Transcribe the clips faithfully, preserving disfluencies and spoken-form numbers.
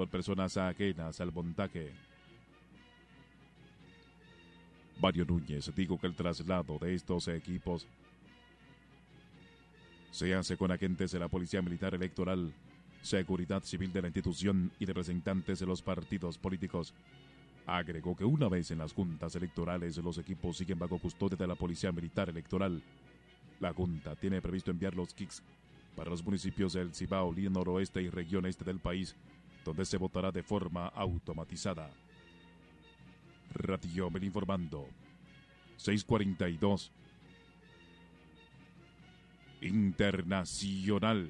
por personas ajenas al montaje. Mario Núñez dijo que el traslado de estos equipos se hace con agentes de la Policía Militar Electoral, Seguridad Civil de la institución y representantes de los partidos políticos. Agregó que una vez en las juntas electorales los equipos siguen bajo custodia de la Policía Militar Electoral. La Junta tiene previsto enviar los kits para los municipios del Cibao, línea noroeste y región este del país, donde se votará de forma automatizada. Radio Mel informando. seis cuarenta y dos. Internacional.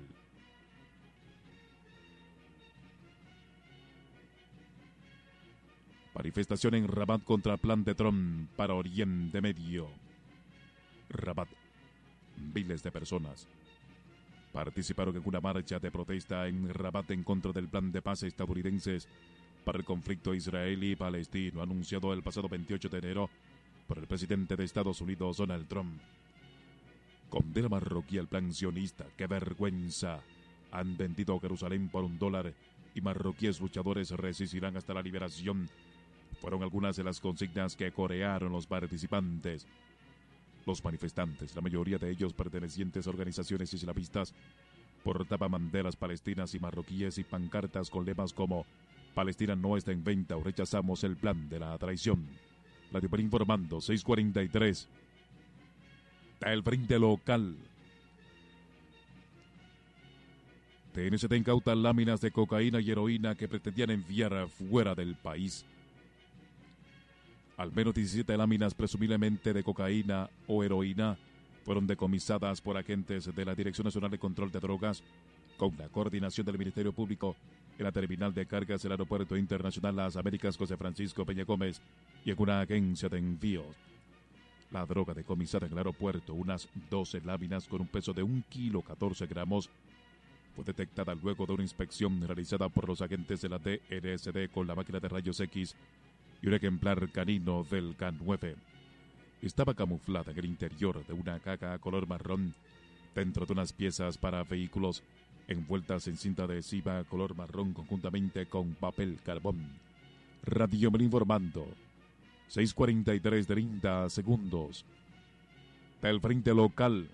Manifestación en Rabat contra plan de Trump para Oriente Medio. Rabat. Miles de personas participaron en una marcha de protesta en Rabat en contra del plan de paz estadounidenses para el conflicto israelí-palestino anunciado el pasado veintiocho de enero por el presidente de Estados Unidos, Donald Trump. Condena marroquí al plan sionista. ¡Qué vergüenza! Han vendido Jerusalén por un dólar y marroquíes luchadores resistirán hasta la liberación. Fueron algunas de las consignas que corearon los participantes. Los manifestantes, la mayoría de ellos pertenecientes a organizaciones islamistas, portaban banderas palestinas y marroquíes y pancartas con lemas como Palestina no está en venta o rechazamos el plan de la traición. Radio Mel informando, seis cuarenta y tres. Del frente local. T N C T incauta láminas de cocaína y heroína que pretendían enviar fuera del país. Al menos diecisiete láminas presumiblemente de cocaína o heroína fueron decomisadas por agentes de la Dirección Nacional de Control de Drogas con la coordinación del Ministerio Público en la terminal de cargas del Aeropuerto Internacional Las Américas José Francisco Peña Gómez y en una agencia de envíos. La droga decomisada en el aeropuerto, unas doce láminas con un peso de un kilo catorce gramos, fue detectada luego de una inspección realizada por los agentes de la D N S D con la máquina de rayos X y un ejemplar canino del K nueve. Estaba camuflada en el interior de una caja color marrón dentro de unas piezas para vehículos envueltas en cinta adhesiva color marrón conjuntamente con papel carbón. Radio Mel informando. seis cuarenta y tres, treinta segundos. Del frente local.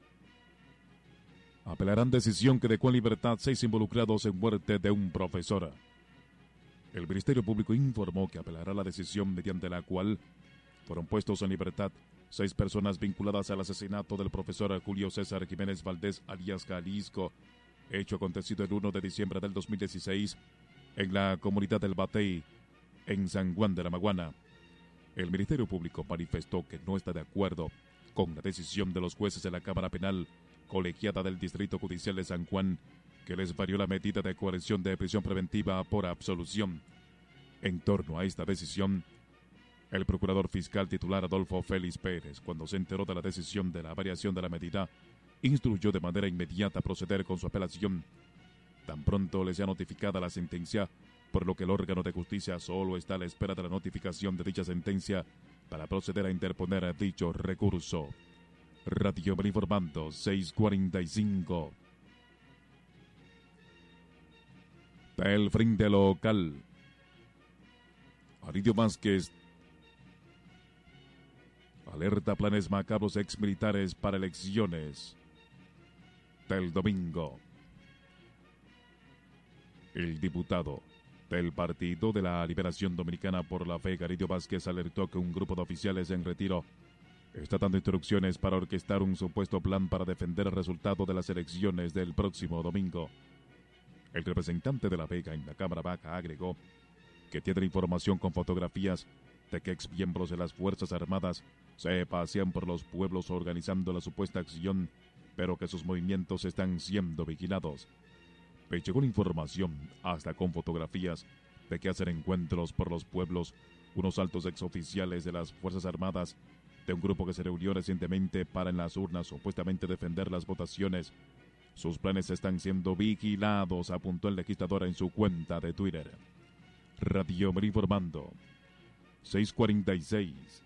Apelarán decisión que dejó en libertad seis involucrados en muerte de un profesor. El Ministerio Público informó que apelará la decisión mediante la cual fueron puestos en libertad seis personas vinculadas al asesinato del profesor Julio César Jiménez Valdés alias Jalisco, hecho acontecido el primero de diciembre del dos mil dieciséis en la comunidad del Batey, en San Juan de la Maguana. El Ministerio Público manifestó que no está de acuerdo con la decisión de los jueces de la Cámara Penal Colegiada del Distrito Judicial de San Juan, que les varió la medida de coerción de prisión preventiva por absolución. En torno a esta decisión, el procurador fiscal titular Adolfo Félix Pérez, cuando se enteró de la decisión de la variación de la medida, instruyó de manera inmediata proceder con su apelación. Tan pronto le sea notificada la sentencia, por lo que el órgano de justicia solo está a la espera de la notificación de dicha sentencia para proceder a interponer dicho recurso. Radio Mel informando, seis cuarenta y cinco. Del frente local. Aridio Vázquez alerta planes macabros exmilitares para elecciones del domingo. El diputado del Partido de la Liberación Dominicana por la Fe, Aridio Vázquez, alertó que un grupo de oficiales en retiro está dando instrucciones para orquestar un supuesto plan para defender el resultado de las elecciones del próximo domingo. El representante de La Vega en la Cámara Baja agregó que tiene información con fotografías de que exmiembros de las Fuerzas Armadas se pasean por los pueblos organizando la supuesta acción, pero que sus movimientos están siendo vigilados. Me llegó la información, hasta con fotografías, de que hacen encuentros por los pueblos unos altos exoficiales de las Fuerzas Armadas de un grupo que se reunió recientemente para en las urnas supuestamente defender las votaciones. Sus planes están siendo vigilados, apuntó el legislador en su cuenta de Twitter. Radio Mel informando. seis cuarenta y seis.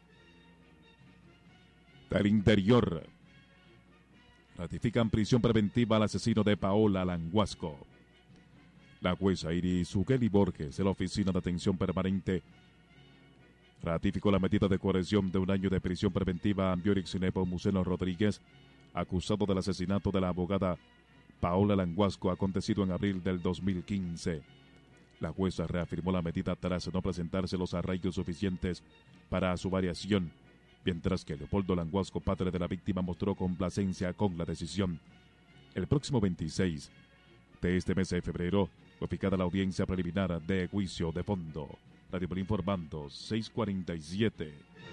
Del interior. Ratifican prisión preventiva al asesino de Paola Languasco. La jueza Iris Ugeli Borges, de la Oficina de Atención Permanente, ratificó la medida de coerción de un año de prisión preventiva a Biorix Nepomuceno Rodríguez, acusado del asesinato de la abogada Paola Languasco, acontecido en abril del dos mil quince. La jueza reafirmó la medida tras no presentarse los arraigos suficientes para su variación, mientras que Leopoldo Languasco, padre de la víctima, mostró complacencia con la decisión. El próximo veintiséis de este mes de febrero fue fijada la audiencia preliminar de juicio de fondo. Radio Por informando, seis cuarenta y siete.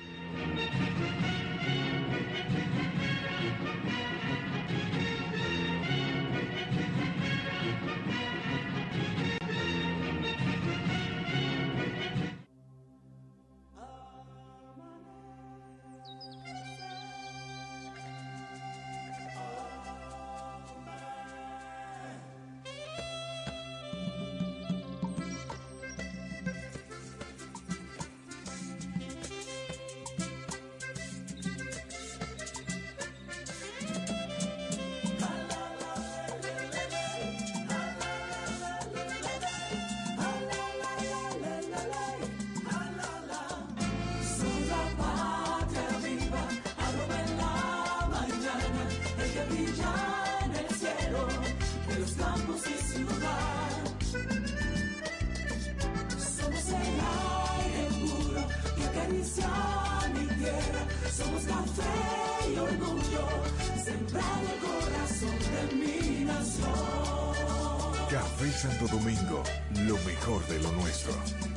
Somos café y orgullo, sembrar el corazón de mi nación. Café Santo Domingo, lo mejor de lo nuestro.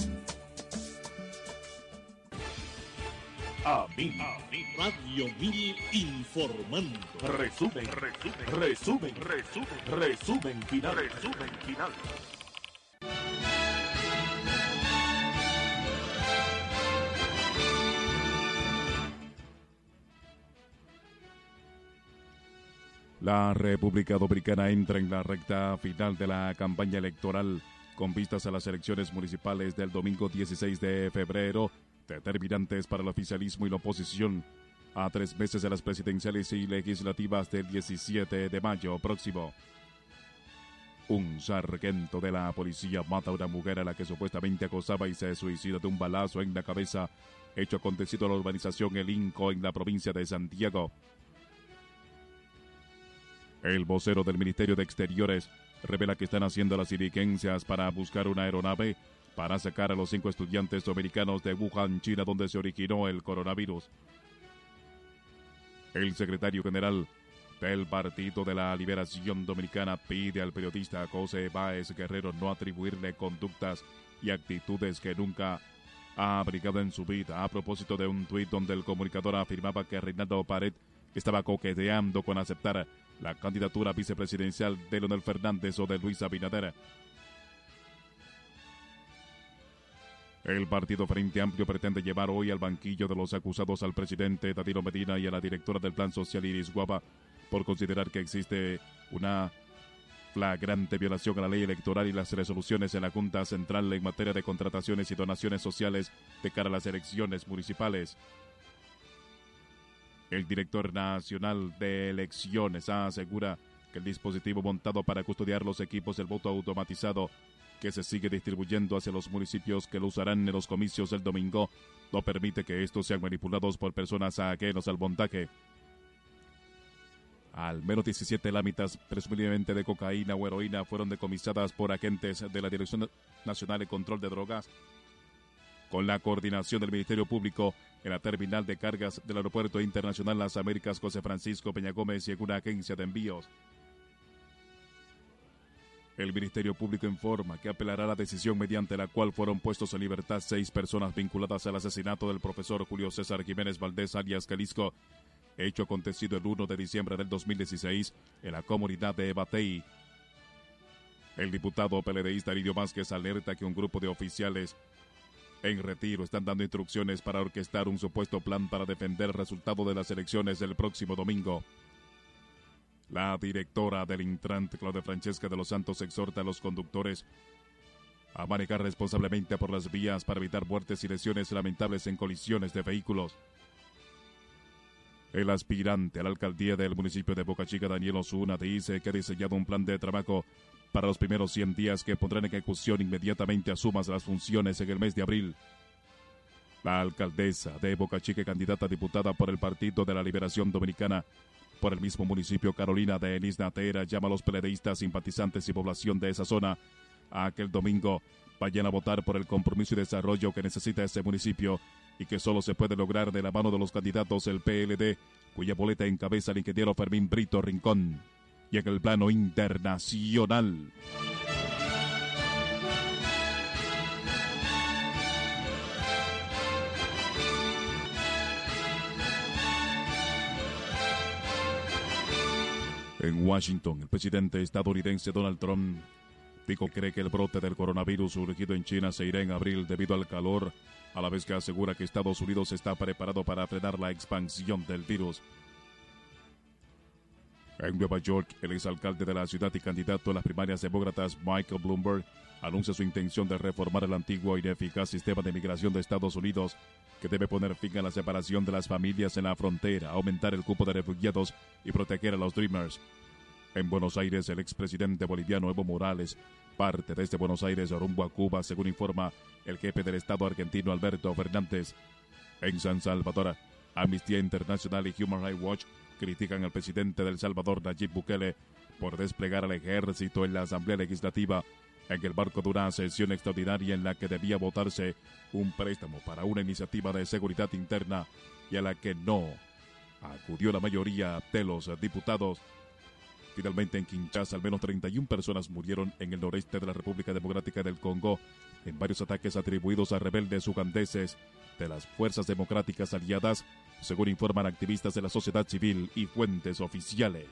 A mí, Radio Mil informando. Resumen, resumen, resumen, resumen, resumen final, resumen final. La República Dominicana entra en la recta final de la campaña electoral con vistas a las elecciones municipales del domingo dieciséis de febrero, determinantes para el oficialismo y la oposición, a tres meses de las presidenciales y legislativas del diecisiete de mayo próximo. Un sargento de la policía mata a una mujer a la que supuestamente acosaba y se suicida de un balazo en la cabeza, hecho acontecido en la urbanización El Inco en la provincia de Santiago. El vocero del Ministerio de Exteriores revela que están haciendo las diligencias para buscar una aeronave para sacar a los cinco estudiantes dominicanos de Wuhan, China, donde se originó el coronavirus. El secretario general del Partido de la Liberación Dominicana pide al periodista José Báez Guerrero no atribuirle conductas y actitudes que nunca ha abrigado en su vida, a propósito de un tuit donde el comunicador afirmaba que Reinaldo Pared estaba coqueteando con aceptar la candidatura vicepresidencial de Leonel Fernández o de Luis Abinader. El partido Frente Amplio pretende llevar hoy al banquillo de los acusados al presidente Danilo Medina y a la directora del Plan Social Iris Guava por considerar que existe una flagrante violación a la ley electoral y las resoluciones en la Junta Central en materia de contrataciones y donaciones sociales de cara a las elecciones municipales. El director nacional de elecciones asegura que el dispositivo montado para custodiar los equipos del voto automatizado que se sigue distribuyendo hacia los municipios que lo usarán en los comicios del domingo no permite que estos sean manipulados por personas ajenas al montaje. Al menos diecisiete láminas, presumiblemente de cocaína o heroína, fueron decomisadas por agentes de la Dirección Nacional de Control de Drogas, con la coordinación del Ministerio Público en la terminal de cargas del Aeropuerto Internacional Las Américas José Francisco Peña Gómez y en una agencia de envíos. El Ministerio Público informa que apelará a la decisión mediante la cual fueron puestos en libertad seis personas vinculadas al asesinato del profesor Julio César Jiménez Valdés alias Jalisco, hecho acontecido el primero de diciembre del dos mil dieciséis en la comunidad de Batey. El diputado peledeísta Lidio Vázquez alerta que un grupo de oficiales en retiro están dando instrucciones para orquestar un supuesto plan para defender el resultado de las elecciones del próximo domingo. La directora del Intran, Claudia Francesca de los Santos, exhorta a los conductores a manejar responsablemente por las vías para evitar muertes y lesiones lamentables en colisiones de vehículos. El aspirante a la alcaldía del municipio de Boca Chica, Daniel Osuna, dice que ha diseñado un plan de trabajo para los primeros cien días que pondrán en ejecución inmediatamente asumas las funciones en el mes de abril. La alcaldesa de Boca Chica, candidata a diputada por el Partido de la Liberación Dominicana por el mismo municipio, Carolina de Enis Natera, llama a los peledeístas, simpatizantes y población de esa zona a que el domingo vayan a votar por el compromiso y desarrollo que necesita ese municipio y que solo se puede lograr de la mano de los candidatos del P L D, cuya boleta encabeza el ingeniero Fermín Brito Rincón. Y en el plano internacional, en Washington, el presidente estadounidense Donald Trump dijo que cree que el brote del coronavirus surgido en China se irá en abril debido al calor, a la vez que asegura que Estados Unidos está preparado para frenar la expansión del virus. En Nueva York, el exalcalde de la ciudad y candidato a las primarias demócratas Michael Bloomberg anuncia su intención de reformar el antiguo e ineficaz sistema de migración de Estados Unidos, que debe poner fin a la separación de las familias en la frontera, aumentar el cupo de refugiados y proteger a los Dreamers. En Buenos Aires, el expresidente boliviano Evo Morales parte desde Buenos Aires rumbo a Cuba, según informa el jefe del Estado argentino Alberto Fernández. En San Salvador, Amnistía Internacional y Human Rights Watch critican al presidente de El Salvador, Nayib Bukele, por desplegar al ejército en la Asamblea Legislativa en el marco de una sesión extraordinaria en la que debía votarse un préstamo para una iniciativa de seguridad interna y a la que no acudió la mayoría de los diputados. Finalmente, en Kinshasa, al menos treinta y una personas murieron en el noreste de la República Democrática del Congo en varios ataques atribuidos a rebeldes ugandeses de las fuerzas democráticas aliadas, según informan activistas de la sociedad civil y fuentes oficiales.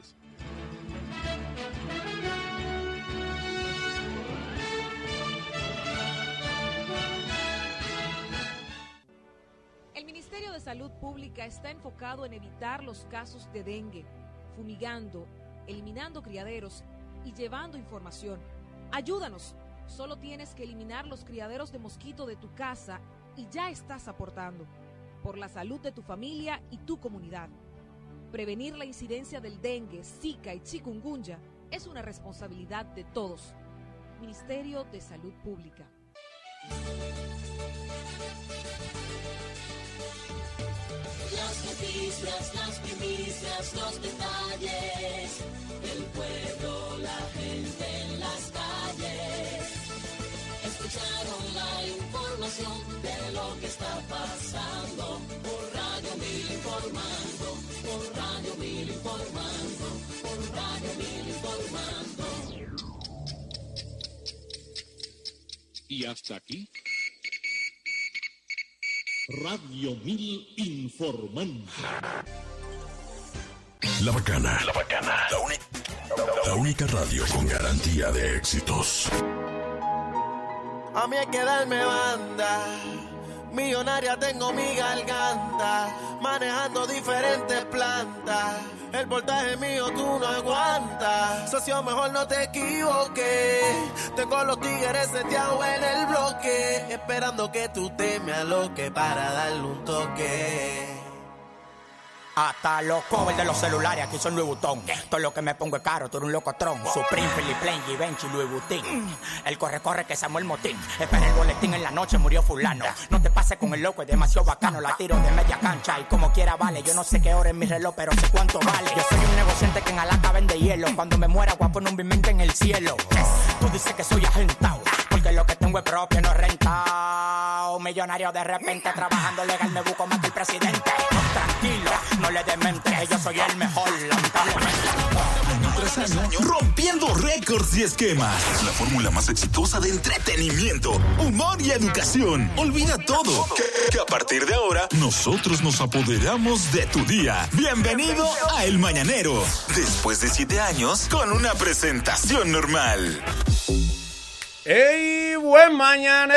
El Ministerio de Salud Pública está enfocado en evitar los casos de dengue, fumigando, eliminando criaderos y llevando información. Ayúdanos. Solo tienes que eliminar los criaderos de mosquito de tu casa y ya estás aportando por la salud de tu familia y tu comunidad. Prevenir la incidencia del dengue, zika y chikungunya es una responsabilidad de todos. Ministerio de Salud Pública. Las noticias, las primicias, los detalles, el pueblo, la gente en las calles. Escucharon la información de lo que está pasando por Radio Mil informando, por Radio Mil informando, por Radio Mil informando. Y hasta aquí, Radio Mil informando. La Bacana. La Bacana. La, uni- la única radio con garantía de éxitos. A mí hay que darme banda, millonaria tengo mi garganta, manejando diferentes plantas, el voltaje mío tú no aguantas, socio mejor no te equivoques, tengo los tigres seteados en el bloque, esperando que tú te me aloques para darle un toque. Hasta los covers de los celulares aquí son Louis Vuitton. Todo lo que me pongo es caro, tú eres un locotrón. Supreme, Philip Plain, Givenchy, Louis Vuitton. El corre-corre que Samuel Motín. Espera el boletín en la noche, murió fulano. No te pases con el loco, es demasiado bacano. La tiro de media cancha y como quiera vale. Yo no sé qué hora es mi reloj, pero sé cuánto vale. Yo soy un negociante que en Alaska vende hielo. Cuando me muera voy a poner un bimente en el cielo. Tú dices que soy agentado, porque lo que tengo es propio, no es rentado. Millonario de repente, trabajando legal me busco más que el presidente. Tranquilo, no le demente, yo soy el mejor, lamentablemente. Año tras año, rompiendo récords y esquemas. La fórmula más exitosa de entretenimiento, humor y educación. Olvida todo, que, que a partir de ahora, nosotros nos apoderamos de tu día. Bienvenido a El Mañanero. Después de siete años, con una presentación normal. ¡Ey! ¡Buen mañanero!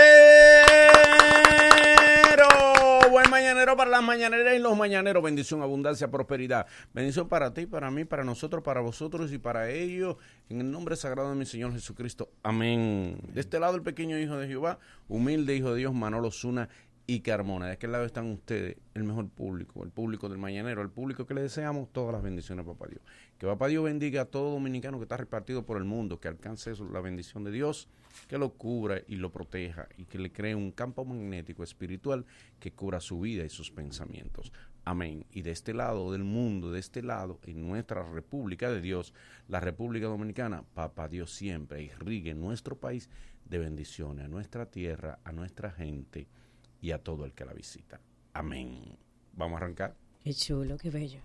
Buen mañanero para las mañaneras y los mañaneros. Bendición, abundancia, prosperidad. Bendición para ti, para mí, para nosotros, para vosotros y para ellos. En el nombre sagrado de mi Señor Jesucristo. Amén. De este lado el pequeño hijo de Jehová, humilde hijo de Dios, Manolo Zuna. y Carmona. De aquel lado están ustedes, el mejor público, el público del Mañanero, el público que le deseamos todas las bendiciones, papá Dios. Que papá Dios bendiga a todo dominicano que está repartido por el mundo, que alcance eso, la bendición de Dios, que lo cubra y lo proteja y que le cree un campo magnético espiritual que cubra su vida y sus pensamientos. Amén. Y de este lado del mundo, de este lado, en nuestra República de Dios, la República Dominicana, papá Dios siempre irrigue nuestro país de bendiciones a nuestra tierra, a nuestra gente y a todo el que la visita. Amén. Vamos a arrancar. Qué chulo, qué bello.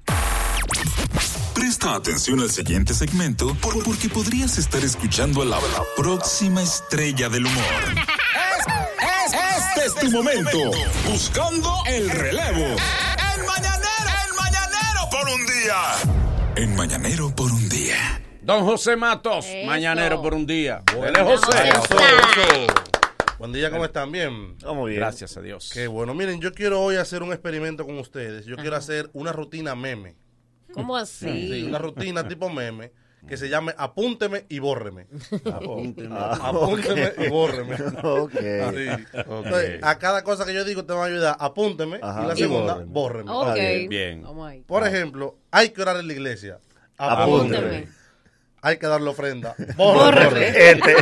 Presta atención al siguiente segmento por- porque podrías estar escuchando a la, la próxima estrella del humor. Es, es, este es tu momento. Buscando el relevo. El mañanero, el mañanero por un día. En Mañanero por un día. Don José Matos, Eso. Mañanero por un día. Bueno, Él es José. eso, eso. Buen día, ¿cómo están? Bien. Vamos bien. Gracias a Dios. Qué bueno. Miren, yo quiero hoy hacer un experimento con ustedes. Yo quiero hacer una rutina meme. ¿Cómo así? Sí, una rutina tipo meme que se llame Apúnteme y Bórreme. Apúnteme. Ah, Apúnteme y Bórreme. Ok. Sí. Entonces, a cada cosa que yo digo te va a ayudar. Apúnteme Ajá. y la Y segunda, bórreme. bórreme. Ok. bien, bien. Vamos ahí. Por ejemplo, hay que orar en la iglesia. Apúnteme. Hay que darle ofrenda. Bórreme. Bórreme. Este.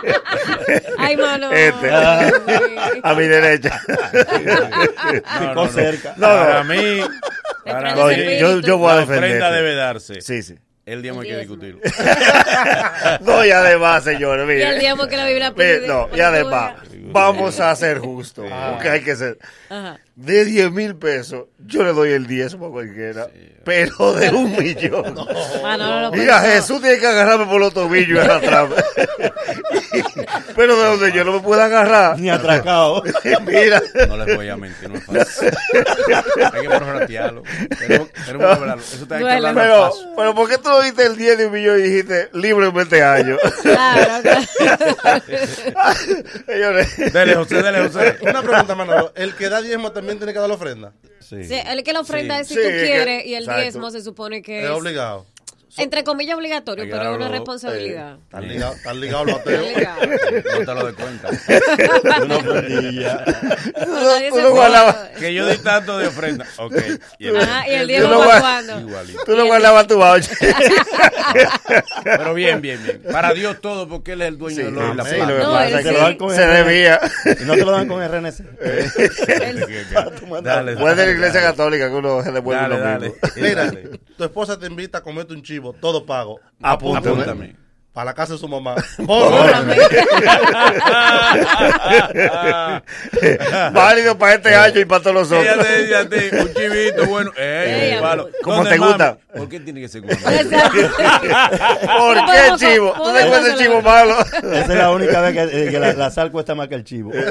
Ay, mano. Este. Ay. A mi derecha. No, no, no. cerca. No, Para no. mí, Te para prende mí, ese yo, yo voy a la defender. ofrenda debe darse. Sí, sí. El diezmo hay que El diezmo. discutirlo. No, y además, señores, Y mire. el diezmo que la Biblia Mire, pide. no, y además, vamos a ser justos. Porque hay que ser. Ajá. De diez mil pesos, yo le doy el diezmo a cualquiera. Pero de un millón. Ah, no, no, no, Mira, no. Jesús tiene que agarrarme por los tobillos y arrastrarme. Pero de donde yo no me puedo agarrar. Ni atracado. Mira. No les voy a mentir, no es fácil. Hay que prorratearlo. Tenemos tenemos que hablarlo. Eso te hay que Duele. hablarlo Pero, fácil. pero ¿por qué tú no diste el diez de un millón y dijiste libre en veinte años? Claro, claro. Señores. Dele, José, dele, José. Una pregunta, Manolo. ¿El que da diezmo también tiene que dar la ofrenda? Sí. Sí, el que la ofrenda Sí. es si Sí, tú es que- quieres y el exacto. diezmo se supone que Es es, obligado. entre comillas, obligatorio, Hay que pero es una darlo, responsabilidad. Están ligados están ligados los ateos. Obligado. No te lo de cuenta. Una ofrendilla. Nadie tú se no puede- guardabas. Que yo di tanto de ofrenda. Ok. Y el- Ajá, y el Tú diezmo no va guardas- cuando. Igualito. Tú no guardabas tu voucher. Pero bien, bien, bien. Para Dios todo, porque Él es el dueño Sí, del oro y la sí, plata. lo que No, pasa él es Te que lo dan con se R N C. debía. Y no te lo dan con R N C. Dale, Fue de la dale, iglesia dale. católica que uno se devuelve Dale, lo dale. mismo. Mira, Dale. tu esposa te invita a comerte un chivo, todo pago. Apúntame. Apúntame. Para la casa de su mamá. Bórrame. Válido para este año y para todos los Ella otros. te dice a ti, un chivito, bueno, eh, Ey, un palo. ¿Cómo ¿Dónde, te mami? gusta? ¿Por qué tiene que ser como Exacto. ¿Por qué, Podemos- chivo? ¿Tú te podemos encuentras el hacer- chivo malo? Esa es la única vez que, eh, que la, la sal cuesta más que el chivo. Sí,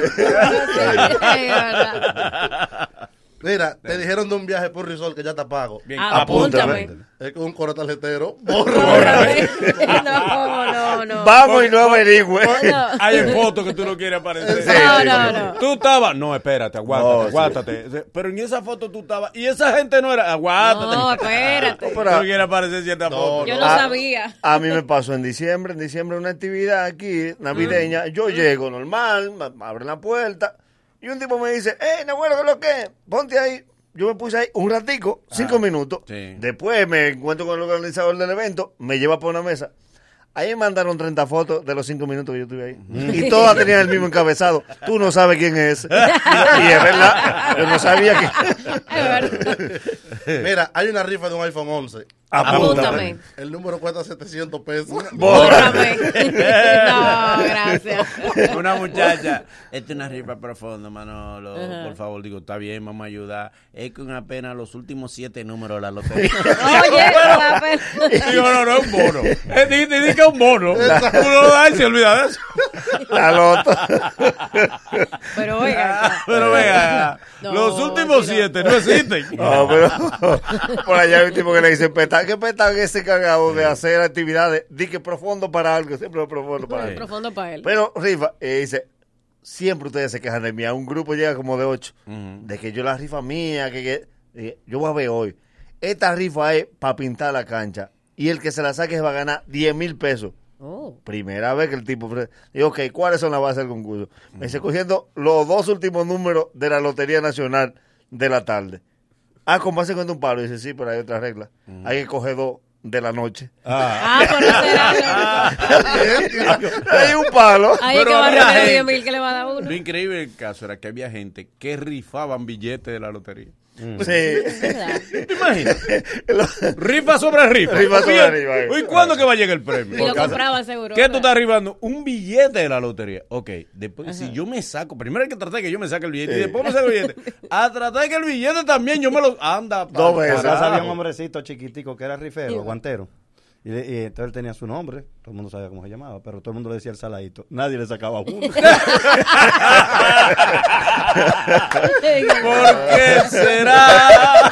verdad. Mira, te dijeron de un viaje por Risol que ya te pago. Bien, Ah, apúntame. Es con un coro tarjetero. Bórrame. No, no, no. Vamos y no averigüe. No. Hay en fotos que tú no quieres aparecer. No, no, no. Tú estabas. No, espérate, aguántate, No, sí. aguántate. Pero en esa foto tú estabas. Y esa gente no era. Aguántate. No, espérate. Tú no quieres aparecer en cierta foto. Yo no Ah, sabía. A mí me pasó en diciembre, en diciembre una actividad aquí, navideña. Yo llego normal, me me abren la puerta y un tipo me dice, hey, Nahuelo, ¿qué es lo que es? Ponte ahí. Yo me puse ahí un ratico, cinco minutos. sí. Después me encuentro con el organizador del evento, me lleva por una mesa. Ahí me mandaron treinta fotos de los cinco minutos que yo estuve ahí. Y todas tenían el mismo encabezado. Tú no sabes quién es. Y, y es verdad, yo no sabía quién. Es verdad. Mira, hay una rifa de un iPhone once. Apúntame. El número cuesta setecientos pesos. Bórrame. No, gracias. Una muchacha, esta es una rifa profunda, Manolo. Ajá. Por favor, digo, está bien, vamos a ayudar. Es con apenas los últimos siete números de la lotería. Oye, la pena. Digo, no, no es un bono. Eh, di- di- di que es un bono. Tú no lo das y se olvida de eso. La loto. Pero oiga. Pero vea, No, los últimos tira. siete no existen. No, pero por allá hay un tipo que le dice, Petán, ¿qué Petán es encargado de hacer actividades? Di que profundo para algo, siempre profundo para algo. Profundo para él. Pero, rifa, eh, dice, siempre ustedes se quejan de mí. A un grupo llega como de ocho. De que yo la rifa mía, que, que eh, yo voy a ver hoy. Esta rifa es para pintar la cancha. Y el que se la saque se va a ganar diez mil pesos. Oh. Primera vez que el tipo... Digo, ok, ¿cuáles son las bases del concurso? Me dice, cogiendo los dos últimos números de la Lotería Nacional de la tarde. Ah, ¿cómo hace con un palo? Y dice, sí, pero hay otra regla. Mm. Hay que coger dos de la noche. Ah, ah por eso hay un palo. Ahí es que va a regalar diez mil que le va a dar uno. Lo increíble del caso era que había gente que rifaban billetes de la lotería. Mm. Sí. ¿Te imaginas? Rifa sobre rifa. Rifa sobre rifa. ¿Y cuándo que va a llegar el premio? Y lo compraba seguro. ¿Qué tú estás rifando? Un billete de la lotería. Ok, después, Ajá. si yo me saco, primero hay que tratar de que yo me saque el billete sí. y después me saco el billete. A tratar de que el billete también yo me lo... Anda, dos veces. Había un hombrecito chiquitico que era rifero, guantero. Y, y entonces él tenía su nombre, todo el mundo sabía cómo se llamaba, pero todo el mundo le decía el saladito. Nadie le sacaba uno. ¿Por qué será?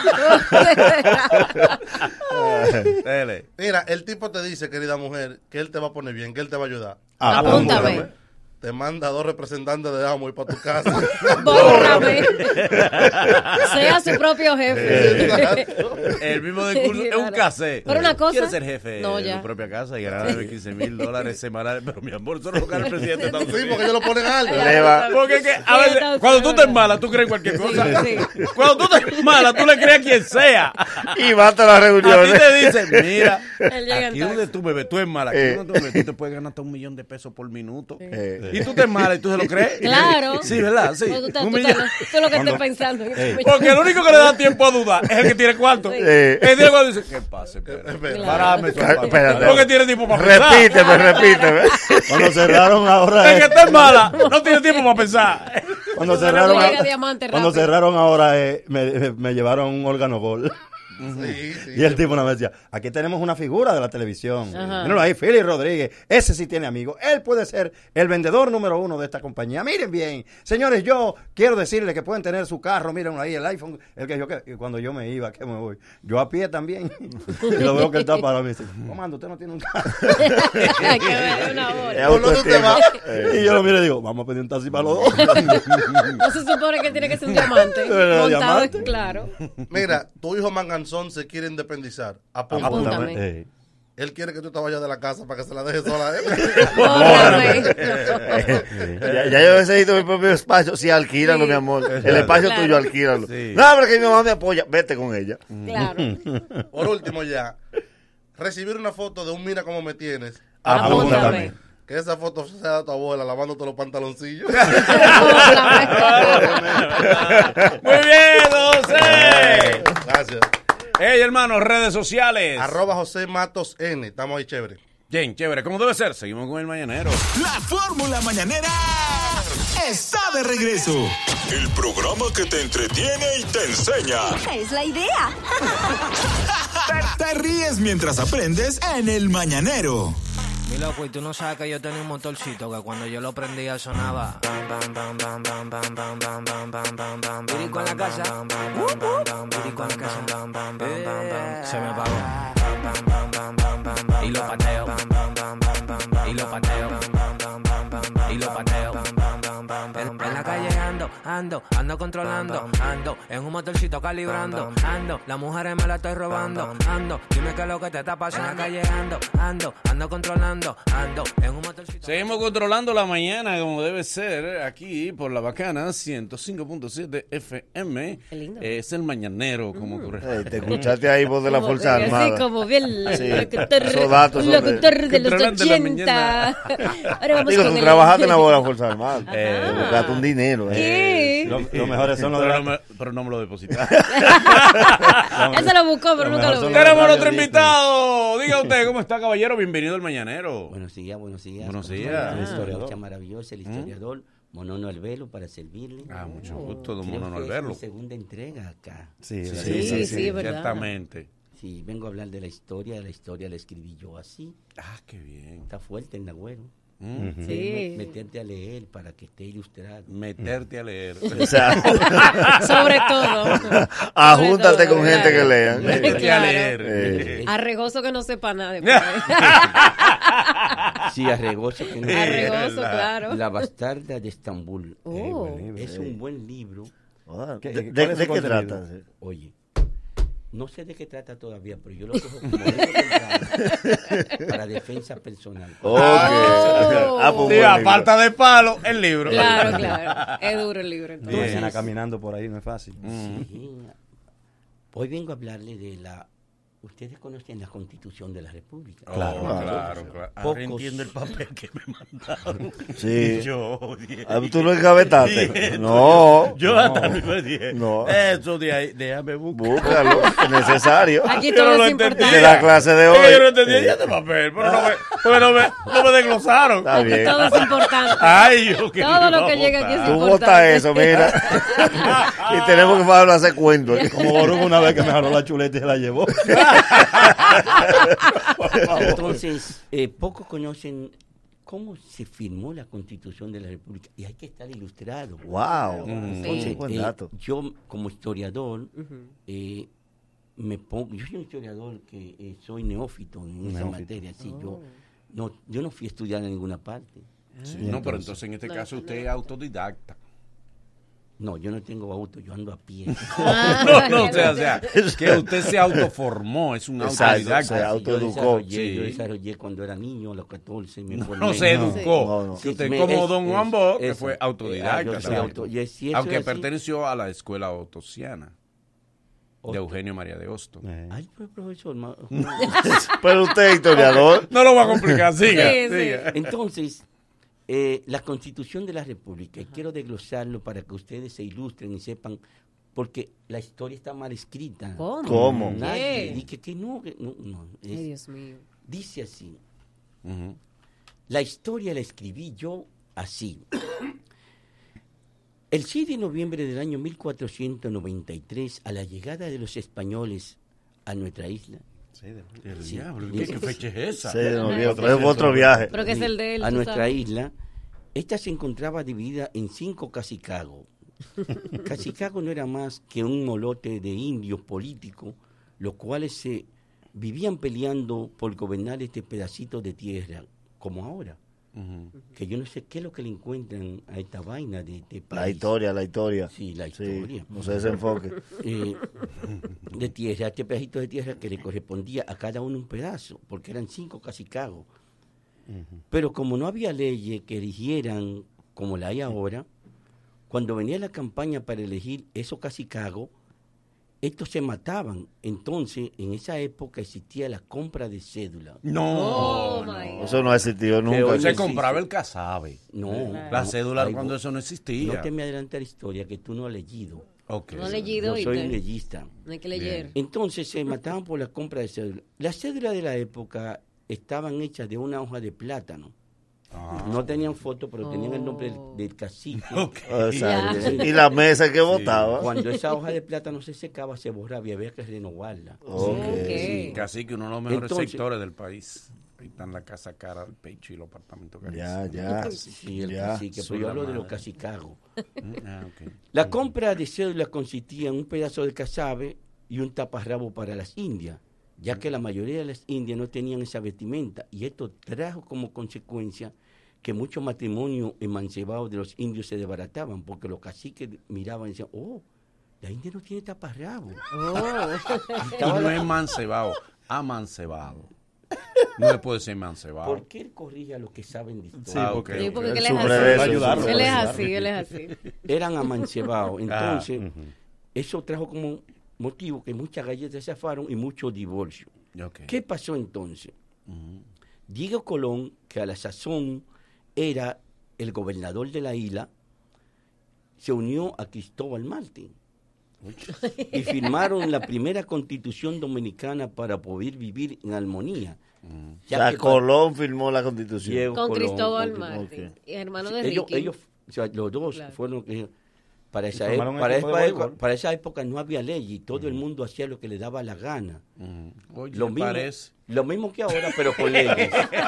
Mira, el tipo te dice, querida mujer, que él te va a poner bien, que él te va a ayudar. Ah, apúntame. Te manda dos representantes de Amway para tu casa. Bórrame. Sea su propio jefe. El mismo de curso sí, es un casé. Pero una cosa. Quieres ser jefe no, de tu propia casa y ganar quince mil dólares semanales. Pero mi amor, eso no lo gana el presidente de Estados Unidos. Sí, porque ellos lo ponen alto. Porque que, a veces, cuando tú te malas, tú crees cualquier cosa. Sí, sí. Cuando tú te malas, tú le crees a quien sea. Y vas a las reuniones. A ti te dicen, mira, aquí donde tú me ves, tú es mala. Aquí eh. donde tú me ves, tú te puedes ganar hasta un millón de pesos por minuto. Eh. Y tú te malas y tú se lo crees. Claro. Sí, ¿verdad? Sí. Tú, tú, tú, eso es lo que estoy pensando. Eh. Porque el único que le da tiempo a dudar es el que tiene cuarto. Sí. Eh. El Diego dice, ¿qué pasa? Parame, espérate. Porque tiene tiempo para pensar. Repíteme, repíteme. Cuando cerraron ahora... El que está mala no tiene tiempo para pensar. Cuando cerraron, a, diamante, cuando cerraron ahora eh, me, me, me llevaron un órgano gol. Sí, sí, y el tipo una vez decía, aquí tenemos una figura de la televisión. Míralo ahí, Félix Rodríguez. Ese sí tiene amigos. Él puede ser el vendedor número uno de esta compañía. Miren bien, señores, yo quiero decirles que pueden tener su carro. Miren ahí el iPhone. El que yo que cuando yo me iba, que me voy. Yo a pie también. Y lo veo que él está parado. Me dice, comando, usted no tiene un carro. Hay que ver una hora. Y yo lo miro y digo, vamos a pedir un taxi para los dos. No se supone que tiene que ser un diamante. Montado, diamante. Claro. Mira, tu hijo Manganzón se quiere independizar. Apúntame. Apúntame. Eh. Él quiere que tú te vayas de la casa para que se la deje sola a él. ya, ya yo necesito mi propio espacio. Sí, alquílalo, sí. mi amor. El espacio claro. tuyo, alquílalo. Sí. No, pero que mi mamá me apoya. Vete con ella. Claro. Por último ya, recibir una foto de un mira cómo me tienes. Apúntame. Apúntame. Que esa foto sea de tu abuela lavándote los pantaloncillos. Muy bien, José. Gracias. Hey, hermano, redes sociales. Arroba José Matos N. Estamos ahí, chévere. Bien, chévere. ¿Cómo debe ser? Seguimos con el Mañanero. La Fórmula Mañanera está de regreso. El programa que te entretiene y te enseña. Esa es la idea. te, te ríes mientras aprendes en el Mañanero. Mi loco, y tú no sabes que yo tenía un motorcito que cuando yo lo prendía sonaba. Virico en la casa. Virico en la casa. Se me apagó. Y lo pateo. Y lo pateo. Y lo pateo. En la calle ando, ando, ando controlando, ando, en un motorcito calibrando, ando, las mujeres me la estoy robando, ando, dime qué es lo que te está pasando. En la calle ando, ando, ando controlando, ando, en un motorcito. Seguimos controlando la mañana como debe ser, aquí por la bacana ciento cinco punto siete F M. Qué lindo. Eh, es el Mañanero, como ocurre. Hey, te escuchaste ahí voz de la Fuerza Armada. Sí, como bien sí. locutor, datos locutor de los ochenta. Ahora vamos Digo, con tú el... trabajaste en la voz de la Fuerza Armada. Eh, te buscaste un dinero. Eh. ¿Qué? Lo, lo mejor son los pero, de no me, pero no me lo depositaste. Él lo buscó, pero lo nunca lo vio. Tenemos otro invitado. Diga usted, ¿cómo está, caballero? Bienvenido al Mañanero. Buenos días, buenos días. Buenos días. Una historia maravillosa, el historiador ¿Mm? Monono Albelo, para servirle. Ah, mucho gusto, don Monono Albelo. Es mi segunda entrega acá. Sí, sí, sí, sí, sí verdad. Ciertamente. Sí, vengo a hablar de la historia. La historia la escribí yo así. Ah, qué bien. Está fuerte el Nagüero. Mm. Sí. Meterte a leer para que esté ilustrado. Meterte a leer. O sea, sobre todo. Ajúntate con gente que lea. Meterte claro. a leer. Eh. Arregoso que no sepa nada. Sí, Arregoso que no sepa. Arregoso, claro. La bastarda de Estambul. Oh. Es un buen libro. Oh, ¿De, de, de, de qué trata? Oye, no sé de qué trata todavía, pero yo lo cojo como para defensa personal. Okay. Oh. Ah, pues sí, a falta de palo, el libro. Claro, claro. Es duro el libro. Entonces, Bien. caminando por ahí no es fácil. Mm. Sí. Hoy vengo a hablarle de la... Ustedes conocen la Constitución de la República. Oh, claro, claro, claro. Ahora Pocos... entiendo el papel que me mandaron. Sí. Yo odié. ¿Tú lo encabetaste? No. Yo no, hasta me odié. No. Eso de ahí, déjame buscar. Búscalo, es necesario. Aquí todo no es importante. De la clase de hoy. Es que yo no entendía ya de papel, pero no me, pero no me, no me desglosaron. Está Aquí bien. todo es importante. Ay, yo que todo lo que llega aquí es Tú importante. votas eso, mira. Y tenemos que Pablo hacer cuentos. Como Boruga una vez que me jaló la chuleta y se la llevó. Entonces, eh, pocos conocen cómo se firmó la Constitución de la República y hay que estar ilustrado. Wow, Entonces, sí, buen eh, dato. yo como historiador, Uh-huh. eh, me pongo, yo soy un historiador que eh, soy neófito en esa Neófito. materia, sí, Oh. yo no, yo no fui a estudiar en ninguna parte. Sí, no, pero entonces en este No, caso no. usted es autodidacta. No, yo no tengo auto, yo ando a pie. No, no, o sea, o sea, que usted se autoformó, es un Exacto, autodidacta. se Yo autoeducó. desarrollé, yo Sí. desarrollé cuando era niño, a los catorce, me No, formé. no se educó. No, no. Que usted Me- como es- Don Juan es- Bosch, que eso. fue Ah, yo autodidacta. soy también. auto- y si eso Aunque es así- perteneció a la escuela otosiana de Otto. Eugenio María de Hostos. Eh. Ay, pero profesor, ma- Pero usted es historiador. No lo va a complicar, siga. Sí, sí. siga. Entonces, eh, la Constitución de la República, y quiero desglosarlo para que ustedes se ilustren y sepan, porque la historia está mal escrita. ¿Cómo? ¿Cómo? Nadie ¿Qué? dice que no, que no, no, es- Ay, Dios mío. dice así. Ujú. La historia la escribí yo así. El seis de noviembre del año mil cuatrocientos noventa y tres, a la llegada de los españoles a nuestra isla, El Sí. diablo, ¿qué, qué fecha es esa? Sí, no, otro, es otro viaje. Pero que es el de él. a tú nuestra sabes. isla, esta se encontraba dividida en cinco cacicagos. Cacicago no era más que un molote de indios políticos, los cuales se vivían peleando por gobernar este pedacito de tierra, como ahora. Ujú. Que yo no sé qué es lo que le encuentran a esta vaina de este país. La historia, la historia. Sí, la Sí, historia. no se desenfoque. Eh, de tierra, este pedacito de tierra que le correspondía a cada uno un pedazo, porque eran cinco cacicagos. Pero como no había leyes que eligieran como la hay ahora, cuando venía la campaña para elegir esos cacicagos, estos se mataban. Entonces, en esa época existía la compra de cédula. No, Oh, no. my God. Eso no ha existido Que nunca. hoy Se existe. compraba el casabe. No. La no, cédula ay, cuando vos- eso no existía. No te me adelantes la historia que tú no has leído. Ok. No he leído. Yo soy ¿oíste? un leyista. No hay que leer. Entonces se mataban por la compra de cédula. Las cédulas de la época estaban hechas de una hoja de plátano. Ah. No tenían foto, pero tenían el nombre Oh. del, del cacique. Exacto. Ya. Y la mesa que votaba. Cuando esa hoja de plátano se secaba, se borraba y había que renovarla. Ok. Casi que uno de los mejores Entonces- sectores del país. Ahí están la casa cara, el pecho y los apartamentos Ya, carísimos. ya. Sí, el Ya. cacique, pero yo hablo de los cacicagos. Ah, ok. La compra de cédula consistía en un pedazo de casabe y un taparrabo para las indias, ya que la mayoría de las indias no tenían esa vestimenta, y esto trajo como consecuencia que muchos matrimonios emancebados de los indios se desbarataban, porque los caciques miraban y decían, oh, la india no tiene taparrabo. Y no es mancebado, amancebado. No le puede ser mancebado. ¿Por qué él corrige a los que saben de historia? Sí, Ah, ok, Sí, ok. porque Él él es sufre de así. eso, ayudarlo, Él es ayudarlo. así, él es así. Eran amancebados. Entonces, Ah, ujú. eso trajo como motivo que muchas galletas se zafaron y muchos divorcios. Ok. ¿Qué pasó entonces? Diego Colón, que a la sazón era el gobernador de la isla, se unió a Cristóbal Martín y firmaron la primera constitución dominicana para poder vivir en armonía. O Ya sea, que Colón firmó la constitución. Diego Con Colón, Cristóbal con- Martín. ok. Y hermano de ellos, Ricky. ellos, o sea, los dos Claro. fueron los que para esa, formaron e- un para, equipo de esa voleibol. época, para esa época no había ley y todo el mundo hacía lo que le daba la gana. Oye, Lo ¿te mismo, parece? lo mismo que ahora, pero con leyes.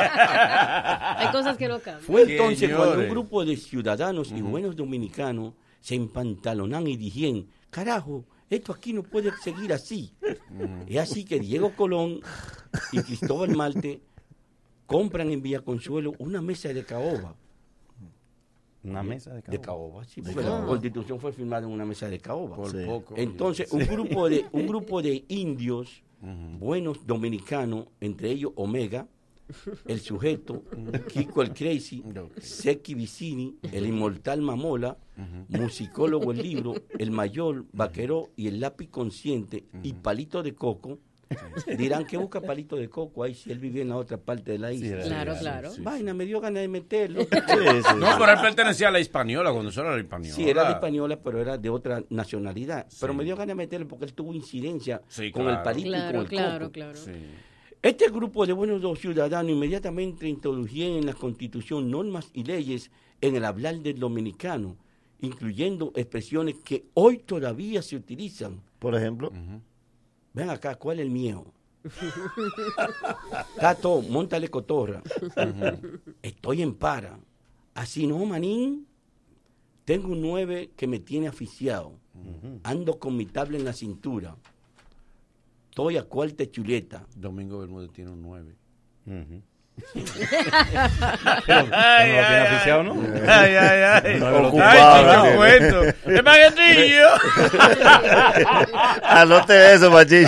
Hay cosas que no cambian. Fue entonces Señores. cuando un grupo de ciudadanos y buenos dominicanos se empantalonan y dijeron, carajo, esto aquí no puede seguir así. Es así que Diego Colón y Cristóbal Marte compran en Villa Consuelo una mesa de caoba. Una mesa de caoba. De caoba, sí, porque caoba. la Constitución fue firmada en una mesa de caoba. Por Sí. poco. Entonces, Sí. un grupo de un grupo de indios buenos dominicanos, entre ellos Omega, el Sujeto, Kiko el Crazy, Seki Vicini, el Inmortal Mamola, Musicólogo el Libro, el Mayor, Vaquero y el Lápiz Consciente y Palito de Coco. Dirán que busca Palito de Coco ahí si él vivía en la otra parte de la isla. Sí, claro, claro. Sí, Vaina, me dio ganas de meterlo. Sí, sí. No, pero él pertenecía a la Hispaniola cuando eso era la Hispaniola. Sí, era de Española, pero era de otra nacionalidad. Pero me dio ganas de meterlo porque él tuvo incidencia Sí, con claro. el palito Claro, y con el claro, coco. claro. Sí. Este grupo de buenos ciudadanos inmediatamente introdujeron en la Constitución normas y leyes en el hablar del dominicano, incluyendo expresiones que hoy todavía se utilizan. Por ejemplo. Ven acá, ¿cuál es el mío? Tato, móntale cotorra. Estoy en para. Así no, manín. Tengo un nueve que me tiene aficiado. Ando con mi tabla en la cintura. Estoy a cuarta chuleta. Domingo Bermúdez tiene un nueve. Ay, no lo tiene oficiado, ¿no? Ay, ay, ay. No lo Ay, chico, cuento. ¡Es paquetillo! Anote eso, machillo.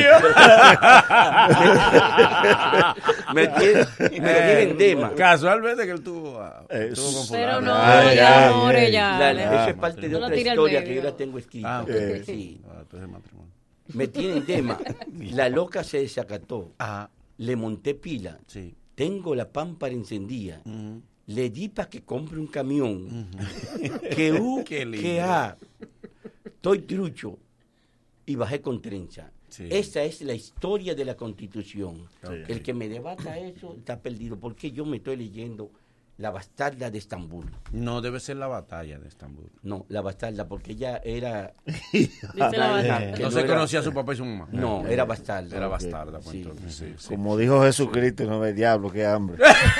me tiene, me tiene en tema. Casualmente que él tuvo, uh, Eh, tuvo con Pero fulano. no, Ay, ya, ay, amore, ay. ya. La- le- eso es parte de No lo otra tire al historia que medio. yo la tengo escrita. Ah, ok. Sí. Ah, entonces matrimonio. Me tiene en tema. La loca se desacató. Ajá. Le monté pila. Sí. Tengo la pámpara encendida. Ujú. Le di para que compre un camión. Que U, Qué lindo. que A. Estoy trucho. Y bajé con trenza. Sí. Esa es la historia de la Constitución. Ok. El que me debata eso está perdido. Porque yo me estoy leyendo La Bastarda de Estambul. No, debe ser la batalla de Estambul. No, La Bastarda, porque ella era... Dice la bastarda. que No se era- conocía a su papá y su mamá. No, era bastarda. Era Ok. bastarda, pues Sí. entonces, sí, sí. Como dijo Jesucristo, no ve diablo, qué hambre.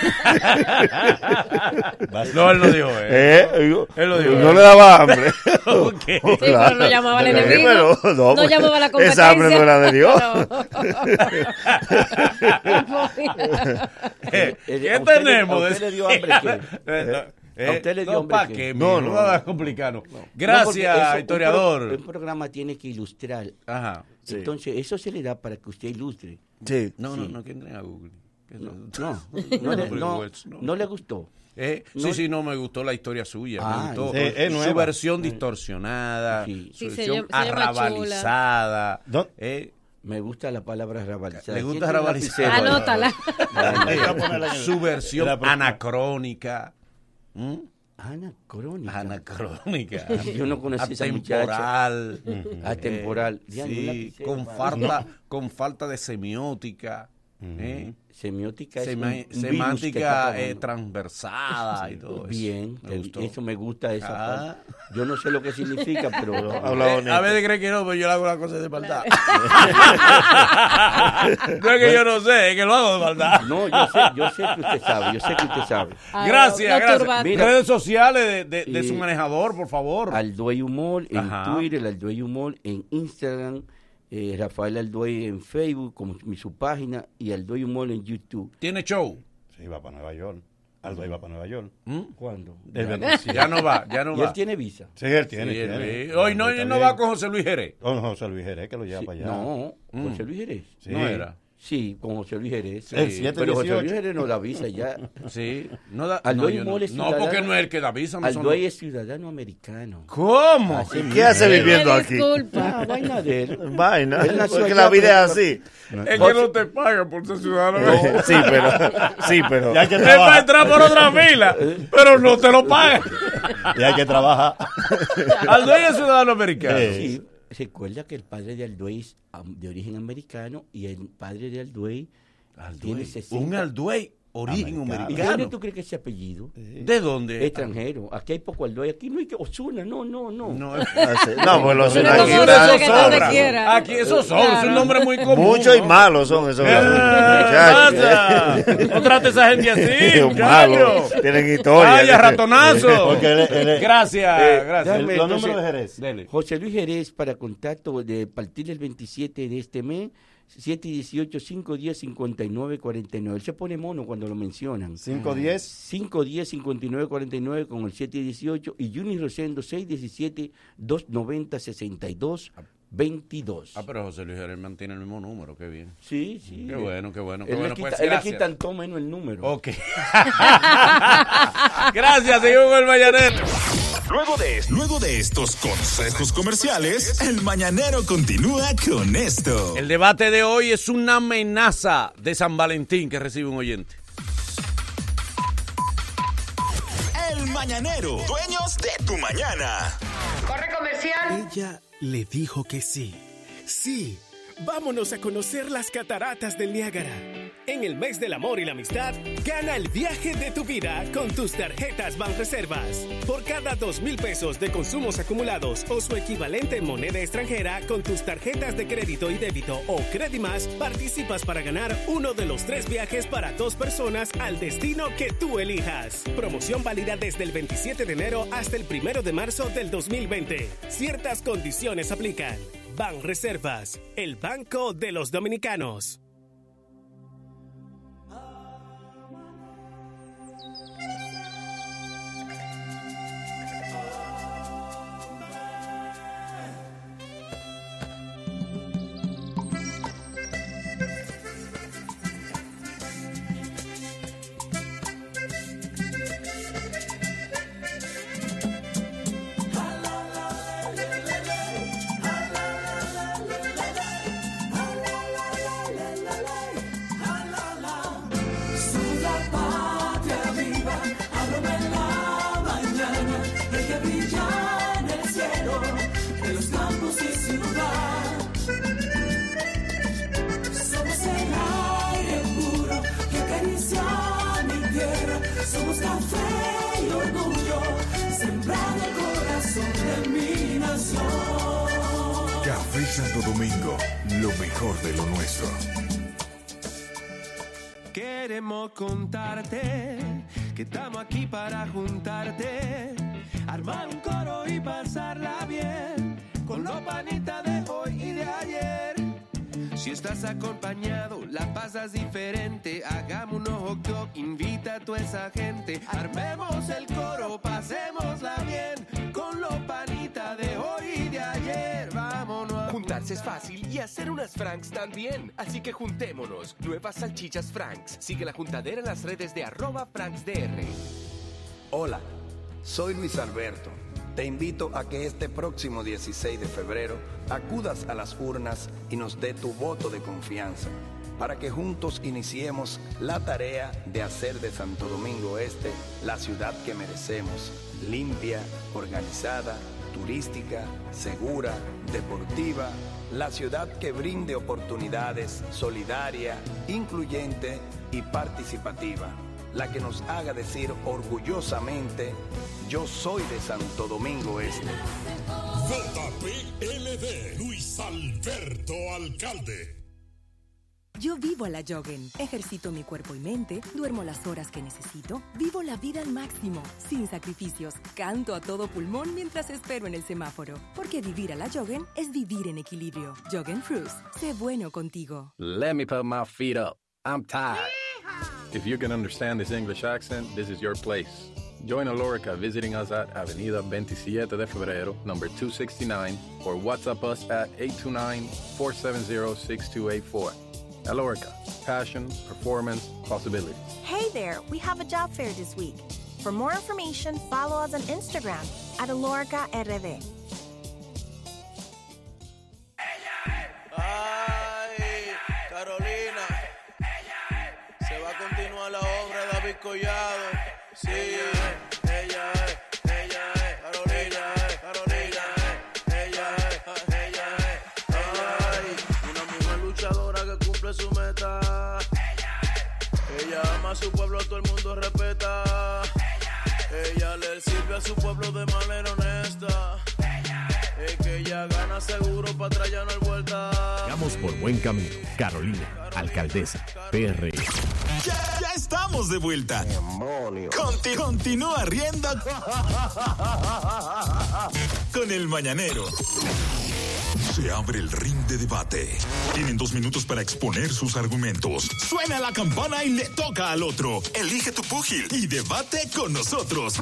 No, él lo dijo, eh. Eh, digo, Él lo dijo, no eh. le daba hambre. Ok. Sí, pero no llamaba al Sí, enemigo. pero no, No pues, llamaba a la esa competencia. hambre no era de Dios. Eh, Eh, ¿Qué ¿a usted le- tenemos? a usted le dio hambre qué? Eh, ¿A usted le dio no, hambre ¿pa' qué? qué? No, No, no, no, no, no. complicado. No, porque Gracias, eso, un historiador. pro- Un programa tiene que ilustrar. Ajá. Sí. Entonces, eso se le da para que usted ilustre. Sí. No, no, Sí. no, que entren a Google. Que No, eso- no, no, le, no, Google, no le gustó. Eh, No- sí, sí, no, me gustó la historia suya. Ah, me gustó sí, es su nueva. versión distorsionada, Sí. su Sí, se versión llama- se llama arrabalizada. ¿Dó- Eh, Me gusta la palabra rabalizada. ¿Le gusta ¿Quién tiene rabalizada? lapicero ahí? Anótala. Voy a ponerla en el- su versión en la próxima. anacrónica. ¿Mm? Anacrónica. Anacrónica. Yo no conocí a esa Atemporal. Atemporal. Eh, Ya, ni un sí, lapicero con para- falta, con falta de semiótica. ¿eh? Semiótica es Sema- un- un virus que está semántica acabando. eh, transversada y todo eso. Bien, Me que- gustó. eso me gusta esa Ah. parte. Yo no sé lo que significa, pero Habla Eh, bonito. a veces cree que no, pero yo le hago las cosas de maldad. No es que yo no sé, es que lo hago de maldad. no, yo sé, yo sé que usted sabe, yo sé que usted sabe. Ay, Gracias, lo gracias. turbante. Mira. Redes sociales de, de- de Y- su manejador, por favor. Alduey Humor en Ajá. Twitter, Alduey Humor en Instagram, eh, Rafael Alduey en Facebook, como mi, su página, y Alduey Humor en YouTube. ¿Tiene show? Sí, va para Nueva York. Aldo iba para Nueva York. ¿Mm? ¿Cuándo? El Ya, veintisiete. ya no va, ya no ¿Y va. él tiene visa? Sí, él tiene. Sí, él tiene. ve. Hoy no, Está él no bien. va con José Luis Jerez. Con José Luis Jerez, que lo lleva Sí, para allá. no, Mm. José Luis Jerez. Sí. No era. Sí, con José Luis Jerez. El siete Pero José dieciocho. Luis Jerez no da visa ya. Sí. No, da, Alduey no, yo no. Humor es No, ciudadano- porque no es el que da visa. no son- Alduey es ciudadano americano. ¿Cómo? Así ¿Y mismo. qué hace Me viviendo aquí? disculpa. Ah, vaina de él. Vaina. Él nació Porque allá, la vida pero- es así. Es que no te pagan por ser ciudadano. Sí, pero. Sí, pero. Y hay que Es para trabajar. entrar por otra fila, pero no te lo pagan. Y hay que trabajar. Alduey es ciudadano americano. Sí. Sí, recuerda que el padre de Alduey es am, de origen americano y el padre de Alduey tiene sesenta. Un Alduey, origen Americano. ¿Y de americano. dónde tú crees que es ese apellido? ¿De dónde? Extranjero. Aquí hay poco Alduey. Aquí no hay que Osuna. No, no, no. No, Ah, sí. No, pues los Pero aquí- como eso no, que donde sobra. quiera. Aquí esos son, es un Claro. nombre muy común. Muchos y ¿no? malos son esos. Ah, muchachos. pasa. No trate a esa gente así, Ellos muchacho. malos. Tienen historia. Ay, a ratonazo. Porque él- él es- Gracias, Eh, gracias. déjame- Los entonces- números de Jerez. Dele. José Luis Jerez, para contacto de a partir del veintisiete de este mes, siete y dieciocho, cinco diez, cincuenta y nueve cuarenta y nueve. Él se pone mono cuando lo mencionan. cinco diez. cinco diez, cincuenta y nueve cuarenta y nueve con el siete y dieciocho. Y Juni Rosendo, seis diecisiete, doscientos noventa, sesenta y dos veintidós. Ah, pero José Luis Jerez mantiene el mismo número, qué bien. Sí, sí. Qué bueno, qué bueno. Qué él, bueno. le quita, Pues, él le gracias. quitan todo menos el número. Ok. Gracias, seguimos con el Mañanero. Luego de, luego de estos consejos comerciales, el Mañanero continúa con esto. El debate de hoy es una amenaza de San Valentín que recibe un oyente. El Mañanero, dueños de tu mañana. Corre comercial. Ella le dijo que sí. Sí, vámonos a conocer las cataratas del Niágara. En el mes del amor y la amistad, gana el viaje de tu vida con tus tarjetas Banreservas. Por cada dos mil pesos de consumos acumulados o su equivalente en moneda extranjera con tus tarjetas de crédito y débito o Credimas, participas para ganar uno de los tres viajes para dos personas al destino que tú elijas. Promoción válida desde el veintisiete de enero hasta el primero de marzo del dos mil veinte. Ciertas condiciones aplican. Banreservas, el banco de los dominicanos. Somos café y orgullo, sembrado el corazón de mi nación. Café Santo Domingo, lo mejor de lo nuestro. Queremos contarte que estamos aquí para juntarte, armar un coro y pasarla bien, con los panitas de hoy y de ayer. Si estás acompañado, la pasas diferente. Hagamos unos hot dog, invita a toda esa gente. Armemos el coro, pasémosla bien, con los panitas de hoy y de ayer. Vámonos a juntarse es fácil y hacer unas Franks también. Así que juntémonos. Nuevas salchichas Franks. Sigue la juntadera en las redes de arroba FranksDR. Hola, soy Luis Alberto. Te invito a que este próximo dieciséis de febrero acudas a las urnas y nos dé tu voto de confianza para que juntos iniciemos la tarea de hacer de Santo Domingo Este la ciudad que merecemos, limpia, organizada, turística, segura, deportiva, la ciudad que brinde oportunidades, solidaria, incluyente y participativa, la que nos haga decir orgullosamente: yo soy de Santo Domingo Este. J P L D, Luis Alberto Alcalde. Yo vivo a la Joggen, ejercito mi cuerpo y mente, duermo las horas que necesito, vivo la vida al máximo, sin sacrificios, canto a todo pulmón mientras espero en el semáforo, porque vivir a la Joggen es vivir en equilibrio. Joggen Cruise, sé bueno contigo. Let me put my feet up. I'm tired. If you can understand this English accent, this is your place. Join Alorica visiting us at Avenida veintisiete de Febrero, number two sixty-nine, or WhatsApp us at eight two nine, four seven zero, six two eight four. Alorica, passion, performance, possibility. Hey there, we have a job fair this week. For more information, follow us on Instagram at Alorica R D. Ay, Carolina, se va a continuar la obra de David Collado. Sí, ella es, ella es, ella es, Carolina, Carolina, ella es, ella es, ay, una mujer luchadora que cumple su meta. Ella ama a su pueblo, todo el mundo respeta. Ella le sirve a su pueblo de manera honesta. Es que ella gana seguro, para atrás ya no hay vuelta. Vamos por buen camino. Carolina, alcaldesa, P R. Ya, ya estamos de vuelta. Conti- continúa riendo con el Mañanero. Se abre el ring de debate. Tienen dos minutos para exponer sus argumentos. Suena la campana y le toca al otro. Elige tu púgil y debate con nosotros.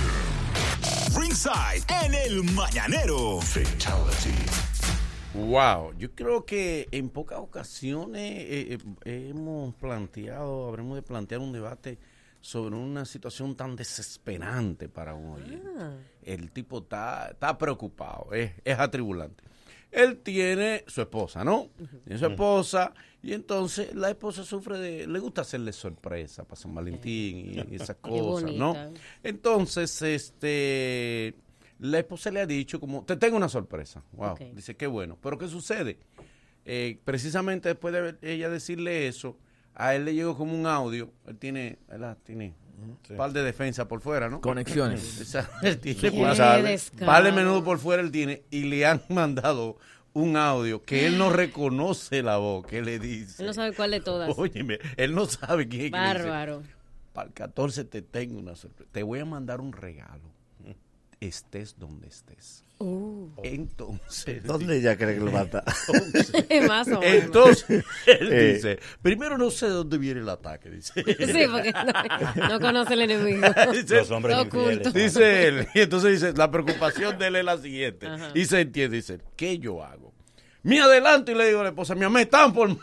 Ringside en el Mañanero. Fatality. Wow, yo creo que en pocas ocasiones eh, eh, hemos planteado, habremos de plantear un debate sobre una situación tan desesperante para un oyente. Ah. El tipo está, está preocupado, es, es atribulante. Él tiene su esposa, ¿no? Tiene su esposa y entonces la esposa sufre de, le gusta hacerle sorpresa para San Valentín y esas cosas, ¿no? Entonces, este, la esposa le ha dicho como, te tengo una sorpresa. Wow, okay. Dice, qué bueno. Pero ¿qué sucede? Eh, precisamente después de ella decirle eso, a él le llegó como un audio. Él tiene, ¿verdad? Tiene un sí. par de defensa por fuera, ¿no? Conexiones. Él tiene un par de menudo por fuera, él tiene, y le han mandado un audio que él no reconoce la voz, que le dice. Él no sabe cuál de todas. Óyeme, él no sabe quién es. Bárbaro. Para el catorce te tengo una sorpresa. Te voy a mandar un regalo. Estés donde estés. Uh. Entonces, ¿dónde ella cree que lo mata? Entonces, Más o menos. Entonces, él Eh. dice, primero no sé de dónde viene el ataque, dice. Sí, porque no, no conoce el enemigo. Dice, Los hombres infieles. Dice él, y entonces dice, la preocupación de él es la siguiente. Ajá. Y se entiende, dice, ¿qué yo hago? Me adelanto y le digo a la esposa, mía, me están por...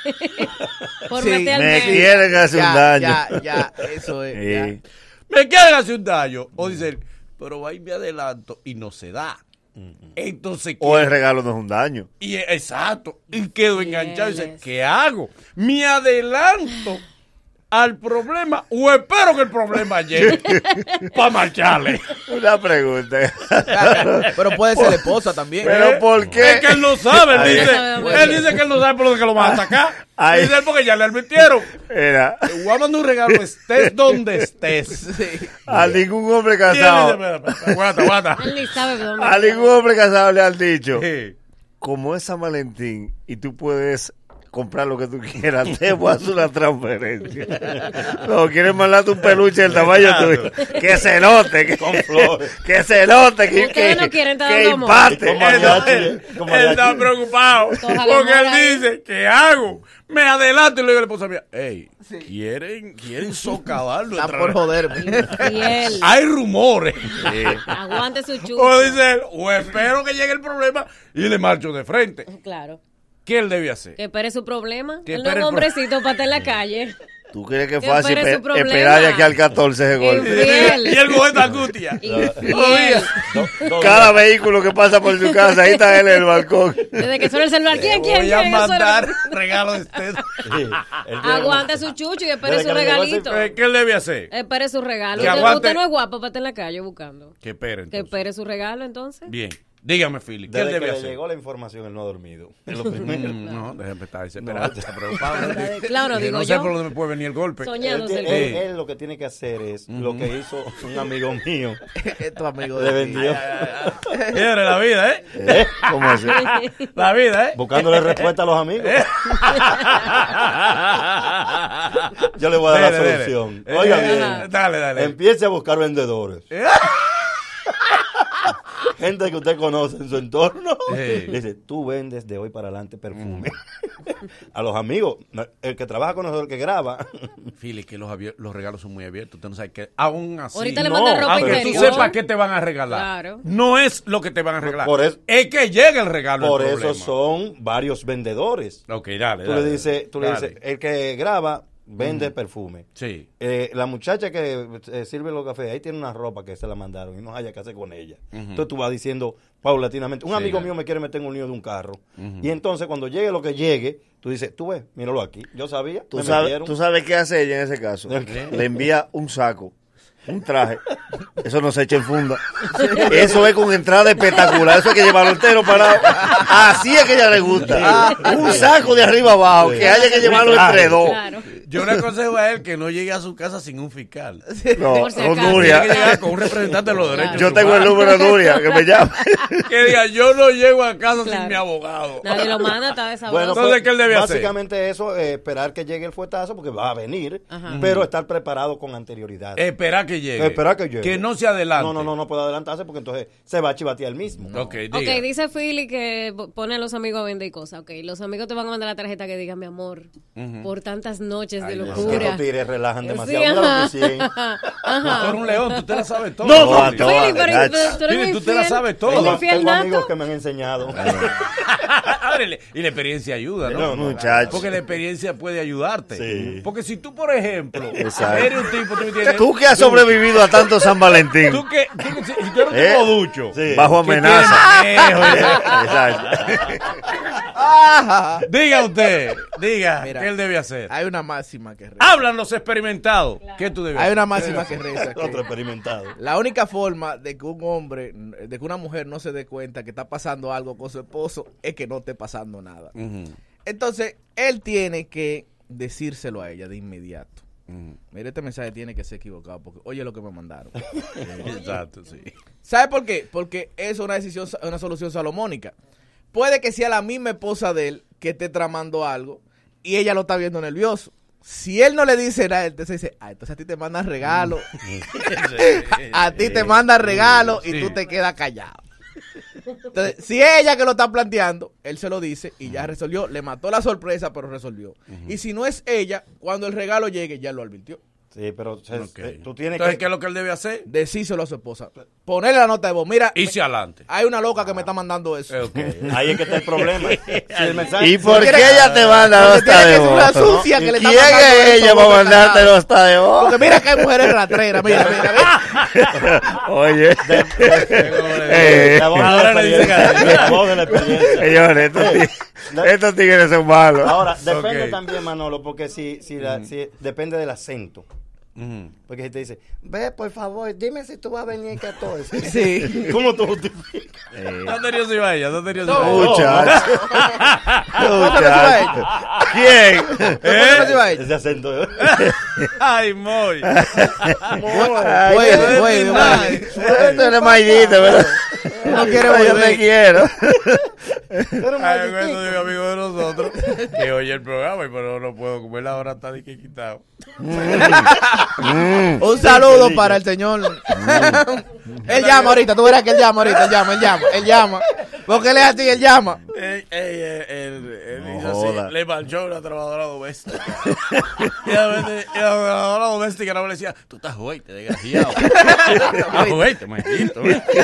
Por Sí, meter al Me medio. quieren hacer Ya, un daño. ya, ya, eso es. Sí. ya. me quieren hacer un daño. O dice él, pero ahí me adelanto y no se da. Entonces, O ¿qué? el regalo no es un daño. Y exacto, y quedo enganchado y dice, ¿qué hago? ¿Me adelanto al problema o espero que el problema llegue para marcharle? Una pregunta. Pero puede ser esposa también. ¿Pero por qué? Es que él no sabe, él Ahí. dice, Bueno. él dice que él no sabe por lo que lo van a atacar. Ahí. Dice él porque ya le advirtieron. Era, Te voy a mandar un regalo, estés donde estés. a ningún hombre Y él dice, casado, espera, espera, aguanta, aguanta. Él ni sabe dónde. a ningún hombre casado le han dicho, Sí. como es San Valentín y tú puedes comprar lo que tú quieras, te voy a hacer una transferencia. No, quieres mandarte un peluche del tamaño tuyo. Que se note, que, Con flores. que se note, que, Ustedes que, no quieren estar que dando amor. imparte. Con mariachi, Él, con él mariachi. está preocupado Coja la porque él mora ahí. dice, ¿qué hago? Me adelanto y le digo a la esposa mía, hey, quieren, quieren socavarlo. Está por joderme. Infiel. Hay rumores. Aguante su chucho. O dice él, o espero que llegue el problema y le marcho de frente. Claro. ¿Qué él debe hacer? Que espere su problema. Que Él no es espere un el pro- hombrecito para estar en la calle. ¿Tú crees que es Que fácil espere su espe- problema. esperar de aquí al catorce ese gol? Infiel. Y él con esta angustia. Infiel. Do- do- Cada vehículo que pasa por su casa, ahí está él en el balcón. Desde que suena el celular. ¿Quién, quién, Voy a quién? Eso era- mandar regalo de usted. Sí, él tiene Aguante como- su chucho y espere Desde su que le llegó ese- regalito. Eh, ¿Qué él debe hacer? Espere su regalo. Que Usted, aguante- usted no es guapo para estar en la calle buscando. Que espere Que entonces. espere su regalo entonces. Bien. Dígame, Philly, ¿qué él Desde que debe le hacer? llegó la información, él no ha dormido. Es lo primero. Mm, no, déjame estar desesperado. No. Está preocupado. Claro, Dice, digo no sé yo. por dónde me puede venir el golpe. Él, Soñándose el tiene- él- gol. él lo que tiene que hacer es lo que hizo un amigo mío. Es tu amigo Le de ti. vendió. Fíjate la vida, ¿eh? ¿Eh? ¿Cómo así? La vida, ¿eh? Buscándole respuesta a los amigos. Yo le voy a dar Dele, la dele. solución. Eh, Oiga eh, bien. Dale, dale. Empiece a buscar vendedores. Gente que usted conoce en su entorno. Sí. Dice, tú vendes de hoy para adelante perfume. A los amigos, no, el que trabaja con nosotros, el que graba. Philly, que los, abier- los regalos son muy abiertos. Usted no sabe qué. Aún así. Ahorita le no, manda ropa aunque interior. tú sepas qué te van a regalar. Claro. No es lo que te van a regalar. Por eso- es que llegue el regalo. Por el eso problema. son varios vendedores. Ok, dale. Tú dale, le dices, tú le dale. dices, el que graba vende perfume. Sí. Eh, la muchacha que eh, sirve los cafés, ahí tiene una ropa que se la mandaron y no haya que hacer con ella. Ujú. Entonces tú vas diciendo paulatinamente, un Sí, amigo claro. mío me quiere meter en un lío de un carro. Ujú. Y entonces cuando llegue lo que llegue, tú dices, tú ves, míralo aquí. Yo sabía, ¿Tú me sabes, metieron. tú sabes qué hace ella en ese caso. ¿Qué? Le envía un saco, un traje. Eso no se echa en funda. Eso es con entrada espectacular. Eso hay que llevarlo entero parado. Así es que a ella le gusta. Un saco de arriba abajo, que haya que llevarlo entre dos. Claro. Yo le aconsejo a él que no llegue a su casa sin un fiscal. No, si con Nuria. Tiene que llegar con un representante de los derechos Yo humanos. tengo el número de Nuria, que me llame. Que diga, yo no llego a casa Claro. sin mi abogado. Nadie lo manda, está desabrado. Bueno, Entonces, pues, ¿qué él debe hacer? básicamente eso, eh, esperar que llegue el fuetazo, porque va a venir, Ajá. pero estar preparado con anterioridad. Esperar que llegue. Esperar que llegue. Que no se adelante. No, no, no, no puede adelantarse porque entonces se va a chivatear el mismo. Ok, diga. Ok, dice Philly que pone a los amigos a vender cosas. Ok, los amigos te van a mandar la tarjeta que diga, mi amor, Ujú. por tantas noches de Es que locura. estos tigres relajan Sí, demasiado. ajá. Claro que sí. Ajá. Tú eres un león, tú te la sabes todo. No, no, Philly. no, Philly, pero, Nacho. pero tú eres Philly, muy tú te la fiel. sabes todo. ¿Eres Tengo, fiel, tengo nato? amigos que me han enseñado. Ábrele. Y la experiencia ayuda, ¿no? No, muchacho. Porque la experiencia puede ayudarte. Sí. Porque si tú, por ejemplo, Exacto. eres un tipo... Tú, me tienes- Tú que has sobrevivido a tanto San Valentín. Tú que, tú que- si tú eres un ¿Eh? tipo ducho. Sí. Bajo que amenaza. tiene manejo y- Exacto. Ajá. Diga usted, diga, Mira, ¿qué él debe hacer? Hay una máxima que reza. Hablan los experimentados. ¿Qué tú debes Hay hacer? una máxima que reza. que Otro experimentado. la única forma de que un hombre, de que una mujer no se dé cuenta que está pasando algo con su esposo es que no esté pasando nada. Ujú, Entonces, él tiene que decírselo a ella de inmediato. ujú. Mira, este mensaje tiene que ser equivocado porque oye lo que me mandaron. Exacto, sí. ¿Sabe por qué? Porque es una decisión, una solución salomónica. Puede que sea la misma esposa de él que esté tramando algo y ella lo está viendo nervioso. Si él no le dice nada, entonces dice, ah, entonces a ti te mandan regalo. A ti te mandan regalo y Sí. tú te quedas callado. Entonces, si es ella que lo está planteando, él se lo dice y ya resolvió. Le mató la sorpresa, pero resolvió. Y si no es ella, cuando el regalo llegue, ya lo advirtió. Sí, pero se- Ok. eh, tú tienes Entonces, que... ¿qué es lo que él debe hacer? Decíselo a su esposa. Ponerle la nota de voz. Mira, Irse adelante. hay una loca que me está mandando eso. Eh, ok. Ahí es que está el problema. Si el mensaje- ¿Y por Si qué quiere- ella te manda Porque nota tiene de que ser una voz? sucia que le está ¿Quién mandando es eso, ella para boca mandarte callada? nota de voz? Porque mira que hay mujeres ratreras. Mira, mira, mira. Oye. Eh, La voz de la Ahora le dicen experiencia. La voz de la experiencia. Señores, estos tig- estos tigres son malos. Ahora, depende Ok. también, Manolo, porque si, si, la- si depende del acento. Ujú. Porque si te dice, ve, por favor, dime si tú vas a venir el catorce. Sí. ¿Cómo tú justificas? ¿Dónde nervioso iba ella? ¿Dónde nervioso No. iba ella? Muchacho. ¿Cuándo le iba a ella? Muchacho. ¿Quién? ¿Cuándo le iba a ella? Ese acento. ¿eh? Ay, Moy. Ay, Güey, no güey, es güey. nada. Tú eres maidito, ¿verdad? No quiere Yo volver. te quiero. Ay, güey, eso es un amigo de nosotros que oye el programa y pero no puedo comer la hora está de que quitado. Un saludo para el señor. Él llama ahorita, tú verás que él llama ahorita, él llama, él llama, él llama. Porque él es así, él llama. Él, él, él, él, él No hizo joda. así, le marchó una trabajadora doméstica. y la, vez- y la trabajadora doméstica no le decía, tú estás juguete, desgraciado. Estás juguete, maldito.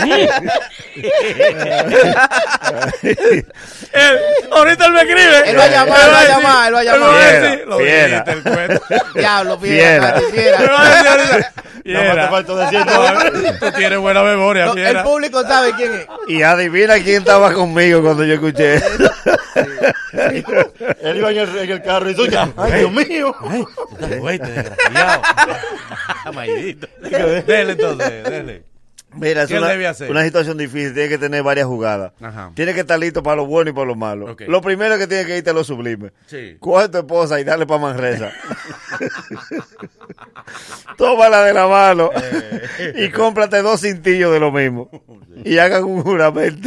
Él, ahorita él me escribe. Él va a llamar, él va a llamar, él va a llamar. Él va a Fiera, decir, lo fiera. dijiste, el cuento. Diablo, Fiera. fiera, Él fiera. va a decir ahorita, Nada más te Fiera. falta decir, No, tú tienes buena memoria, No, el Fiera. público sabe quién es. Y adivina quién estaba conmigo cuando yo escuché. Él iba en el, en el carro y dice, ay, Dios mío. Ay, tú estás juguete, desgraciado. Maldito. Dele entonces, dele. Mira, es ¿Qué él una, debe hacer? una situación difícil, tiene que tener varias jugadas. Ajá. Tiene que estar listo para lo bueno y para lo malo. Ok. Lo primero que tiene que irte a lo sublime. Sí. Coge a tu esposa y dale para Manresa. Tómala de la mano y cómprate dos cintillos de lo mismo. Y hagan un juramento.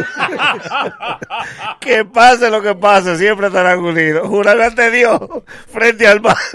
Que pase lo que pase, siempre estarán unidos. Jurar ante Dios frente al mar.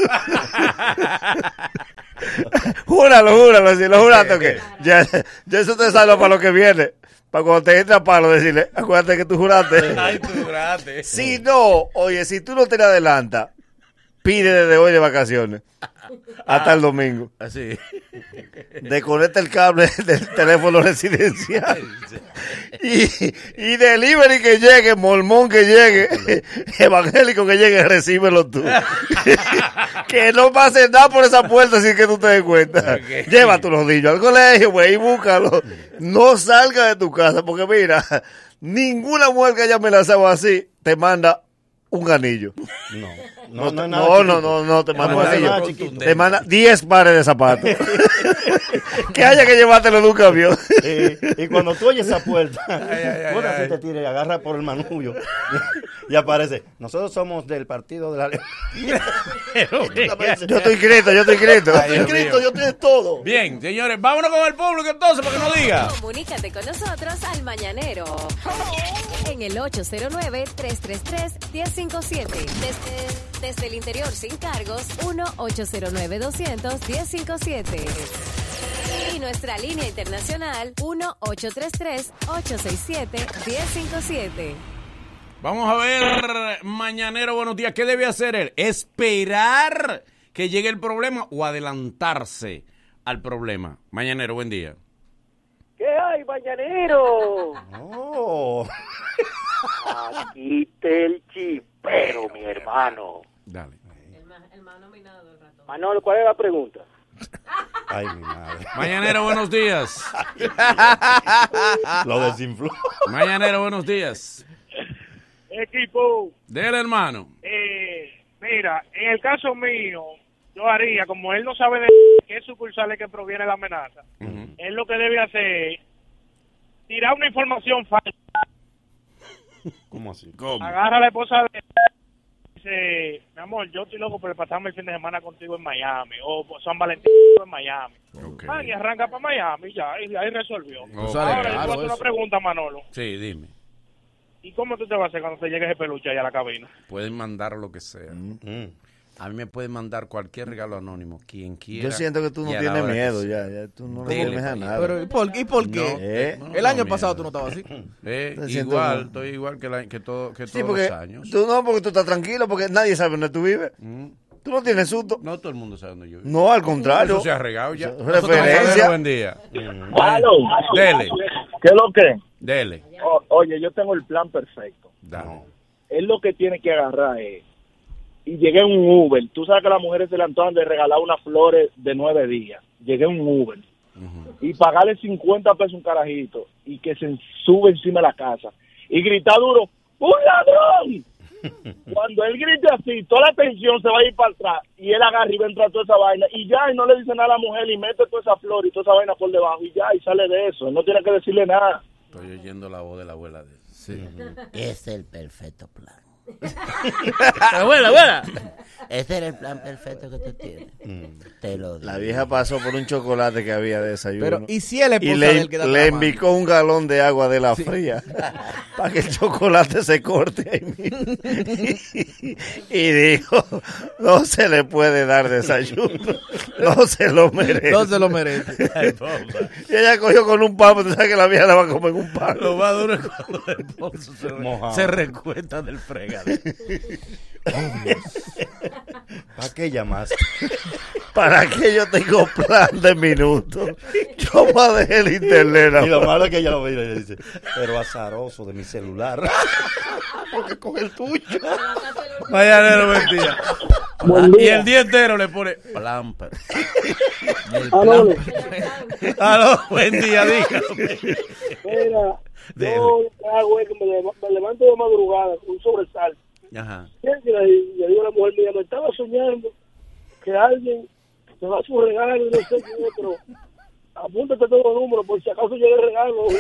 Júralo, júralo, si lo juraste, que ya, ya eso te salva para lo que viene. Para cuando te entra a palo, decirle, acuérdate que tú juraste. Ay, tú juraste. Si no, oye, si tú no te le adelantas, pide desde hoy de vacaciones hasta el domingo. Así. Desconecta el cable del teléfono residencial. Y, y delivery que llegue, mormón que llegue, evangélico que llegue, recíbelo tú. Que no pase nada por esa puerta sin que tú te des cuenta. Okay. Lleva a tus rodillos al colegio, güey, y búscalo. No salga de tu casa, porque mira, ninguna mujer que haya amenazado así te manda un anillo. No, No, no, no, es nada no, no, chiquito. no, no, te manda No un es anillo. nada chiquito. Te manda diez pares de zapatos. Que haya que llevártelo de un camión. Y, y cuando tú oyes esa puerta, Ay, ay, ay, bueno, ay. así te tira y agarra por el manubrio y, y aparece. Nosotros somos del partido de la. Yo estoy inscrito, yo estoy inscrito. Ay, Dios inscrito, mío. yo estoy todo. Bien, señores, vámonos con el público entonces para que nos diga. Comunícate con nosotros al Mañanero en el ocho cero nueve, tres tres tres, uno cero cinco siete. Desde, desde el interior sin cargos, uno ocho cero nueve, doscientos, uno cero cinco siete. Y nuestra línea internacional, uno ocho tres tres, ocho seis siete, uno cero cinco siete. Vamos a ver, Mañanero, buenos días. ¿Qué debe hacer él? ¿Esperar que llegue el problema o adelantarse al problema? Mañanero, buen día. ¿Qué hay, mañanero? Oh. Aquí te el chipero, mi hermano. Dale. Manolo, ¿cuál es la pregunta? Ay, mi madre. Mañanero, buenos días. Lo desinfló. Mañanero, buenos días. Equipo, Dele, hermano. eh, mira, en el caso mío, yo haría, como él no sabe de qué sucursal es que proviene la amenaza, Uh-huh. él lo que debe hacer es tirar una información falsa. ¿Cómo así? ¿Cómo? Agarra a la esposa de él y dice, mi amor, yo estoy loco por pasarme el fin de semana contigo en Miami, o por San Valentín en Miami. Okay. Man, y arranca para Miami, ya, y ahí resolvió. Okay. Ahora, yo te Claro, voy a hacer una eso. pregunta, Manolo. Sí, dime. ¿Y cómo tú te vas a hacer cuando te llegue ese peluche allá a la cabina? Pueden mandar lo que sea. A mí me pueden mandar cualquier regalo anónimo, quien quiera. Yo siento que tú no y a la tienes hora que miedo sea. ya, ya tú no le Dele, temes a papi. nada. Pero, ¿y por, ¿y por qué? No, Eh, no, el no, año miedo. pasado tú no estabas así. Eh, Te siento igual, mal. estoy igual que, la, que, todo, que Sí, todos porque los años. tú no, porque tú estás tranquilo, porque nadie sabe dónde tú vives. Tú no tienes susto. No todo el mundo sabe dónde yo vivo. No, al contrario. Eso se ha regado ya. Eso es Nosotros referencia. Mañanero, buen día. Aló. Dele, ¿Qué es lo que? dele. O- oye, yo tengo el plan perfecto. Dale. Él lo que tiene que agarrar es... Y llegué en un Uber. Tú sabes que a las mujeres se le antojan de regalar unas flores de nueve días. Llegué en un Uber. Y pagarle cincuenta pesos a un carajito y que se sube encima de la casa. Y gritar duro, ¡un ladrón! Cuando él grite así, toda la atención se va a ir para atrás y él agarra y va a entrar toda esa vaina y ya, y no le dice nada a la mujer y mete toda esa flor y toda esa vaina por debajo y ya, y sale de eso. Él no tiene que decirle nada. Estoy oyendo la voz de la abuela de él. Sí. Es el perfecto plan. Abuela, abuela. Ese era el plan perfecto que tú tienes. Te lo digo. La vieja pasó por un chocolate que había de desayuno. Pero, ¿y si él es Y esposa le, de él que está le tramando? embicó un galón de agua de la fría para que el chocolate se corte ahí mismo. Y dijo, no se le puede dar desayuno. No se lo merece. No se lo merece. Y ella cogió con un palo, tú sabes que la vieja la va a comer con un palo. Lo más duro es cuando el esposo se, Mojado. se recuesta del fregado. ¿Para qué llamaste? ¿Para qué yo tengo plan de minutos? Yo voy a dejar el internet. Y lo ahora. malo es que ella lo ve y le dice, pero azaroso de mi celular. Porque con el tuyo. Mañanero, buen día. Buen Y día. el día entero le pone plan. per- El Aló. plan. per- Aló, buen día, dígame. Mira, Dele. yo lo que hago es que me, leva- me levanto de madrugada con un sobresalto. Ajá. Y le, le digo a la mujer mía, me estaba soñando que alguien me va a su regalo y no sé qué, pero apúntate todos los números por si acaso llega el regalo, los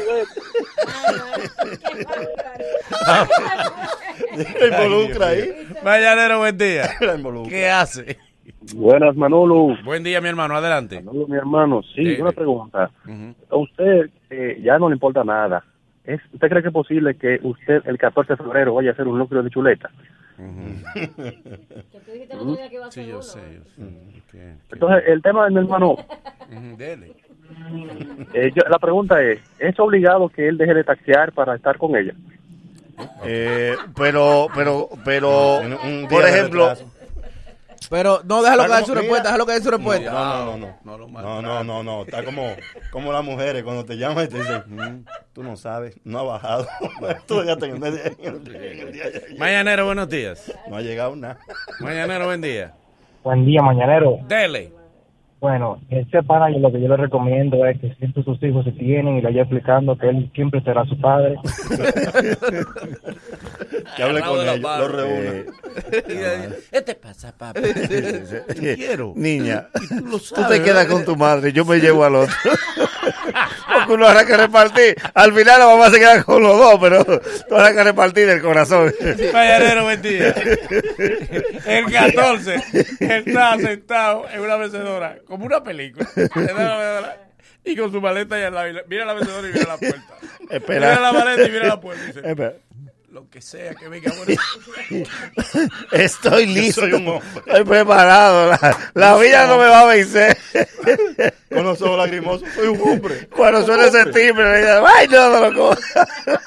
juguetes. Lo involucra ahí. Mañanero, buen día. La involucra. ¿Qué hace? Buenas, Manolo. Buen día, mi hermano, adelante. Manolo, mi hermano. Sí, Dele. una pregunta. Ujú. A usted eh, ya no le importa nada. ¿Es, ¿Usted cree que es posible que usted el catorce de febrero vaya a hacer un núcleo de chuleta? Sí, yo sé, yo sé. ¿Qué? Entonces, el tema de mi hermano, Ujú, Dele. eh, yo- la pregunta es, ¿es obligado que él deje de taxear para estar con ella? Eh, pero, pero, pero, Un- un día por de ejemplo, retraso. Pero no, déjalo que Está dé su como- respuesta, déjalo que dé su respuesta. No, no, no, no. No lo No, no, no, no. Está como, como las mujeres cuando te llaman y te dicen, "Mm, tú no sabes, no ha bajado. Tú llegaste en el medio- en el- en el día de ayer. Mañanero, buenos días. No ha llegado nada. Mañanero, buen día. Buen día, mañanero. Dele. Bueno, ese para lo que yo le recomiendo es que siempre sus hijos se tienen y le vaya explicando que él siempre será su padre. Que hable con ellos, lo reúne. ¿Qué te pasa, papá? Te quiero. Niña, tú, lo tú te quedas con tu madre, yo me llevo al otro. Porque uno habrá que repartir. Al final la mamá se queda con los dos, pero tú habrá que repartir del corazón. Mañanero, mentira. El catorce está sentado en una mecedora, como una película. Y con su maleta y al lado. Mira la mecedora y mira la puerta. Espera. Mira la maleta y mira la puerta. Y dice, Espera. lo que sea que venga. Bueno. Estoy listo. Soy un hombre. Estoy preparado. La, la vida no me va a vencer. Con los ojos lagrimosos, soy un hombre. Cuando suena ese timbre, me dice, ay, no, no lo coja.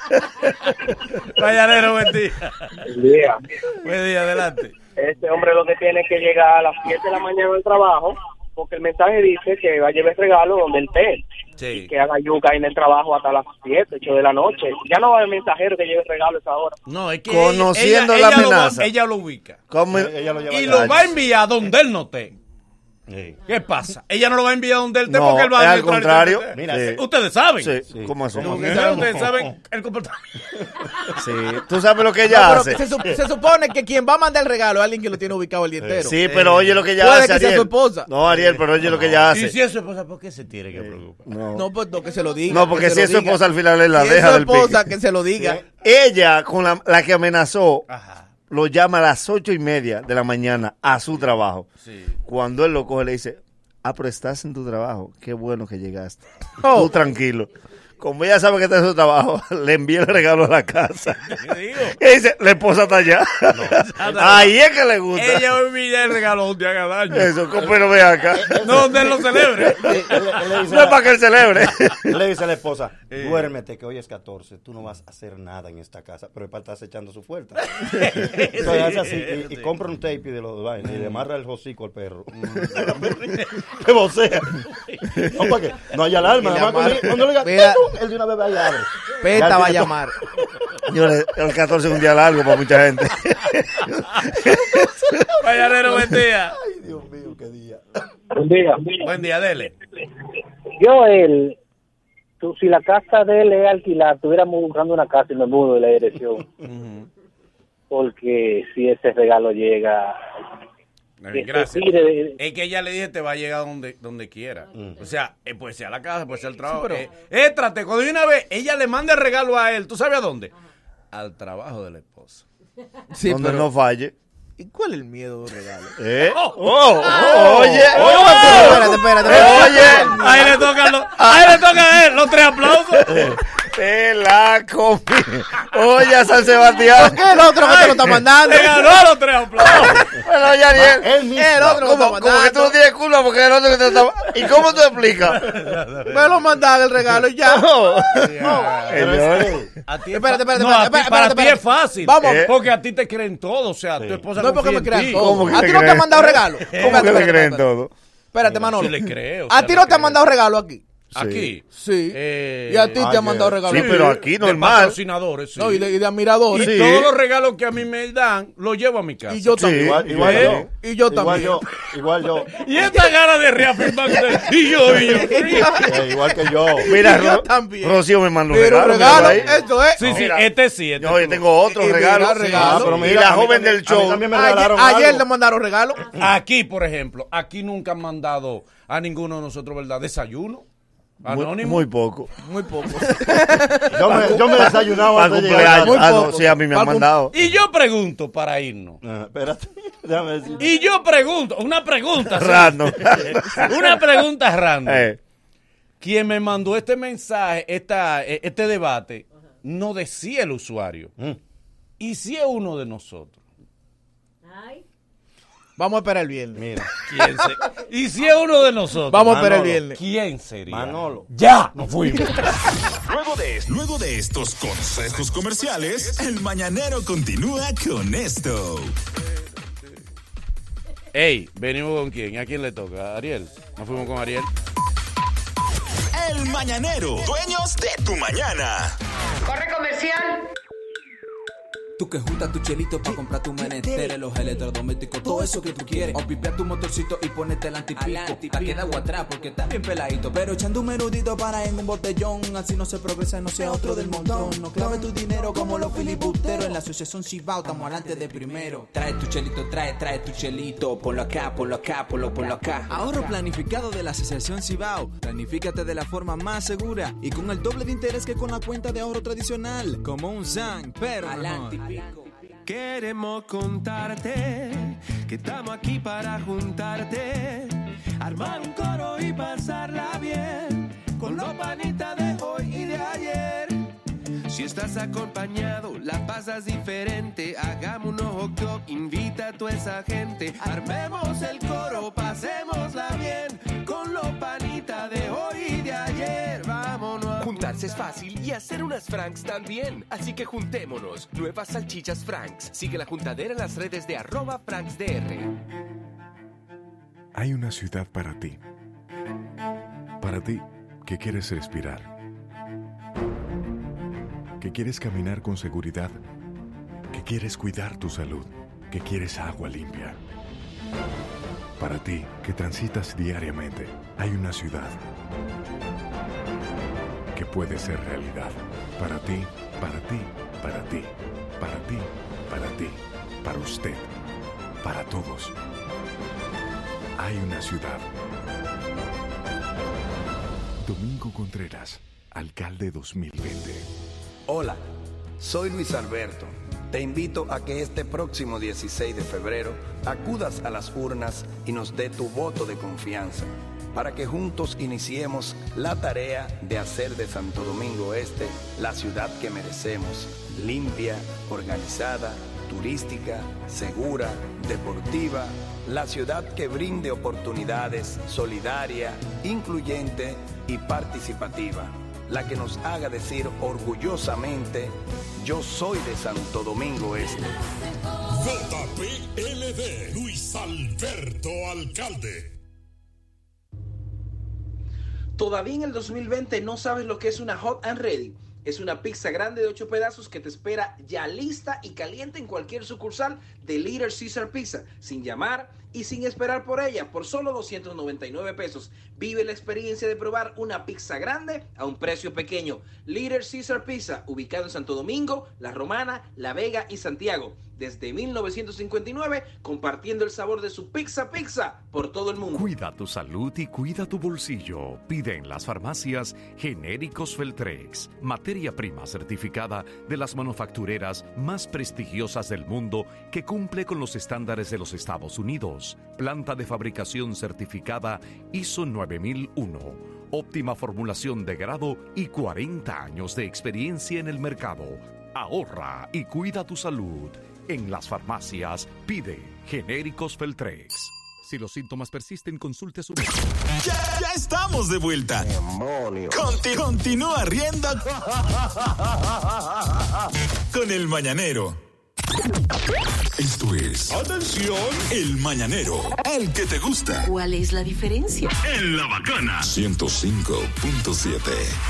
Mañanero, buen día. Buen día. Buen día, adelante. Este hombre lo que tiene es que llegar a las siete de la mañana al trabajo, porque el mensaje dice que va a llevar regalo donde él esté. Sí. Y que haga yuca en el trabajo hasta las siete, ocho de la noche. Ya no va a haber mensajero que lleve regalo a esa hora. No, es que Conociendo ella, la ella amenaza. Lo va, ella lo ubica. ¿Cómo? Ella lo lleva Y ya. lo va a enviar donde él no esté. Sí. ¿Qué pasa? Ella no lo va a enviar donde él esté No, porque él va es a al contrario. Mira, Sí. ustedes saben. Sí. Sí. ¿Cómo así? Como mujeres, ustedes saben el comportamiento. Sí. ¿Tú sabes lo que ella No, pero hace? se, sup- se supone que quien va a mandar el regalo es alguien que lo tiene ubicado el día entero. Sí, pero oye lo que ella Puede hace, que sea Ariel. su esposa. No, Ariel, pero oye lo que ella hace. Y si es su esposa, ¿por qué se tiene que preocupar? No. No, pues no, que se lo diga. No, porque que se si lo es su diga. esposa, al final él la Si deja es su del pique. esposa, que se lo diga. Ella, con la, la que amenazó, Ajá. lo llama a las ocho y media de la mañana a su trabajo. Sí. Cuando él lo coge, le dice, ah, pero estás en tu trabajo. Qué bueno que llegaste. Oh. Tú tranquilo. Como ella sabe que está en su trabajo, le envía el regalo a la casa. ¿Qué digo? Y dice, la esposa está allá. Ahí es que le gusta. Ella va a enviar el regalo donde haga daño. Eso, pero ve acá. No, donde él lo celebre. Él- él- él le dice No a es la- para que él celebre. él le dice a la esposa, duérmete que hoy es catorce, tú no vas a hacer nada en esta casa, pero el padre está acechando su fuerza. Entonces hace así y, y compra un tape y de los vainas y le amarra el hocico al perro. Que vocea. No, porque no hay alarma. Y le Además, cuando, amarra- cuando le diga, Mira. "Tum", él de una vez va y abre. Peta Ya va a tiene llamar. Yo le- el catorce es un día largo para mucha gente. Mañanero, buen día. Ay, Dios mío, qué día. Buen día. Buen día, dele. Yo, él, tú, si la casa de él es alquilar, estuviéramos buscando una casa y me mudo de la dirección. Porque si ese regalo llega... que se Gracias. tire de- Es que ella le dije te va a llegar donde, donde quiera. O sea, eh, puede ser a la casa, puede ser al trabajo. Sí, pero- eh, étrate, cuando de una vez ella le manda el regalo a él, ¿tú sabes a dónde? Al trabajo de la esposa. Sí, Donde pero- no falle. ¿Y cuál es el miedo de un regalo? ¿Eh? Oh. Oh, Oh. oye. Oh. Espérate, espérate, espérate. Oye. Ahí le tocan los, ahí le toca a él los tres aplausos. Te la comí. Oye, a San Sebastián. ¿Por qué el otro que te lo está mandando? Le ganó a los tres aplausos. Bueno, oye, Ariel. Él mismo. El otro que lo está Como, como que tú no mandando. tienes culpa porque el otro que te está... ¿Y cómo tú explicas? Me lo mandaron el regalo y ya. No. Señores, A ti es Espérate, fa- espérate, no, espérate, a ti- espérate, para espérate, ti es espérate. fácil. Vamos. ¿Eh? Porque a ti te creen todo. O sea, tu esposa No es porque confía me en crean ti. todo. ¿Cómo que ¿A te ti no te creen? han mandado regalo? ¿Cómo Espérate, que te espérate, creen espérate. todo? Espérate, Manolo. Sí le creo, o ¿A sea, ti le no te han creo. mandado regalo aquí? Aquí. Sí. Eh, Y a ti te ayer. han mandado regalo. Sí, pero aquí de normal. patrocinadores, sí. No, y de, y de admiradores. Y Sí. todos los regalos que a mí me dan, los llevo a mi casa. Y yo Sí, también. igual, igual ¿Eh? yo. Y yo Igual también. yo. Igual yo. Y esta gana de reafirmarse. Y yo, y yo. Eh, igual que yo. Mira, Y yo Ro- también. Rocío me mandó un Pero regalo. regalo, míralo ahí. eso es. Sí, sí, Mira. este sí. Este Yo, yo tú. tengo otro Y mira, regalo. regalo. Ah, pero y mira, la a mí joven también- del a mí show. también me Ayer, regalaron ayer algo. le mandaron regalo. Aquí, por ejemplo, aquí nunca han mandado a ninguno de nosotros, ¿verdad? Desayuno. Muy, Anónimo. muy poco. Muy poco. Yo me, yo me desayunaba Para antes de cumpleaños. llegar. Ah, poco. no, sí, a mí me han Para cum- mandado. Y yo pregunto para irnos. Ah, espérate, déjame decir. Y yo pregunto, una pregunta. sí. Random. Una pregunta random. Eh, Quien me mandó este mensaje, esta, eh, este debate, no decía el usuario. ¿Y si es uno de nosotros? Vamos a esperar el viernes. Mira, ¿Quién se- ¿Y si es uno de nosotros? Vamos a esperar el Manolo. viernes. ¿Quién sería? Manolo. Ya, nos fuimos. Luego de, luego de estos consejos comerciales, el mañanero continúa con esto. Ey, venimos con quién. ¿A quién le toca? ¿A Ariel? Nos fuimos con Ariel. El mañanero, dueños de tu mañana. Corre comercial. Tú que juntas tu chelito para comprar tu menester, los electrodomésticos, todo eso que tú quieres. O pipea tu motorcito y ponete el antipico. La queda agua atrás porque está bien peladito. Pero echando un menudito para en un botellón. Así no se progresa, no sea otro del montón. No clave tu dinero como los filibusteros. En la asociación Cibao estamos adelante de primero. Trae tu chelito, trae, trae tu chelito. Ponlo acá, ponlo acá, ponlo, ponlo acá. Ahorro planificado de la asociación Cibao. Planifícate de la forma más segura y con el doble de interés que con la cuenta de ahorro tradicional. Como un S A N, pero mejor. Queremos contarte que estamos aquí para juntarte, armar un coro y pasarla bien con los panitas de hoy y de ayer. Si estás acompañado, la pasas diferente. Hagamos unos hot dog, invita a toda esa gente. Armemos el coro, pasémosla bien con los panitas de hoy y de ayer. Vámonos a Juntarse es fácil y hacer unas Franks también. Así que juntémonos. Nuevas salchichas Franks. Sigue la juntadera en las redes de arroba FranksDR. Hay una ciudad para ti. Para ti que quieres respirar. Que quieres caminar con seguridad. Que quieres cuidar tu salud. Que quieres agua limpia. Para ti que transitas diariamente. Hay una ciudad que puede ser realidad. Para ti, para ti, para ti, para ti, para ti, para usted, para todos. Hay una ciudad. Domingo Contreras, alcalde dos mil veinte. Hola, soy Luis Alberto. Te invito a que este próximo dieciséis de febrero acudas a las urnas y nos dé tu voto de confianza, para que juntos iniciemos la tarea de hacer de Santo Domingo Este la ciudad que merecemos, limpia, organizada, turística, segura, deportiva, la ciudad que brinde oportunidades, solidaria, incluyente y participativa, la que nos haga decir orgullosamente, yo soy de Santo Domingo Este. J P L D, Luis Alberto Alcalde. ¿Todavía en el dos mil veinte no sabes lo que es una Hot and Ready? Es una pizza grande de ocho pedazos que te espera ya lista y caliente en cualquier sucursal de Little Caesar Pizza, sin llamar y sin esperar por ella, por solo doscientos noventa y nueve pesos. Vive la experiencia de probar una pizza grande a un precio pequeño. Little Caesar Pizza, ubicado en Santo Domingo, La Romana, La Vega y Santiago. Desde mil novecientos cincuenta y nueve, compartiendo el sabor de su pizza pizza por todo el mundo. Cuida tu salud y cuida tu bolsillo. Pide en las farmacias Genéricos Feltrex, materia prima certificada de las manufactureras más prestigiosas del mundo que cumple con los estándares de los Estados Unidos. Planta de fabricación certificada I S O nueve mil uno. Óptima formulación de grado y cuarenta años de experiencia en el mercado. Ahorra y cuida tu salud. En las farmacias, pide Genéricos Feltrex. Si los síntomas persisten, consulte a su médico. Ya, ya estamos de vuelta. Conti- continúa riendo con El Mañanero. Esto es... ¡Atención! El Mañanero. El que te gusta. ¿Cuál es la diferencia? En La Bacana. ciento cinco punto siete.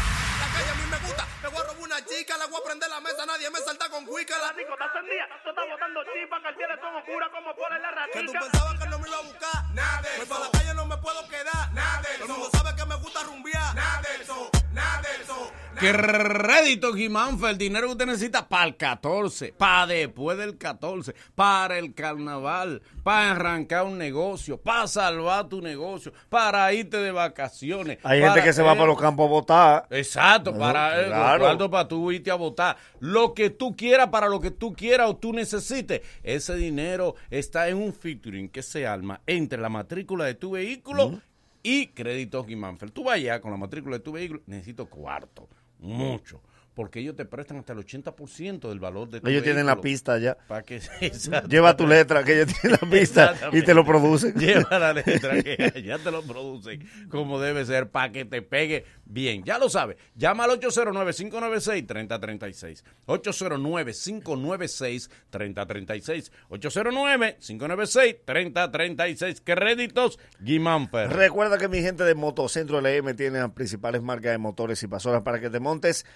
Chica, le voy a prender la mesa, nadie me salta con cuica. La disco está encendida, tú estás botando chispa, que el cielo todo oscura como por la ratica. Que tú pensabas que no me iba a buscar, nada de eso. Para la calle no me puedo quedar, nada de eso. El mundo sabe que me gusta rumbear, nada de eso, nada de eso. Crédito Guimánfer, el dinero que usted necesita para el catorce, para después del catorce, para el carnaval, para arrancar un negocio, para salvar tu negocio, para irte de vacaciones. Hay para, gente que se va eh, para los campos a votar. Exacto, No, para eh, claro. para tú irte a votar. Lo que tú quieras, para lo que tú quieras o tú necesites. Ese dinero está en un featuring que se arma entre la matrícula de tu vehículo uh-huh. y Créditos Guimánfer. Tú vayas con la matrícula de tu vehículo, necesito cuarto. Mucho, porque ellos te prestan hasta el ochenta por ciento del valor de tu Ellos vehículo. tienen la pista ya. Para que, Lleva tu letra, que ellos tienen la pista y te lo producen. Lleva la letra, que ya te lo producen como debe ser, para que te pegue bien. Ya lo sabes, llama al ocho cero nueve, cinco nueve seis, tres cero tres seis. ocho cero nueve, cinco nueve seis, tres cero tres seis. ocho cero nueve, cinco nueve seis, tres cero tres seis. Créditos Guimánfer. Recuerda que mi gente de Motocentro L M tiene las principales marcas de motores y pasolas para que te montes ahora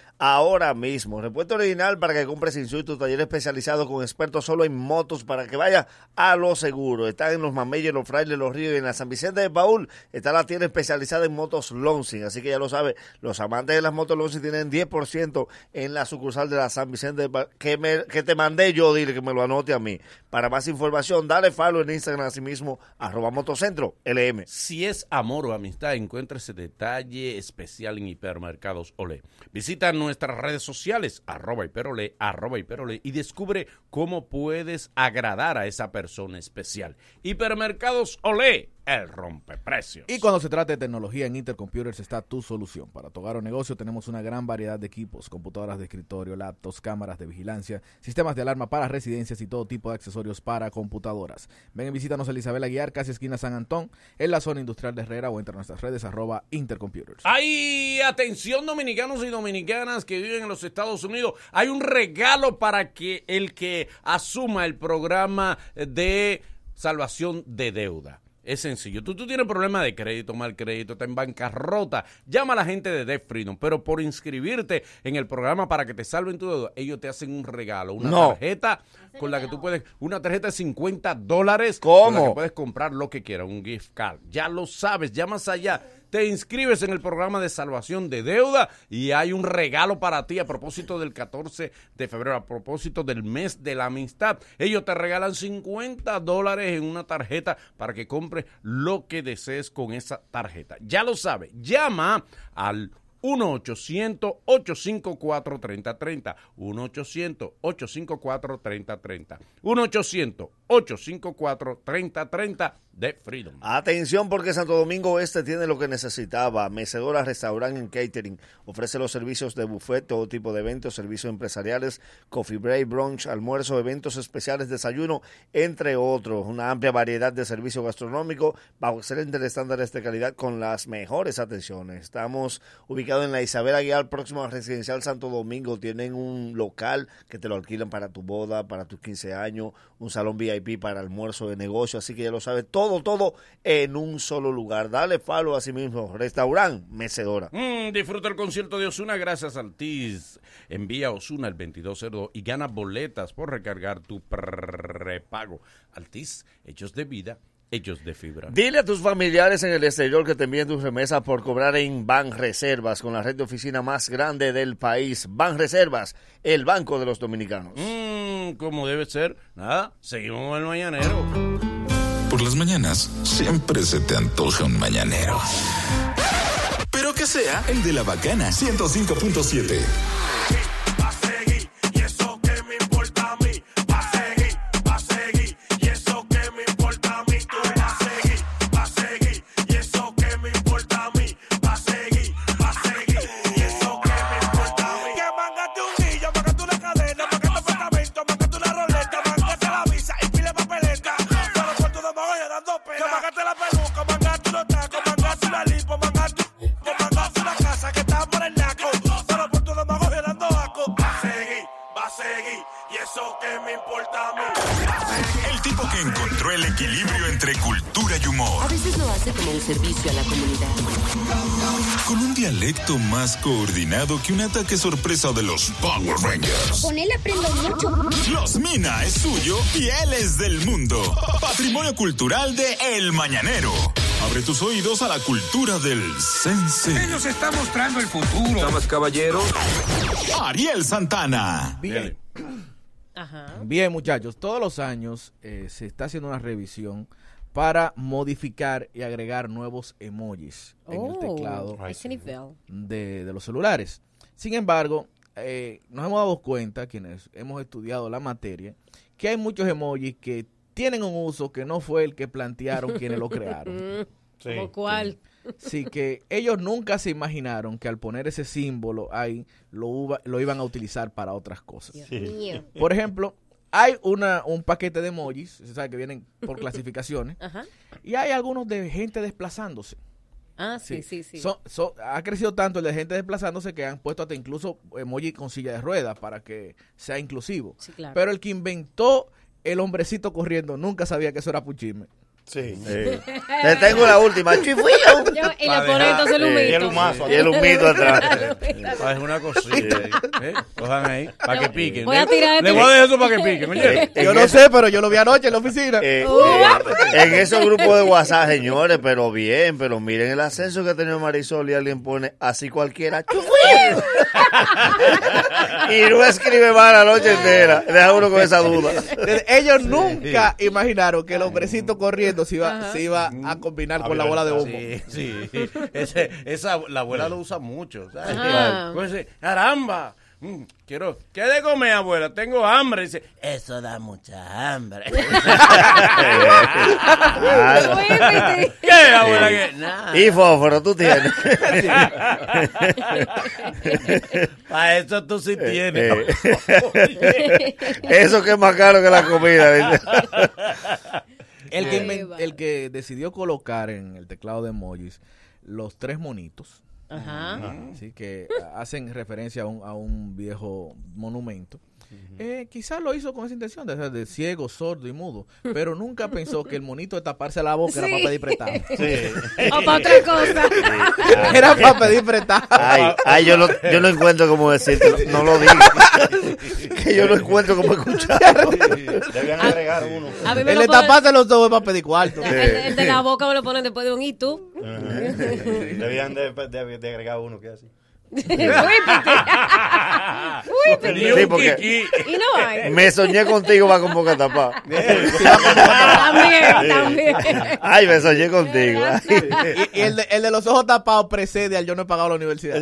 ahora mismo. Repuesto original para que compres sin susto, taller especializado con expertos solo en motos para que vaya a lo seguro. Están en los Mameyes, los Frailes, los Ríos y en la San Vicente de Paúl está la tienda especializada en motos Lonsing. Así que ya lo sabe, los amantes de las motos Lonsing tienen diez por ciento en la sucursal de la San Vicente de Paúl. Que, me, que te mandé yo, dile que me lo anote a mí. Para más información, dale follow en Instagram así mismo, arroba motocentro L M. Si es amor o amistad, encuentra ese detalle especial en Hipermercados Olé. Visita nuestras redes sociales, arroba hiperolé, arroba hiperolé, y descubre cómo puedes agradar a esa persona especial. Hipermercados Olé, el rompeprecios. Y cuando se trata de tecnología, en Intercomputers está tu solución. Para tu hogar o negocio tenemos una gran variedad de equipos, computadoras de escritorio, laptops, cámaras de vigilancia, sistemas de alarma para residencias y todo tipo de accesorios para computadoras. Ven y visítanos en Isabel Aguiar, casi esquina San Antón, en la zona industrial de Herrera, o entre nuestras redes, arroba Intercomputers. ¡Ay, atención dominicanos y dominicanas que viven en los Estados Unidos! Hay un regalo para que el que asuma el programa de salvación de deuda. Es sencillo. Tú, tú tienes problemas de crédito, mal crédito, estás en bancarrota. Llama a la gente de Debt Freedom, pero por inscribirte en el programa para que te salven tu deuda, ellos te hacen un regalo, una no. tarjeta con la que tú puedes, una tarjeta de cincuenta dólares ¿Cómo? con la que puedes comprar lo que quieras, un gift card. Ya lo sabes, llamas allá. Te inscribes en el programa de salvación de deuda y hay un regalo para ti a propósito del catorce de febrero, a propósito del mes de la amistad. Ellos te regalan cincuenta dólares en una tarjeta para que compres lo que desees con esa tarjeta. Ya lo sabes, llama al uno ochocientos, ocho cinco cuatro, tres cero tres cero, uno ochocientos, ocho cinco cuatro, tres cero tres cero, uno ochocientos, ocho cinco cuatro, tres cero tres cero de Freedom. Atención, porque Santo Domingo Este tiene lo que necesitaba. Mecedora, restaurante en catering. Ofrece los servicios de buffet, todo tipo de eventos, servicios empresariales, coffee break, brunch, almuerzo, eventos especiales, desayuno, entre otros. Una amplia variedad de servicios gastronómicos bajo excelentes estándares de calidad con las mejores atenciones. Estamos ubicados en la Isabel Aguiar, próximo a Residencial Santo Domingo. Tienen un local que te lo alquilan para tu boda, para tus quince años, un salón V I P para almuerzo de negocio, así que ya lo sabes, todo Todo, todo en un solo lugar. Dale follow a sí mismo. Restaurant Mecedora. Mm, disfruta el concierto de Ozuna gracias al Altis. Envía Ozuna el veintidós cero dos y gana boletas por recargar tu prepago. Altis, hechos de vida, hechos de fibra. Dile a tus familiares en el exterior que te envíen tus remesas por cobrar en Banreservas, con la red de oficina más grande del país. Banreservas, el banco de los dominicanos. Mm, como debe ser. Nada, seguimos con el mañanero. Por las mañanas siempre se te antoja un mañanero. Pero que sea el de la bacana ciento cinco punto siete. El tipo que encontró el equilibrio entre cultura y humor. A veces lo hace como un servicio a la comunidad. Con un dialecto más coordinado que un ataque sorpresa de los Power Rangers. Con él aprendo mucho. Los Mina es suyo y él es del mundo. Patrimonio cultural de El Mañanero. Abre tus oídos a la cultura del sense. Él nos está mostrando el futuro. Damas, caballeros. Ariel Santana. Bien. Ajá. Bien, muchachos, todos los años eh, se está haciendo una revisión para modificar y agregar nuevos emojis oh, en el teclado de, de los celulares. Sin embargo, eh, nos hemos dado cuenta, quienes hemos estudiado la materia, que hay muchos emojis que tienen un uso que no fue el que plantearon quienes lo crearon. Sí. ¿Como cuál? Sí, que ellos nunca se imaginaron que al poner ese símbolo ahí lo, uva, lo iban a utilizar para otras cosas. Sí. Por ejemplo, hay una un paquete de emojis, se sabe que vienen por clasificaciones, ajá, y hay algunos de gente desplazándose. Ah, sí, sí, sí. sí. So, so, ha crecido tanto el de gente desplazándose que han puesto hasta incluso emoji con silla de ruedas para que sea inclusivo. Sí, claro. Pero el que inventó el hombrecito corriendo nunca sabía que eso era puchisme. Sí. sí. Te tengo la última. Yo, y le pone entonces el humito. Y el humazo. Y el humito atrás. Es una cosita. ¿eh? Cojan ahí, para que piquen. Voy a tirar Le voy a dejar eso para que piquen. Oye. Yo no sé, pero yo lo vi anoche en la oficina. Eh, eh, en esos grupos de WhatsApp, señores, pero bien, pero miren el ascenso que ha tenido Marisol y alguien pone así cualquiera. Y no escribe mal la noche entera. Deja uno con esa duda. Ellos nunca imaginaron que el hombrecito corriendo se iba, se iba a combinar con la bola de humo. Sí, sí. Ese, esa, la abuela lo usa mucho. ¿Sabes? Ajá. Pues, caramba. Mm, quiero, ¿qué de comer, abuela? Tengo hambre. Dice, eso da mucha hambre. ¿Qué, abuela? ¿Qué? Nah. Y fósforo, tú tienes. Para eso tú sí tienes. Eh, eh. Eso que es más caro que la comida. Dice. El que, inven- el que decidió colocar en el teclado de emojis los tres monitos. Ajá. Así que hacen referencia a un, a un viejo monumento. Eh, quizás lo hizo con esa intención de ser de ciego, sordo y mudo, pero nunca pensó que el monito de taparse la boca Sí. era para pedir prestado. Sí. O para otra cosa. Era para pedir prestado. Ay, ay yo, lo, yo no encuentro cómo decirte, no lo digas. Que yo no encuentro cómo escucharlo. Debían agregar uno. A mí me El lo de ponen- taparse los ojos es para pedir cuarto. El, el de la boca me lo ponen después de un y tú. Debían de, de, de agregar uno que así. Uy, Sí, porque y no hay. me soñé contigo va con boca tapada. También, también. Ay, me soñé contigo. Y, y el, de, el de los ojos tapados precede al yo no he pagado la universidad.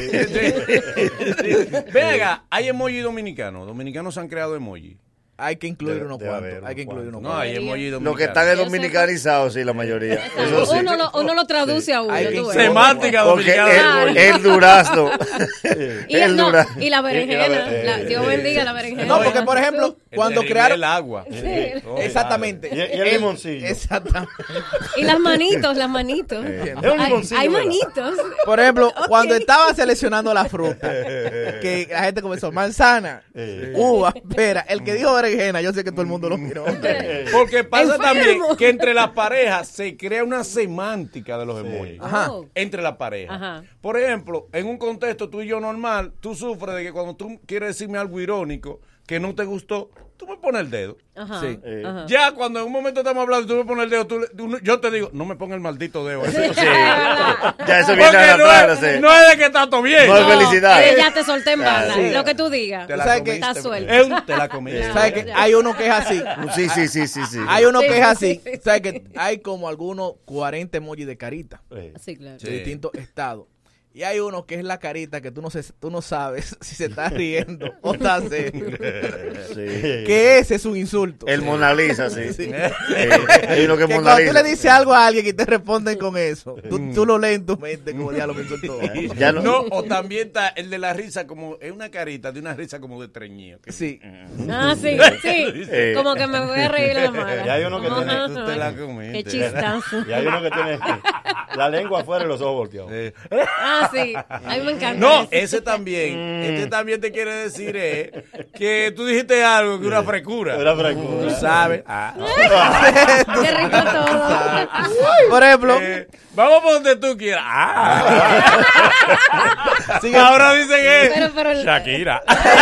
Venga, hay emoji dominicanos. Dominicanos han creado emoji. Hay que incluir Debe- unos debe cuantos. haber Hay que unos incluir unos No, cuantos. hay emoji dominicanos. Lo que están es dominicanizados, sí, la mayoría. Eso sí. Uno, lo, uno lo traduce a uno. Hay que tú ves. Semántica Porque dominicana. el, el durazno. Y, el no, durazno. y la berenjena. Y la- la- Dios bendiga la berenjena. No, porque por ejemplo, cuando El- crearon... el agua. Exactamente. Y, y el limoncillo. Exactamente. Y las manitos, las manitos. Es un Hay, limoncillo, hay ¿verdad? manitos. Por ejemplo, Ok. cuando estaba seleccionando la fruta, que la gente comenzó manzana, uva, pera. El que dijo berenjena, yo sé que todo el mundo lo miró. Porque pasa Enfermo. también que entre las parejas se crea una semántica de los emojis. Ajá. Oh. Entre las parejas. Ajá. Por ejemplo, en un contexto tú y yo normal, tú sufres de que cuando tú quieres decirme algo irónico que no te gustó, tú me pones el dedo. Ajá. Sí. Ajá. Ya cuando en un momento estamos hablando y tú me pones el dedo, tú, le- tú- yo te digo, no me ponga el maldito dedo. Sí. Ya eso viene Porque a no, atrás. es, sí. no es de que está todo bien. No es felicidad. Eh, ya te solté en banda. Sí. Lo que tú digas. Te la ¿Sabes qué? Está comiste. suelto. Es un te la comiste. ¿Sabes que hay uno que es así? Sí, sí, sí, sí, sí. Hay uno Sí, que es sí, así. sí, sí. ¿Sabes que hay como algunos cuarenta emojis de carita Sí, claro. de distintos estados? Y hay uno que es la carita que tú no, sé, tú no sabes si se está riendo o está serio. Sí. Que ese es un insulto. El Mona Lisa, sí. Sí. Sí. Hay uno que es Que Mona cuando tú Lisa. le dices algo a alguien y te responden con eso, tú, tú lo lees en tu mente como diablo me insultó. Ya no- No, o también está el de la risa, como es una carita de una risa como de treñido. que- Sí. Ah, sí, sí. Eh. Como que me voy a reír la mala. Y hay uno que tiene- Ajá. Tú te la comiste. Qué chistazo. Y hay uno que tiene la lengua afuera y los ojos volteados. Eh. Ah, sí. A mí me encanta. No, ese. ese también, este también te quiere decir eh, que tú dijiste algo, que una frecura. Era frecura. Tú sabes. Ah. Qué rico todo. Por ejemplo, Eh, vamos por donde tú quieras. Ah. Ahora dicen que Pero, pero el- Shakira.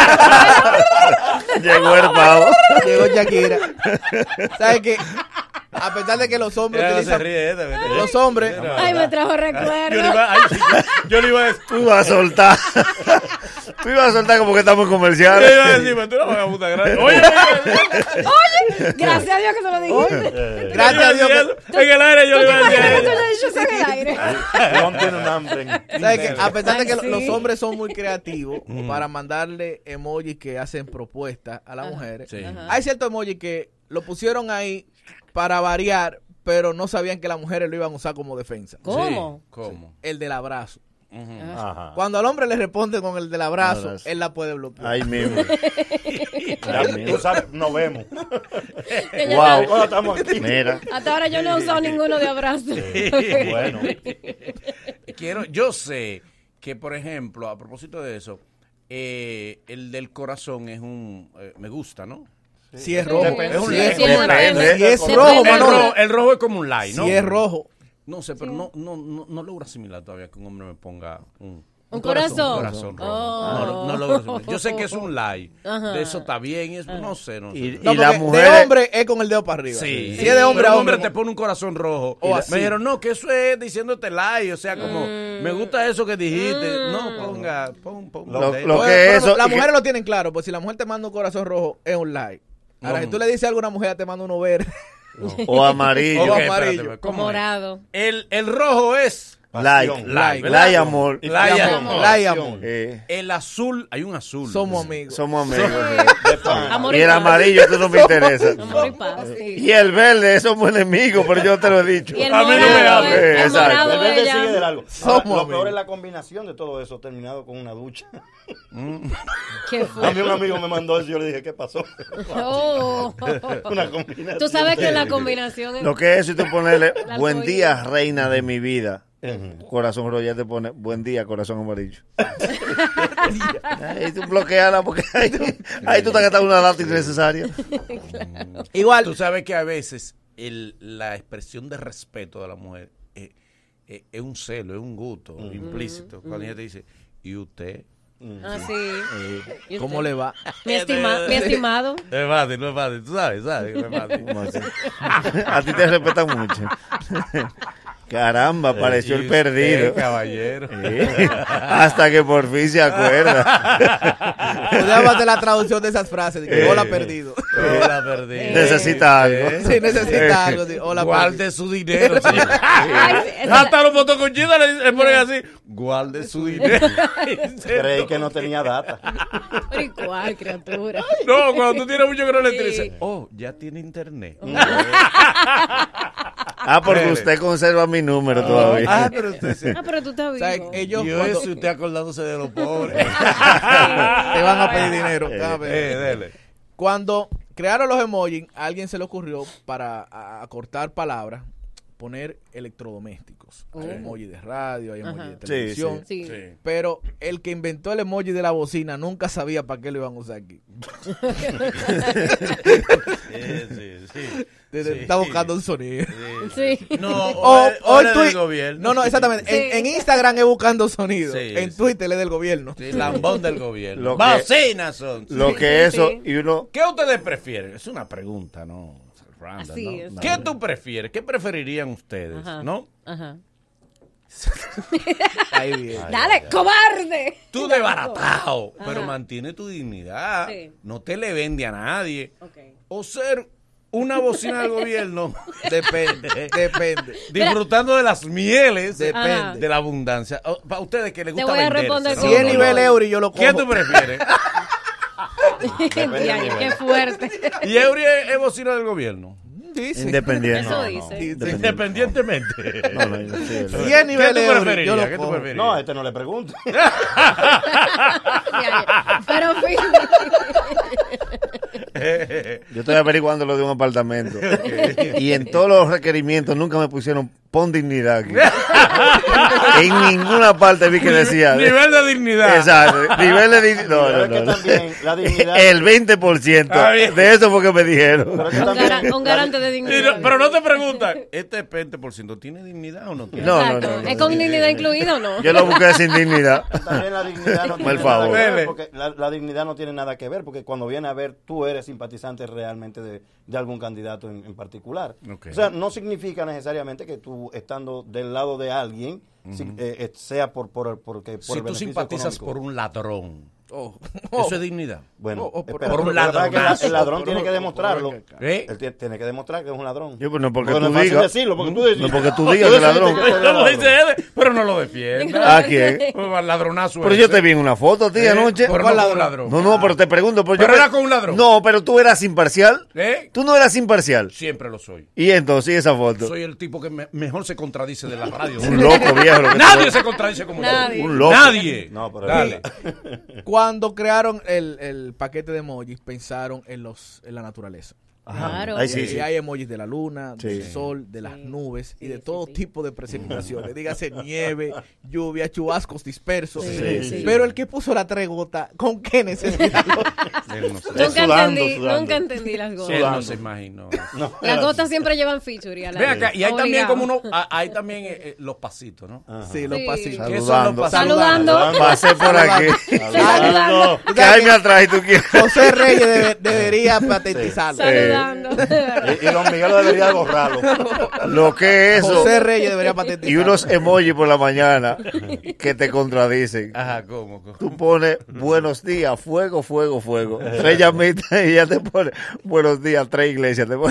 Llegó el pavo. llegó Shakira. ¿Sabes qué? A pesar de que los hombres Mira, no se utilizan... ríe esta, ¿verdad? Los hombres... Ay, me trajo Yo le recuerdos. iba, ay, sí, yo le iba a decir. Tú ibas a soltar. Tú ibas a soltar como que estamos en Yo comerciales. le iba a decir, pero tú no vas a puta grande. Oye, Oye, gracias a Dios que se lo dijiste. Gracias a Dios que... en el aire yo ¿Tú le te iba a decir. imaginas que tú a le ella. has dicho eso en el aire? León tiene un hambre. ¿Sabes qué? A pesar de que Ay, sí. los hombres son muy creativos para mandarle emojis que hacen propuestas a las mujeres, Sí. Ajá. hay ciertos emojis que lo pusieron ahí para variar, pero no sabían que las mujeres lo iban a usar como defensa. ¿Cómo? Sí, ¿Cómo? El del abrazo. Ajá. Cuando al hombre le responde con el del abrazo, Abrazo. él la puede bloquear. Ahí mismo. Ya, tú sabes, nos vemos. Que yo Wow. no- Ahora estamos aquí. Mira. Hasta ahora yo no he usado ninguno de abrazo. Bueno. Quiero, yo sé que, por ejemplo, a propósito de eso, eh, el del corazón es un... eh, me gusta, ¿no? Si es rojo, Depende. es un Sí, light. es como un light. Si es Depende. rojo, el Manolo. rojo, el rojo es como un light, ¿no? Si es rojo. No sé, pero no, no, no, no logro asimilar todavía que un hombre me ponga un, un corazón. Un corazón rojo. Oh. No, no logro asimilar. Yo sé que es un light. Ajá. De eso está bien. Es, no sé, no sé. Y, No, y la porque mujer. de hombre es con el dedo para arriba. Sí. Si es de hombre Pero a un hombre. hombre te pone un corazón rojo. O Y así. me dijeron, no, que eso es diciéndote like. O sea, como, Mm. me gusta eso que dijiste. No, ponga, pon, pon. Lo- de- lo Pues, que pero es eso- las y que- mujeres lo tienen claro, pues si la mujer te manda un corazón rojo, es un like. Ahora, No. si tú le dices algo a una mujer, te manda uno verde. O amarillo. O Ok, amarillo. espérate, ¿cómo es? Morado. El, el rojo es Like. Like, Like, ¿verdad? like, amor. Like, amor. Like, amor. Eh, el azul, hay un azul. Somos amigos. somos amigos. Amor Y y el paz. amarillo, tú no me interesa. Amor y paz. sí. Y el verde, somos enemigos, pero yo te lo he dicho. Y el A mí no me morado, hable. el, el Exacto. morado El verde ella. sigue de largo. Somos Ahora, lo amigos. peor es la combinación de todo eso, terminado con una ducha. ¿Qué A fue? mí un amigo me mandó eso y yo le dije, ¿qué pasó? Oh. Una combinación. Tú sabes que la combinación es... Lo que es, si tú ponerle La buen arcoíris. día, reina de mi vida. Corazón rojo, ya te pone buen día, corazón amarillo. Ahí tú bloqueala porque ahí, ahí tú estás gastando una data innecesaria. Igual. Tú sabes que a veces el, la expresión de respeto de la mujer es, es- es un celo, es un gusto implícito. Cuando ella te dice, ¿y usted? Ah, sí. ¿Y ¿Cómo usted? le va? Mi, estima, mi estimado. No es fácil, no es fácil. Tú sabes, sabes que no es fácil. ¿Cómo así? A ti te respetan mucho. Caramba, apareció ¿Y el usted, perdido. caballero? Sí. Hasta que por fin se acuerda. Podríamos hacer la traducción de esas frases. De que, Eh. hola, perdido. Hola, perdido. Necesita algo. Sí, necesita algo. Sí, hola, Guarde perdido. su dinero, señor. Ay, sí, esa- Hasta los motoconchitas le, le ponen así, guarde su dinero. Creí que no tenía data. Pero ¿y cuál, criatura? No, cuando tú tienes mucho que no le Sí. dices, oh, ya tiene internet. Ah, porque usted conserva mi número todavía. Ah, pero usted sí. Ah, pero tú estás O sea, vivo. ellos Y cuando eso usted acordándose de los pobres. te van a pedir dinero. te van a pedir Eh, dinero. dele. Cuando crearon los emojis, a alguien se le ocurrió para a- acortar palabras, poner electrodomésticos. Hay Oh. emoji de radio, hay emoji Ajá. de televisión. Sí. Sí. Pero el que inventó el emoji de la bocina nunca sabía para qué lo iban a usar aquí. Sí, sí, sí. Te- te Sí. Está buscando un sonido. Sí. No, O, o, el- o o en el del Twi- gobierno. No, no, exactamente. Sí. En, en Instagram es buscando sonido. Sí, en sí. Twitter es del gobierno. Sí, lambón del gobierno. Lo que- Bocinas son. Lo Sí, que sí, eso, sí. y uno, ¿Qué ustedes prefieren? Es una pregunta, ¿no? Random, Así ¿no? es. ¿Qué tú prefieres? ¿Qué preferirían ustedes? Ajá. ¿No? Ajá. Ahí viene. Dale, cobarde. Tú desbaratado, Ajá. pero mantiene tu dignidad. Sí. No te le vende a nadie. Ok. O ser una bocina del gobierno. Depende, depende. Disfrutando de las mieles Depende. de la abundancia. O- Para ustedes que les Te gusta voy a venderse, responder ¿no? Si con es No, nivel no. euro y yo lo cojo. ¿Qué tú prefieres? Diario, qué fuerte. ¿Y Eury es, es bocina del gobierno? Dice. independiente. Eso No, no. dice. Sí, Independientemente. No, no, no, sí, Si no. es nivel ¿Qué tú euro, preferirías? yo lo ¿Qué tú cojo. preferirías? No, a este no le pregunto. Diario. Pero fin. Yo estoy averiguando lo de un apartamento. Y en todos los requerimientos nunca me pusieron pon dignidad aquí. En ninguna parte vi que decía. Nivel de dignidad. Exacto. Nivel de dignidad. No, Pero no, es que no. también la dignidad. El veinte por ciento Está bien. de eso fue que me dijeron. Pero es que Un, también- garan- un garante de Y no- dignidad. pero no te preguntan, ¿este veinte por ciento tiene dignidad o no tiene? No, no, Exacto. no, no. ¿Es con dignidad incluida o no? Yo lo busqué sin dignidad. También la dignidad no Por tiene favor. nada que Dele. ver, porque la, la dignidad no tiene nada que ver, porque cuando viene a ver, tú eres simpatizante realmente de, de algún candidato en, en particular. Ok. O sea, no significa necesariamente que tú, estando del lado de alguien, si- eh, eh, sea por, por, porque, por Si el tú beneficio simpatizas económico. por un ladrón, Oh. eso es dignidad. Bueno, Oh, oh, por- espera, por un lo que pasa es que la- ladronazo. el ladrón Por- tiene que por- demostrarlo. por- ¿Eh? Él tiene, tiene que demostrar que es un ladrón. Yo, pues no porque no tú es fácil digas. decirlo, porque tú decís. No porque tú digas que ladrón. que tú eres Lo ladrón. dice él, pero no lo defiende. ¿A quién? Al ladronazo. Pero ese. yo te vi en una foto, tía, ¿Eh? anoche. Pero no con un ladrón. No, no, pero te pregunto. Pero, Pero yo era con un ladrón. No, pero tú eras imparcial. ¿Eh? Tú no eras imparcial. Siempre lo soy. Y entonces, ¿y esa foto? Soy el tipo que me- mejor se contradice de la radio. Un loco viejo. Lo que Nadie tú- se contradice como Nadie. yo. Un loco. Nadie. No, pero Dale. Cuando crearon el, el paquete de emojis, pensaron en los en la naturaleza. Claro. Ahí sí, y sí. hay emojis de la luna, Sí. del sol, de las nubes y de todo tipo de precipitaciones. Dígase nieve, lluvia, chubascos dispersos. Sí, sí. Pero el que puso la tres gotas, ¿con qué necesidad? Nunca entendí, nunca entendí las gotas. Él no se imaginó. No. Las gotas siempre llevan featuring. Ven acá, y hay también como uno, hay también eh, eh, los pasitos, ¿no? Ajá. Sí, los pasitos. ¿Qué son los pasitos? Saludando. Pasé por aquí. Saludando. Cállame atrás si tú quieres. José Reyes debe, debería patentizarlo. Saludando. Y, y Don Miguel debería borrarlo. Lo que es eso. José Reyes debería patentizarlo. Y unos emojis por la mañana que te contradicen. Ajá, ¿cómo? cómo? Tú pones buenos días, fuego, fuego, fuego. Tres llamitas y ya te pone buenos días, tres iglesias. Te pone.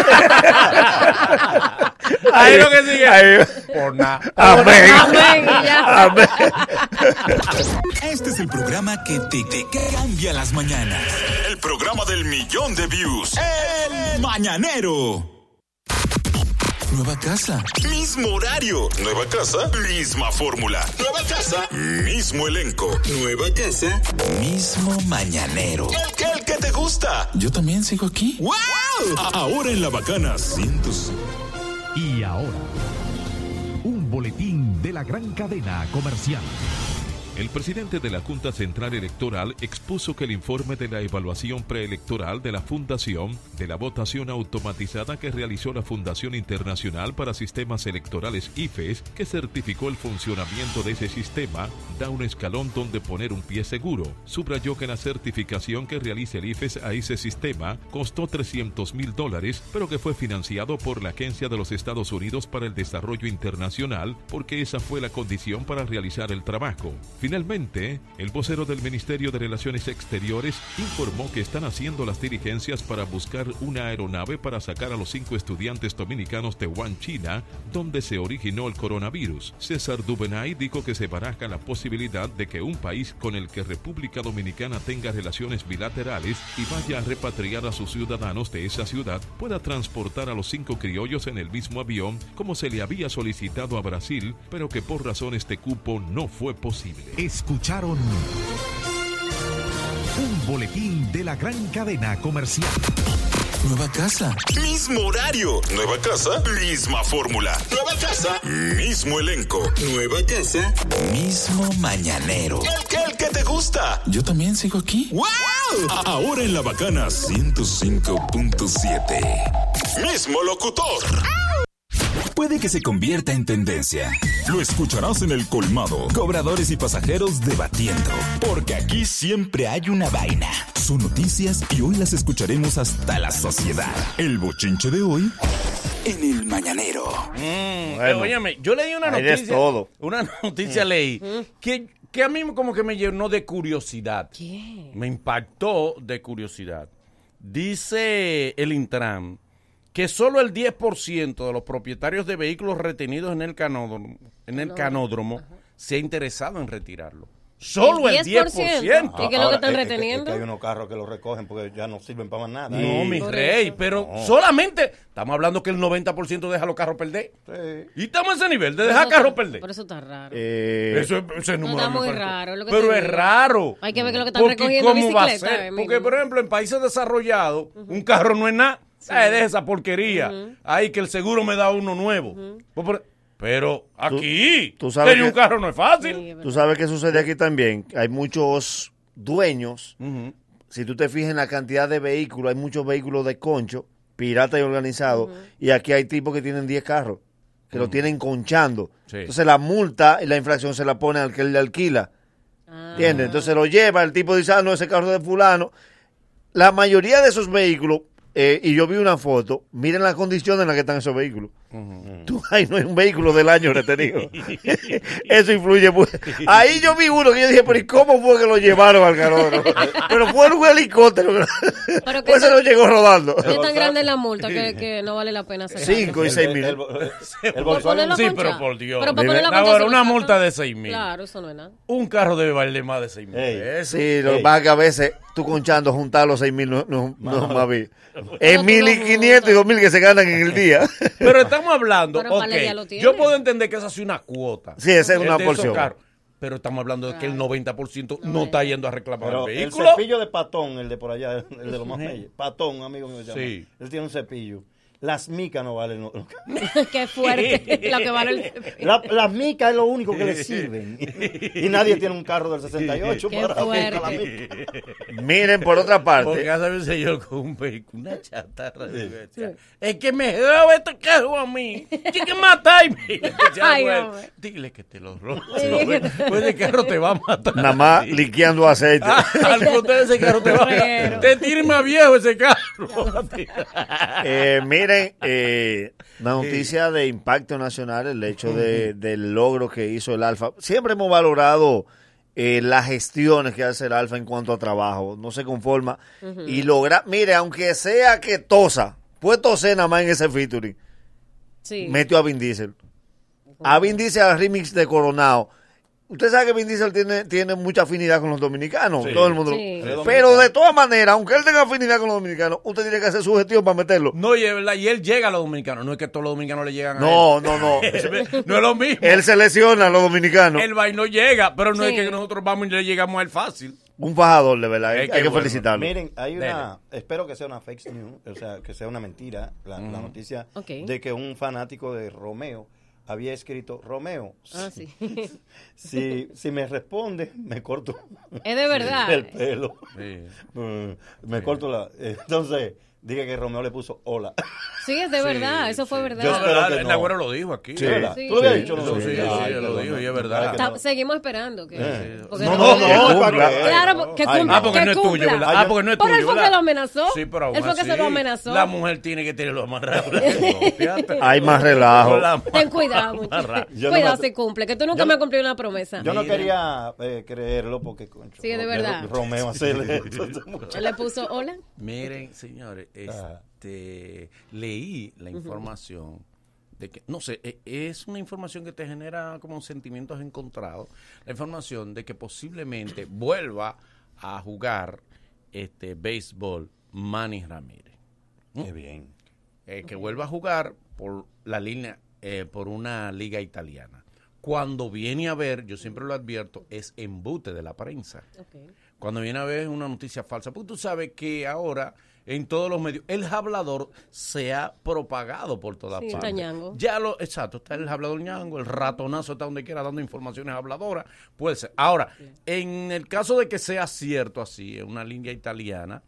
Ahí lo que sigue. Ahí. Por nada. Amén. Amén. y ya. Amén. Este es el programa que te, te cambia las mañanas. El programa del millón de views. El Mañanero. Nueva casa, mismo horario. Nueva casa, misma fórmula. Nueva casa, mismo elenco. Nueva casa, mismo mañanero. El que, el que te gusta. Yo también sigo aquí. ¡Wow! Ahora en La Bacana cientos. Y ahora, un boletín de la gran cadena comercial. El presidente de la Junta Central Electoral expuso que el informe de la evaluación preelectoral de la Fundación de la votación automatizada que realizó la Fundación Internacional para Sistemas Electorales I F E S, que certificó el funcionamiento de ese sistema, da un escalón donde poner un pie seguro. Subrayó que la certificación que realice el I F E S a ese sistema costó trescientos mil dólares, pero que fue financiado por la Agencia de los Estados Unidos para el Desarrollo Internacional, porque esa fue la condición para realizar el trabajo. Finalmente, el vocero del Ministerio de Relaciones Exteriores informó que están haciendo las diligencias para buscar una aeronave para sacar a los cinco estudiantes dominicanos de Wuhan, China, donde se originó el coronavirus. César Dubenay dijo que se baraja la posibilidad de que un país con el que República Dominicana tenga relaciones bilaterales y vaya a repatriar a sus ciudadanos de esa ciudad pueda transportar a los cinco criollos en el mismo avión como se le había solicitado a Brasil, pero que por razones de cupo no fue posible. Escucharon un boletín de la gran cadena comercial. Nueva casa, mismo horario. Nueva casa, misma fórmula. Nueva casa, mismo elenco. Nueva casa, mismo mañanero. El que, el que te gusta. Yo también sigo aquí. ¡Wow! Ahora en La Bacana ciento cinco punto siete. Mismo locutor. Puede que se convierta en tendencia. Lo escucharás en El Colmado. Cobradores y pasajeros debatiendo. Porque aquí siempre hay una vaina. Son noticias y hoy las escucharemos hasta la sociedad. El bochinche de hoy en El Mañanero. Mm, Bueno, óyeme, yo leí una ahí es noticia. todo. Una noticia leí que, que a mí como que me llenó de curiosidad. ¿Qué? Me impactó de curiosidad. Dice el Intran que solo el diez por ciento de los propietarios de vehículos retenidos en el canódromo, en el canódromo se ha interesado en retirarlo. Solo el diez por ciento. ¿Y qué es lo que están Ahora, reteniendo? Es que hay unos carros que los recogen porque ya no sirven para más nada. No, mi Por rey, eso. pero No. solamente estamos hablando que el noventa por ciento deja los carros perder. Sí. Y estamos a ese nivel de Por dejar eso carros está- perder. Por eso está raro. Eh, Eso, ese No, número está me muy parece- raro, lo que Pero te es digo. raro. Hay que ver qué es lo que están Porque recogiendo ¿cómo va a bicicleta, ser? eh, Porque, mínimo. por ejemplo, en países desarrollados, un carro no es nada. Eh, deja esa porquería. Ahí que el seguro me da uno nuevo. Pues por- Pero aquí, tú sabes tener un que- carro no es fácil. Tú sabes qué sucede aquí también. Hay muchos dueños. Si tú te fijas en la cantidad de vehículos, hay muchos vehículos de concho, pirata y organizado. Y aquí hay tipos que tienen diez carros, que lo tienen conchando. Sí. Entonces la multa y la infracción se la pone al que le alquila. ¿Entiendes? Entonces lo lleva, el tipo dice, ah, no, ese carro es de fulano. La mayoría de esos vehículos, eh, y yo vi una foto, miren las condiciones en las que están esos vehículos. Tú, ay, no es un vehículo del año retenido. Eso influye. Pues. Ahí yo vi uno que yo dije, pero ¿y cómo fue que lo llevaron al canódromo? Pero fue en un helicóptero. Pero que Pues se lo llegó rodando. ¿Qué tan grande es la multa que, que no vale la pena hacer? Cinco y seis mil. El, el ¿Por ponerlo a Sí, ponchar? pero por Dios. Pero para ponerlo a Ahora, ponchar se una lo multa sacan. de seis mil. Claro, eso no es nada. Un carro debe valer más de seis mil. Ey. Sí, lo que pasa es que a veces tú conchando juntar los seis mil no, no, no es más bien. Es mil y quinientos y dos mil que se ganan en el día. Pero estamos hablando, Pero ok, Valeria lo tiene. yo puedo entender que esa es una cuota. Sí, esa es el una de esos porción. carros. pero estamos hablando de que el noventa por ciento no está yendo a reclamar Pero el el vehículo. cepillo de Patón, el de por allá, el de los más bellos. Patón, un amigo mío se llama. Sí. Él tiene un cepillo. Las micas no valen. No, Qué fuerte lo que vale el cepillo. La, las micas es lo único que le sirven. Y, y nadie tiene un carro del sesenta y ocho Qué para fuerte. la mica. Miren, por otra parte. Porque cada vez se yo con un vehículo, una chatarra. Sí. Decía, es que me roba este carro a mí. Tiene que matarme. Ay, bueno, dile que te lo roba. Pues el carro te va a matar. Nada más liqueando aceite. Al contrario, ese carro te va a matar. Te tira más viejo ese carro. Eh, miren, eh, la noticia de impacto nacional, el hecho de, del logro que hizo el Alfa. Siempre hemos valorado eh, las gestiones que hace el Alfa en cuanto a trabajo. No se conforma. Uh-huh. Y logra, mire, aunque sea que tosa, puede toser nada más en ese featuring. Sí. Metió a Vin Diesel. Uh-huh. A Vin Diesel al remix de Coronado. Usted sabe que Vin Diesel tiene, tiene mucha afinidad con los dominicanos. Sí. Todo el mundo. Sí. Lo... Pero de todas maneras, aunque él tenga afinidad con los dominicanos, usted tiene que hacer su gestión para meterlo. No, y, ¿verdad? Y él llega a los dominicanos. No es que todos los dominicanos le llegan no, a él. No, no, no. No es lo mismo. Él selecciona a los dominicanos. El vaino llega, pero no sí. es que nosotros vamos y le llegamos a él fácil. Un fajador, de verdad. Hay, Es hay que, que bueno. felicitarlo. Miren, hay una, Dele. espero que sea una fake news, o sea, que sea una mentira, la, uh-huh. la noticia okay. de que un fanático de Romeo había escrito, Romeo, ah, sí. si, si me responde, me corto es de verdad el pelo. Sí. Me sí. corto la... Entonces, diga que Romeo le puso hola. Sí, es de sí, verdad, eso fue sí. verdad. Yo espero que no. El Agüero lo dijo aquí. Sí. Sí. ¿Tú lo habías dicho? Sí, No, sí, sí, sí, Ay, sí, lo dijo y es verdad. Ta- seguimos esperando que... Eh. porque no, no, no, no, no, no, claro, que cumpla. Ah, porque que no es cumpla. tuyo, ¿verdad? Ah, porque no es tuyo, Pero él fue ¿verdad? que lo amenazó. Sí, pero aún él fue que así, se lo amenazó. La mujer tiene que tenerlo amarrado. Hay más relajo. Ten cuidado, mucho. Cuidado no si cumple, que tú nunca yo me no, has cumplido una promesa. Yo no quería eh, creerlo porque, concho, sí, de verdad. Romeo hacerle esto. Él le puso hola. Miren, señores, este, leí la información uh-huh. de que, no sé, es una información que te genera como sentimientos encontrados, la información de que posiblemente vuelva a jugar este béisbol Manny Ramírez. ¿Mm? Qué bien. Eh, que vuelva a jugar por la línea, eh, por una liga italiana. Cuando viene a ver, yo siempre lo advierto, es embute de la prensa. Okay. Cuando viene a ver es una noticia falsa. Porque tú sabes que ahora en todos los medios el hablador se ha propagado por todas sí, partes. Ñango. Ya lo, exacto, está el hablador ñango, el ratonazo está donde quiera dando informaciones habladoras. Puede ser. Ahora, sí. en el caso de que sea cierto así, en una línea italiana,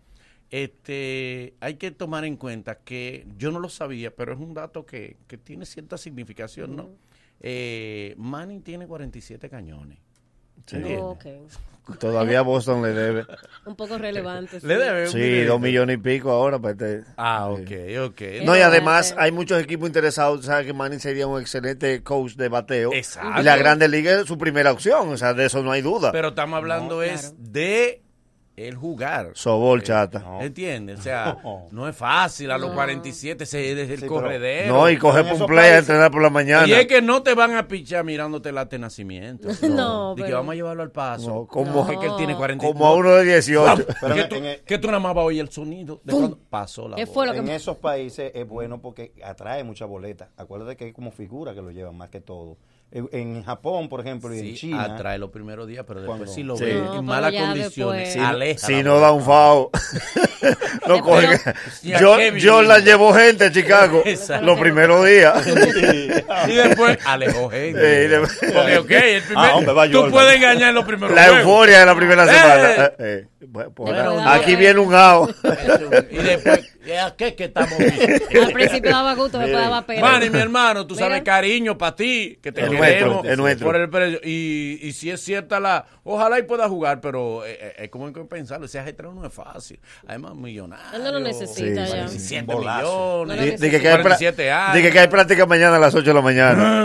este, hay que tomar en cuenta que yo no lo sabía, pero es un dato que, que tiene cierta significación, ¿no? Uh-huh. Eh, Manny tiene cuarenta y siete cañones. Sí. Oh, okay. Todavía Boston le debe. Un poco relevante. Sí. Le debe. Sí, dos millones y pico ahora. Para este, ah, ok, ok. No, y además hay muchos equipos interesados. Sabes que Manny sería un excelente coach de bateo. Exacto. Y la Grandes Ligas es su primera opción. O sea, de eso no hay duda. Pero estamos hablando no, es claro. de el jugar. Sobol, chata. No. ¿Entiendes? O sea, no es fácil a los no. cuarenta y siete se desde el sí, corredero. No, y coger por un play a entrenar por la mañana. Y es que no te van a pichar mirándote la nacimiento. No, no y pero... que vamos a llevarlo al paso. No, como, no. Es que él tiene cuarenta y siete. Como a uno de dieciocho. Pero que, tú, el... que tú nada más vas a oír el sonido de cuando pasó la bola. En que... esos países es bueno porque atrae mucha boleta. Acuérdate que hay como figura que lo llevan más que todo. En Japón, por ejemplo, y sí, en China. atrae los primeros días, pero después cuando, si lo sí. ven no, en malas condiciones, si, aleja. Si no da un fao. no coge. Yo, yo la llevo gente a Chicago los primeros días. y después alejó gente. Sí, después, porque, ok, el primer, ah, hombre, tú puedes engañar en los primeros La juegos. euforia de la primera semana. Eh. Eh, bueno, pues, aquí viene un ao. y después, ¿qué es que estamos viendo? Al principio daba gusto, después daba pena. Manny, mi hermano, tú sabes, cariño para ti, que te el queremos nuestro, el nuestro. por el precio. Y, y si es cierta la, ojalá y pueda jugar, pero es eh, eh, como hay que pensarlo, ese ajetreo no es fácil. Además, millonario. Él no lo necesita sí, ya. diecisiete millones. No Dije que, hay que hay práctica mañana a las ocho de la mañana.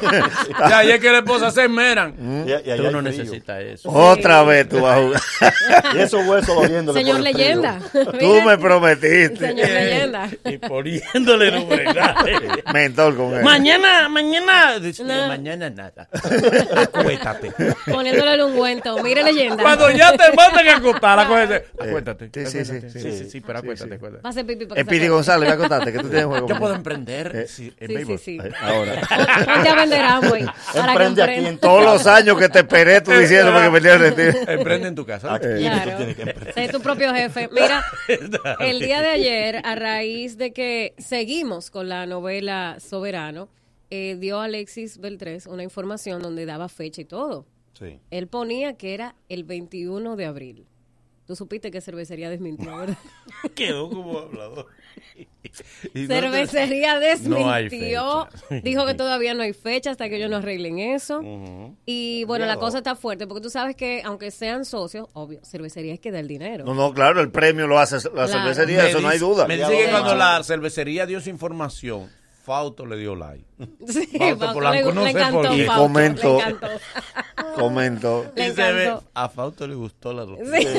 ya, y es que la esposa se esmeran. Mm. Y, y tú no necesitas eso. Otra sí. vez tú vas a jugar. Y esos huesos doliéndole. Señor por el Leyenda. Tú me prometiste. Señor Leyenda. Y poniéndole numerales. Mentor con él. Mañana, mañana. Dice, No. Mañana nada. Acuéstate. Poniéndole el ungüento. Mire Leyenda. Cuando ya te manden a acostar, acuérdate. Eh, Acuéstate. sí, sí, sí, acuéstate. sí, sí, sí, sí, pero acuéstate, acuéstate. Va a hacer pipí para El que se Pidi acuerde. González, ve a contarte que tú tienes juego. Yo conmigo. puedo emprender. Eh, sí, en Sí, béisbol. sí, sí. Eh, Ahora. Ponte a vender Amway. Para que Emprende aquí emprenda. en tu Todos los años que te esperé tú diciendo que venía a retiro. Emprende en tu casa. Aquí Claro. tú tienes que emprender. Sé tu propio jefe. Mira, el día de ayer, a raíz de que seguimos con la novela Soberano, eh, dio Alexis Beltrés una información donde daba fecha y todo. Sí. Él ponía que era el veintiuno de abril. Tú supiste que Cervecería desmintió, ¿verdad? Quedó como hablador. Y no te- Cervecería No hay desmintió. fecha. Dijo que todavía no hay fecha hasta que ellos no arreglen eso. Ujú. Y bueno, la Miedo. cosa está fuerte porque tú sabes que aunque sean socios, obvio, Cervecería es que da el dinero. No, no, claro, el premio lo hace la Claro. cervecería, Me eso no hay dice- duda. Me dice que cuando la cervecería dio su información, Fausto le dio like. Sí, Fausto Fausto Polanco, le, no le sé encantó, por qué. Y Fausto, comentó. le encantó. Comentó. Le Y se ve, encantó. a Fausto le gustó la noticia. Sí.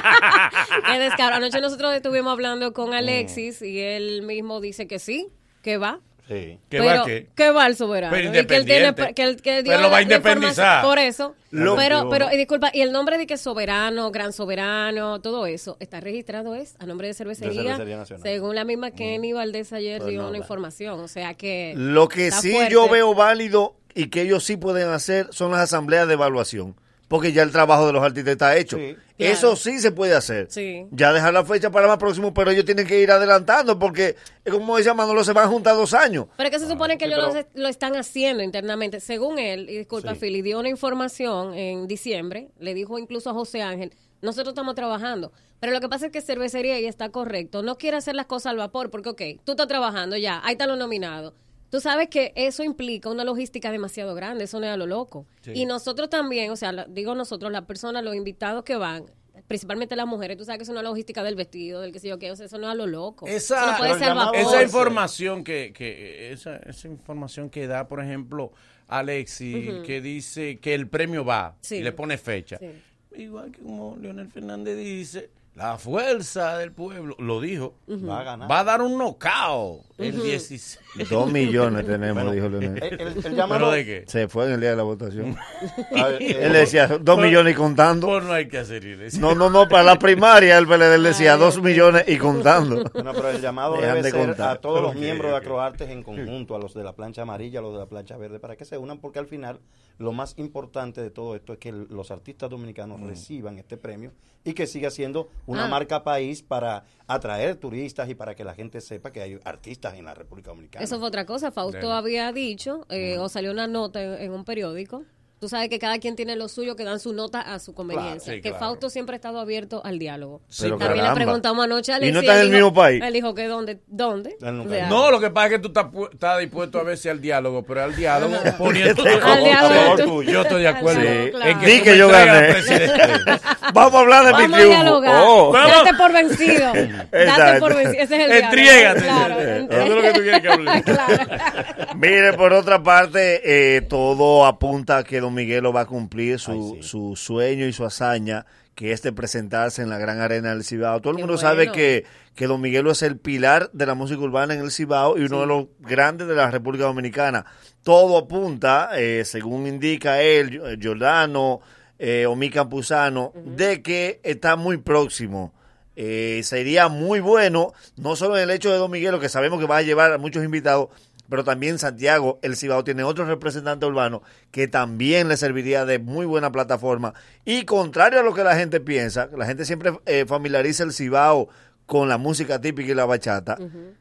Qué descaro. Anoche nosotros estuvimos hablando con Alexis y él mismo dice que sí, que va. Sí. ¿Qué pero, va qué? que va el soberano. Pero Y que él tiene, independiente. que él, que dio Pero lo va a la- la independizar. información. Por eso. Lo- pero, pero, y disculpa, y el nombre de que soberano, gran soberano, todo eso, está registrado es a nombre de cervecería, De Cervecería Nacional. según la misma Kenny Valdés ayer Pues dio no, una va. información. O sea que. Lo que está sí fuerte. yo veo válido y que ellos sí pueden hacer son las asambleas de evaluación. Porque ya el trabajo de los artistas está hecho. Sí. Eso Claro. sí se puede hacer. Sí. Ya dejar la fecha para más próximo, pero ellos tienen que ir adelantando porque, eh, como decía Manolo, se van a juntar dos años. Pero es que se supone que sí, ellos pero- lo, lo están haciendo internamente. Según él, y disculpa, Sí. Philly, dio una información en diciembre, le dijo incluso a José Ángel, nosotros estamos trabajando, pero lo que pasa es que Cervecería, y está correcto, no quiere hacer las cosas al vapor, porque ok, tú estás trabajando ya, ahí están los nominados. Tú sabes que eso implica una logística demasiado grande, eso no es a lo loco. Sí. Y nosotros también, o sea, la- digo nosotros, las personas, los invitados que van, principalmente las mujeres, tú sabes que es una logística del vestido, del que sé yo qué, o sea, eso no es a lo loco. eso no Esa, puede pero ser al el llamado- vapor. esa información que, que esa, esa información que da, por ejemplo, Alexi, Ujú. que dice que el premio va Sí. y le pone fecha. Sí. Igual que como Leonel Fernández dice, la fuerza del pueblo, lo dijo, Va a ganar. va a dar un knockout el Ujú. dieciséis. Dos millones tenemos, Bueno, dijo Leonel. El, el- el ¿Pero llamado. de qué? Se fue en el día de la votación. A ver, eh, Él decía dos millones y contando. Pues no hay que hacer iglesia. No, no, no, para la primaria el P L D decía Ay, dos Dios millones y contando. Bueno, pero el llamado Dejan debe de ser contar. a todos los Ok, miembros de ok. Acroartes en conjunto, a los de la plancha amarilla, a los de la plancha verde, para que se unan, porque al final lo más importante de todo esto es que el- los artistas dominicanos reciban este premio y que siga siendo una Ah. marca país para atraer turistas y para que la gente sepa que hay artistas en la República Dominicana. Eso fue otra cosa. Fausto Dele. había dicho, eh, o salió una nota en, en un periódico. Tú sabes que cada quien tiene lo suyo, que dan su nota a su conveniencia. Claro, sí, que claro. Fausto siempre ha estado abierto al diálogo. Sí, Pero También caramba. le preguntamos anoche a Y Alexis. no está en él el dijo- mismo país. Él dijo que ¿dónde? ¿Dónde? Él nunca O sea, No, lo que pasa es que tú estás, pu- estás dispuesto a veces al diálogo, pero al diálogo poniendo Al diálogo Sí, tú- yo estoy de acuerdo. Sí. en Claro. que Di tú que me yo entregas gané. al presidente. Vamos a hablar de Vamos mi a triunfo. dialogar. Oh. Date por vencido. Date Exacto. por vencido. Ese es el diálogo. Entriégate. Claro. Eso es lo que tú quieres que hable. Claro. Mire, por otra parte, eh, todo apunta a que Don Miguelo va a cumplir su, Ay, sí. su sueño y su hazaña, que es de presentarse en la Gran Arena del Cibao. Todo el Qué mundo bueno. sabe que, que Don Miguelo es el pilar de la música urbana en el Cibao y uno de los grandes de la República Dominicana. Todo apunta, eh, según indica él, eh, Giordano, eh, Omi Campuzano, de que está muy próximo. Eh, sería muy bueno, no solo en el hecho de Don Miguelo, que sabemos que va a llevar a muchos invitados, pero también Santiago, el Cibao, tiene otro representante urbano que también le serviría de muy buena plataforma. Y contrario a lo que la gente piensa, la gente siempre eh, familiariza el Cibao con la música típica y la bachata.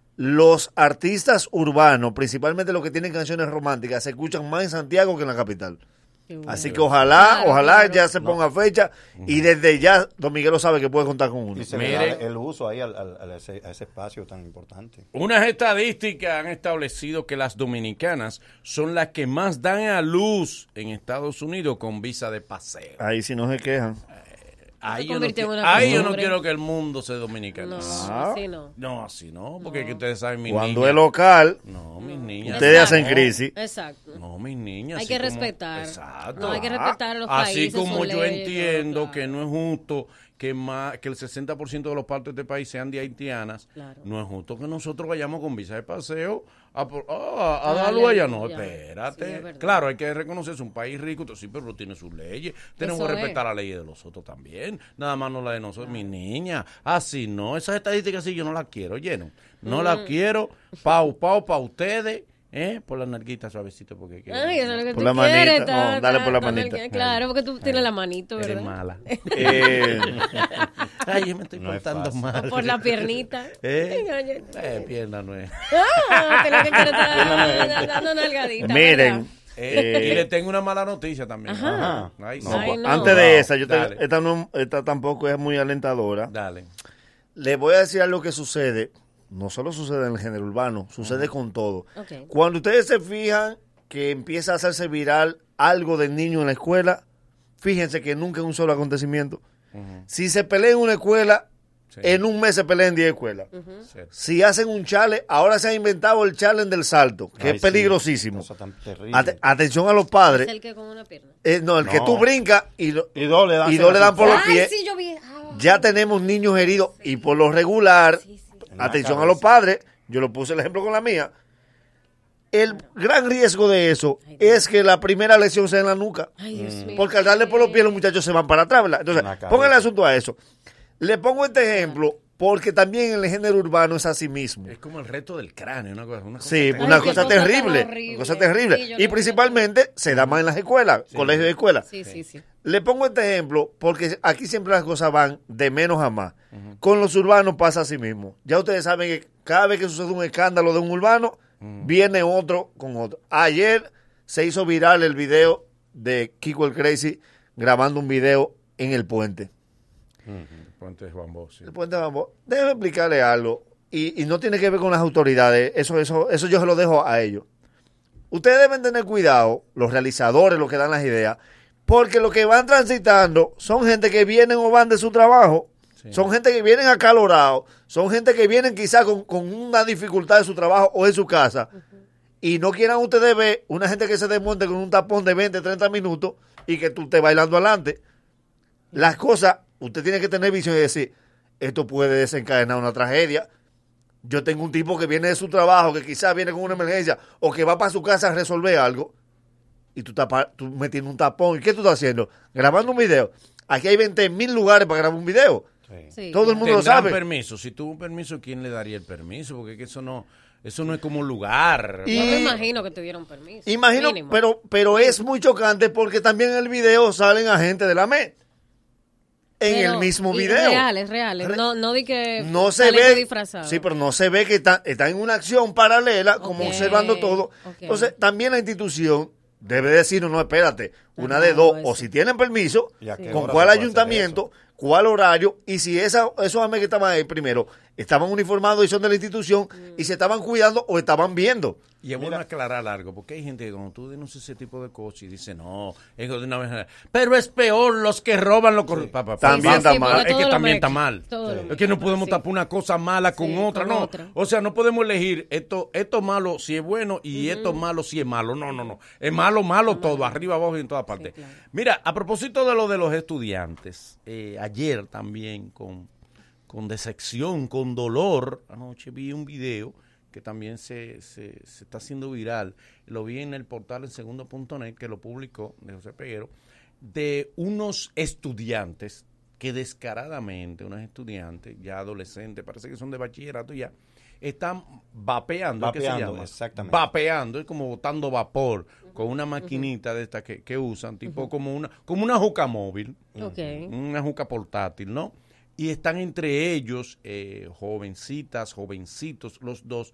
Los artistas urbanos, principalmente los que tienen canciones románticas, se escuchan más en Santiago que en la capital. Así que ojalá, Claro, ojalá claro. ya se ponga fecha y desde ya Don Miguelo sabe que puede contar con uno. Y se le Mire. da el uso ahí al, al- al- a, ese, a ese espacio tan importante. Unas estadísticas han establecido que las dominicanas son las que más dan a luz en Estados Unidos con visa de paseo. Ahí sí no se quejan. Ahí, Se yo no, convirtió en qui- una ahí yo no costumbre. quiero que el mundo se dominicanice. No, así no. No, así no, porque es que ustedes saben, mis Cuando niñas- es local, No, mis niñas. ustedes Exacto. hacen crisis. Exacto. No, mis niñas. Hay que como, respetar. Exacto. No, hay que respetar a los así países. Así como yo leyes, entiendo claro. que no es justo que más que el sesenta por ciento de los partos de este país sean de haitianas, claro. no es justo que nosotros vayamos con visa de paseo a, a, a darlo allá. No, ya. espérate. Sí, claro, hay que reconocer, es un país rico, sí, pero tiene sus leyes. Tenemos Eso que respetar es. la ley de los otros también. Nada más no la de nosotros, ah. mi niña. Así no, esas estadísticas sí yo no las quiero, lleno. No mm. las quiero. Pau, pau, pa' ustedes. ¿Eh? Por la narguita suavecito porque Ay, eso es lo que por tú la quieres, manita, ta, no, dale ta, por la ta, manita. Ta, claro, porque tú tienes la manito, ¿verdad? Eres mala. eh, Ay, yo me estoy no portando mal. O por la piernita. ¿Eh? eh, pierna no es. Ah, que lo que quieres estar dando nalgadita. Miren. Eh, y le tengo una mala noticia también. Ajá. Ajá. Ay, no, no. Ay, no. Antes de esa, yo te, esta, no, esta tampoco es muy alentadora. Dale. Le voy a decir algo que sucede. No solo sucede en el género urbano, sucede uh-huh. con todo. Okay. Cuando ustedes se fijan que empieza a hacerse viral algo del niño en la escuela, fíjense que nunca es un solo acontecimiento. Uh-huh. Si se pelea en una escuela, sí. en un mes se pelea en diez escuelas. Uh-huh. Sí. Si hacen un challenge, ahora se ha inventado el challenge del salto, que Ay, es peligrosísimo. Sí. Tan At- atención a los padres. ¿Es el que con una pierna? Eh, no, el no. que tú brincas y, lo, y dos le dan, y dos le dan por los Ay, pies. Sí, yo vi. Ah, ya tenemos niños heridos sí. y por lo regular, sí, sí. atención a los padres, yo lo puse el ejemplo con la mía. El gran riesgo de eso Ay, es que la primera lesión sea en la nuca. Ay, Dios mío. Porque al darle por los pies los muchachos se van para atrás, ¿verdad? Entonces, pongan el asunto a eso. Le pongo este ejemplo porque también en el género urbano es así mismo. Es como el reto del cráneo, una cosa, una cosa Sí, terrible. una Ay, cosa cosa terrible, horrible. cosa terrible. Sí, y principalmente se da más en las escuelas, sí. colegios de escuelas. Sí, sí, sí. Le pongo este ejemplo porque aquí siempre las cosas van de menos a más. Uh-huh. Con los urbanos pasa así mismo. Ya ustedes saben que cada vez que sucede un escándalo de un urbano, uh-huh. viene otro con otro. Ayer se hizo viral el video de Kiko el Crazy grabando un video en el puente. Uh-huh. El puente de Bambó, sí. El puente de Bambó. Déjeme explicarle algo. Y, y no tiene que ver con las autoridades. Eso, eso, eso yo se lo dejo a ellos. Ustedes deben tener cuidado, los realizadores, los que dan las ideas, porque los que van transitando son gente que vienen o van de su trabajo, sí. son gente que vienen acalorados, son gente que vienen quizás con, con una dificultad de su trabajo o en su casa, uh-huh. y no quieran ustedes ver una gente que se desmonte con un tapón de veinte, treinta minutos y que tú estés bailando adelante. Las cosas, usted tiene que tener visión y decir, esto puede desencadenar una tragedia. Yo tengo un tipo que viene de su trabajo, que quizás viene con una emergencia, o que va para su casa a resolver algo, y tú, tapa, tú metiendo un tapón. ¿Y qué tú estás haciendo? Grabando un video. Aquí hay veinte mil lugares para grabar un video. Sí. Sí, Todo claro. el mundo lo sabe. permiso. Si tuvo un permiso, ¿quién le daría el permiso? Porque que eso no eso no es como un lugar. Y, Yo me imagino que te dieron permiso. Imagino, mínimo. pero pero es muy chocante porque también en el video salen agentes de la M E D. En pero, el mismo video. Reales, reales. Re no, no di que no se ve disfrazado. Sí, pero no se ve que están está en una acción paralela, okay. como observando todo. Okay. Entonces, también la institución debe decir, no, no, espérate, una no, de dos, eso. o si tienen permiso, sí. con cuál ayuntamiento, cuál horario, y si esa, esos amigos que estaban ahí primero estaban uniformados y son de la institución, mm. y se estaban cuidando o estaban viendo. Y es bueno aclarar algo, porque hay gente que cuando tú denuncias ese tipo de cosas y dice, no, es de una vez, pero es peor los que roban los corruptos. Sí. Pa, pa, también sí, está sí, mal. Es que también está mal. Sí. Es que no podemos sí. tapar una cosa mala con sí, otra, con no. Otra. O sea, no podemos elegir esto, esto malo si es bueno y uh-huh. esto malo si es malo. No, no, no. Es malo, malo todo, malo. Arriba, abajo y en todas partes. Sí, claro. Mira, a propósito de lo de los estudiantes, eh, ayer también con, con decepción, con dolor, anoche vi un video que también se, se, se está haciendo viral, lo vi en el portal en segundo punto net, que lo publicó, de José Peguero, de unos estudiantes que descaradamente, unos estudiantes ya adolescentes, parece que son de bachillerato ya, están vapeando, vapeando ¿qué se llama? Exactamente. Vapeando, es como botando vapor, uh-huh. con una maquinita uh-huh. de estas que, que usan, tipo uh-huh. como una como una juca móvil, okay. una juca portátil, ¿no? Y están entre ellos eh, jovencitas, jovencitos, los dos,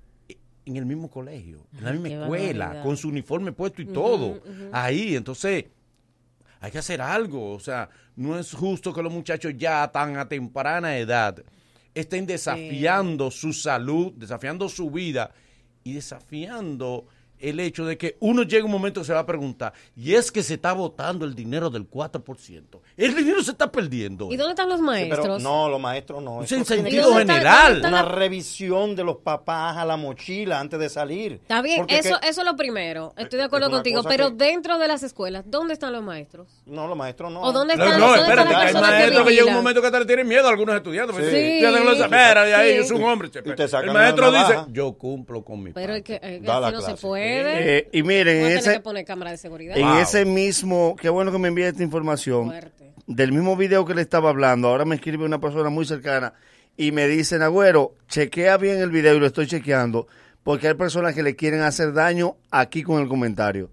en el mismo colegio, en la misma escuela, con su uniforme puesto y uh-huh, todo. Uh-huh. Ahí, entonces, hay que hacer algo. O sea, no es justo que los muchachos ya tan a temprana edad estén desafiando sí. su salud, desafiando su vida y desafiando el hecho de que uno llega un momento que se va a preguntar, y es que se está botando el dinero del cuatro por ciento. El dinero se está perdiendo. ¿Y dónde están los maestros? Sí, pero no, los maestros no. Es en Eso sentido tiene general. Una revisión de los papás a la mochila antes de salir. Está bien, Porque eso, que, eso es lo primero. Estoy de acuerdo es una contigo. cosa Pero que- dentro de las escuelas, ¿dónde están los maestros? No, los maestros no. ¿O dónde No, están, no, dónde espérate, están las hay personas que maestros que llega un vigilan? momento que hasta le tienen miedo a algunos estudiantes. Sí. Sí. Ya tengo esa mera de ahí, Sí. yo soy un hombre. che, Y te El sacan maestro una dice, navaja. yo cumplo con mi Pero es que, es que Da la así no se clase. puede. Eh, y miren, Vamos a en tener ese, que poner cámara de seguridad. en Wow. ese mismo, qué bueno que me envíe esta información, del mismo video que le estaba hablando, ahora me escribe una persona muy cercana y me dice, Agüero, chequea bien el video y lo estoy chequeando, porque hay personas que le quieren hacer daño aquí con el comentario.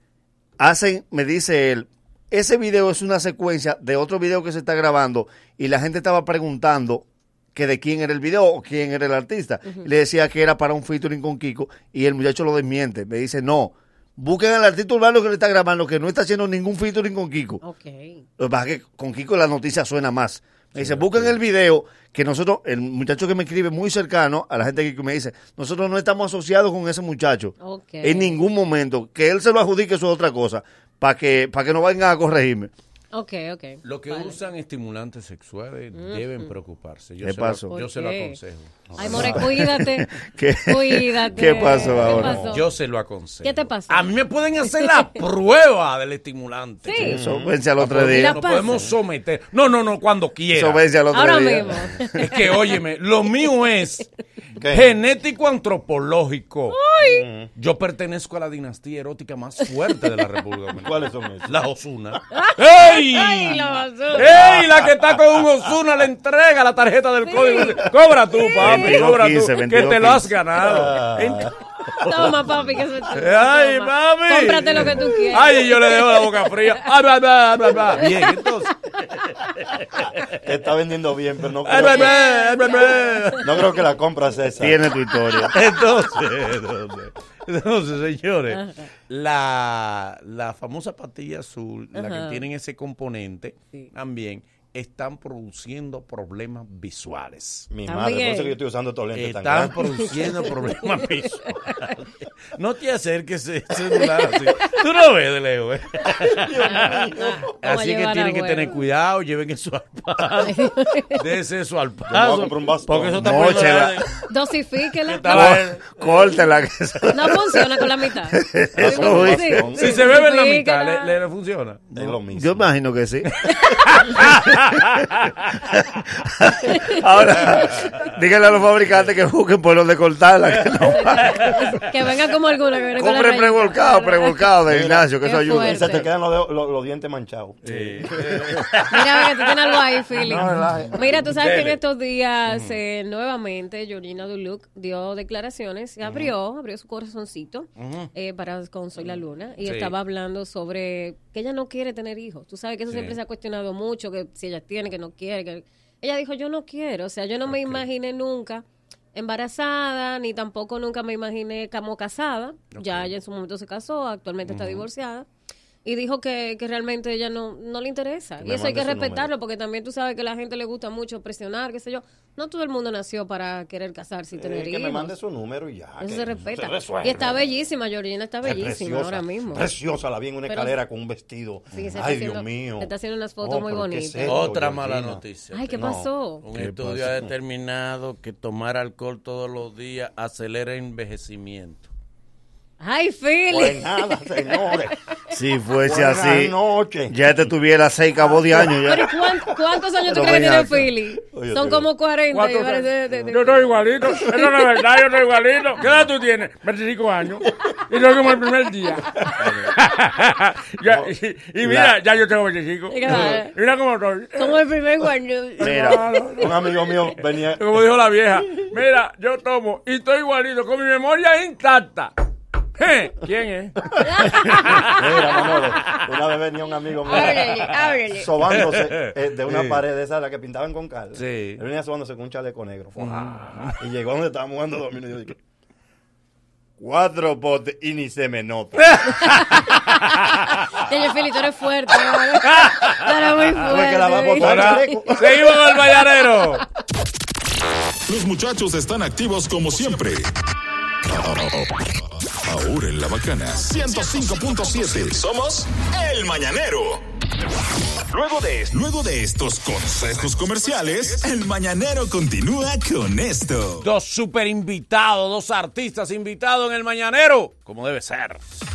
Hacen, me dice él, ese video es una secuencia de otro video que se está grabando y la gente estaba preguntando que de quién era el video o quién era el artista. Ujú. Le decía que era para un featuring con Kiko y el muchacho lo desmiente. Me dice, no, busquen al artista urbano que le está grabando, que no está haciendo ningún featuring con Kiko. Ok. Lo que pasa es que con Kiko la noticia suena más. Me dice, busquen el video, que nosotros, el muchacho que me escribe muy cercano a la gente que me dice, nosotros no estamos asociados con ese muchacho. Ok. En ningún momento. Que él se lo adjudique, eso es otra cosa. Para que, para que no vengan a corregirme. Ok, ok. Los que Vale. usan estimulantes sexuales Ujú. deben preocuparse. Yo ¿Qué se pasó? Lo, yo ¿Por se lo qué? aconsejo. Ay, more, cuídate. ¿Qué? Cuídate. ¿Qué pasó ahora? pasó? Yo se lo aconsejo. ¿Qué te pasó? A mí me pueden hacer la prueba del estimulante. Sí. Eso vence al otro No día. podemos- No podemos someter. No, no, no, cuando quiera. Eso vence al otro Ahora día. mismo. Es que, óyeme, lo mío es ¿Qué? genético antropológico. Ay. Yo pertenezco a la dinastía erótica más fuerte de la República Dominicana. ¿Cuáles son esos? La Osuna. ¡Ey! Ay, la Ozuna. ¡Ey! La que está con un Osuna le entrega la tarjeta del código. Cobra tú, papi, veintidós cobra tú, quince, que veintidós te lo has quince. ganado. Ah. Toma, papi, que eso es tuyo. ¡Ay, Toma. papi! Cómprate lo que tú quieras. ¡Ay, yo le dejo la boca fría! ¡Ay, bla, bla, bla, bla! Bien, entonces. Te está vendiendo bien, pero no Ay, creo, bla, que, bla, bla. no creo que la compra César. Tiene tu historia. Entonces, entonces, entonces, señores, la, la famosa pastilla azul, la Ajá. que tienen ese componente, también están produciendo problemas visuales. Mi Está madre, por bien. eso que yo estoy usando estos lentes tan Están grandes. produciendo problemas visuales. No te acerques ese celular así. Tú no ves de lejos. ¿eh? Así que llevar tienen que agüero. tener cuidado, lleven eso al paso. Dese eso al Yo me voy a paso. comprar un bastón. Porque eso está Móchela. poniendo- Dosifíquela. Está la- Córtela. que se- No funciona con la mitad. Eso es. Sí, Si sí, se bebe en la mitad, dosifíquela. le, le funciona. Es lo mismo. Yo imagino que sí. Ahora, díganle a los fabricantes que busquen por donde cortarla. Que no Que venga como alguna que viene con la compren rayita. prevolcado, prevolcado de Ignacio, que Qué eso ayuda. fuerte. Y se te quedan los, dedos- los, los dientes manchados. Mira, que tú tienes algo ahí, Philly. No, relaje. Mira, tú sabes que en Dele. estos días eh, nuevamente Georgina Duluc dio declaraciones y abrió, abrió su corazoncito eh, para con Soy la Luna y Sí. estaba hablando sobre que ella no quiere tener hijos. Tú sabes que eso Sí. siempre se ha cuestionado mucho, que si ella tiene, que no quiere. Que... Ella dijo, yo no quiero. O sea, yo no me imaginé nunca embarazada, ni tampoco nunca me imaginé como casada. Ya ella en su momento se casó, actualmente está divorciada. Y dijo que, que realmente ella no, no le interesa. Que Y me eso hay que mande su respetarlo, número. porque también tú sabes que a la gente le gusta mucho presionar, qué sé yo. No todo el mundo nació para querer casarse y Eh, tener que hijos. me mande su número y ya. Eso que se respeta. resuelve. Y está bellísima, Georgina está Es bellísima preciosa, ahora mismo. Preciosa, la vi en una Pero- escalera con un vestido. Sí, se está Ay, haciendo- Dios mío. se está haciendo unas fotos Oh, muy pero ¿qué es bonitas. esto, Otra Georgina? mala noticia. Ay, ¿qué No. pasó? Un ¿Qué estudio pasó? ha determinado que tomar alcohol todos los días acelera el envejecimiento. Ay, Philly. Pues nada, señores. Si fuese Buenas así, noches. ya te tuviera seis cabos de años. Pero Ya. ¿cuán- ¿cuántos años tú Pero crees que ven tiene acá. Philly? Oye, Son pero- como cuarenta. y ¿Cuántos parece años? de- de- Yo estoy igualito. Eso no es verdad, yo estoy igualito. ¿Qué edad tú tienes? veinticinco años. Y soy como el primer día. Ya, y, y mira, ya yo tengo veinticinco. Claro. Mira cómo estoy. Como el primer guaño. Mira, Un amigo mío venía. Como dijo la vieja, mira, yo tomo y estoy igualito, con mi memoria intacta. Je, ¿quién es? Mira, Manolo, una vez venía un amigo mío Ábrele, ábrele. sobándose eh, de una Sí. pared de esa la que pintaban con cal. Sí. Él venía sobándose con un chaleco negro. Fue, ah, y llegó donde estábamos jugando dominó y yo dije, cuatro potes y ni se me nota. Oye, Philly, tú eres fuerte. ¿verdad? Tú eres muy Tuve que lavar por fuerte. todo el Ahora, chaleco. seguimos con el vallarero. Los muchachos están activos como siempre. Ahora en La Bacana ciento cinco punto siete somos El Mañanero. Luego de, luego de estos consejos comerciales, El Mañanero continúa con esto. Dos super invitados, dos artistas invitados en El Mañanero, como debe ser.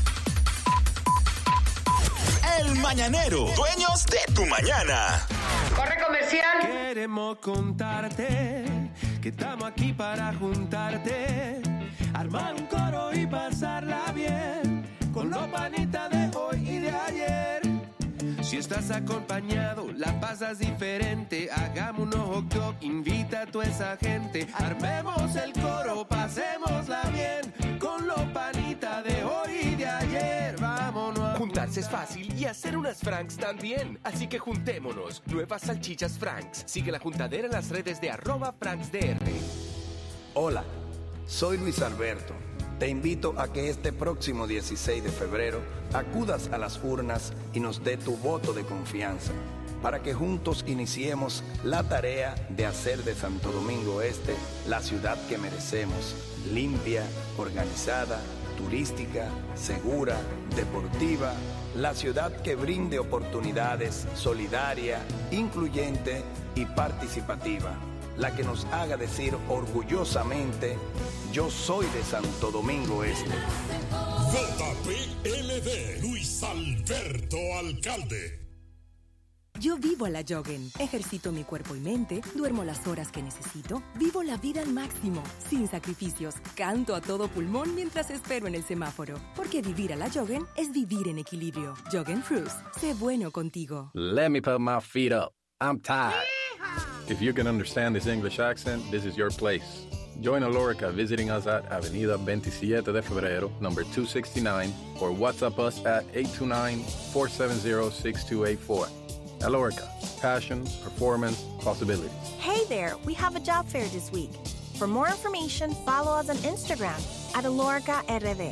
El Mañanero, dueños de tu mañana. Corre comercial. Queremos contarte que estamos aquí para juntarte, armar un coro y pasarla bien con los panitas de hoy y de ayer. Si estás acompañado, la pasas diferente. Hagamos unos hot dog, invita a toda esa gente. Armemos el coro, pasémosla bien con los panitas de hoy y de ayer. Vámonos a juntarse es fácil y hacer unas Franks también. Así que juntémonos. Nuevas salchichas Franks. Sigue la juntadera en las redes de arroba FranksDR. Hola, soy Luis Alberto. Te invito a que este próximo dieciséis de febrero acudas a las urnas y nos dé tu voto de confianza para que juntos iniciemos la tarea de hacer de Santo Domingo Este la ciudad que merecemos, limpia, organizada, turística, segura, deportiva, la ciudad que brinde oportunidades, solidaria, incluyente y participativa. La que nos haga decir orgullosamente, yo soy de Santo Domingo Este. J P L D, Luis Alberto Alcalde. Yo vivo a la Joggen, ejercito mi cuerpo y mente, duermo las horas que necesito, vivo la vida al máximo, sin sacrificios, canto a todo pulmón mientras espero en el semáforo, porque vivir a la Joggen es vivir en equilibrio. Joggen Cruise, sé bueno contigo. Let me put my feet up. I'm tired. If you can understand this English accent, this is your place. Join Alorica visiting us at Avenida veintisiete de Febrero, number two sixty-nine, or WhatsApp us at eight two nine, four seven zero, six two eight four. Alorica, passion, performance, possibilities. Hey there, we have a job fair this week. For more information, follow us on Instagram at Alorica R D.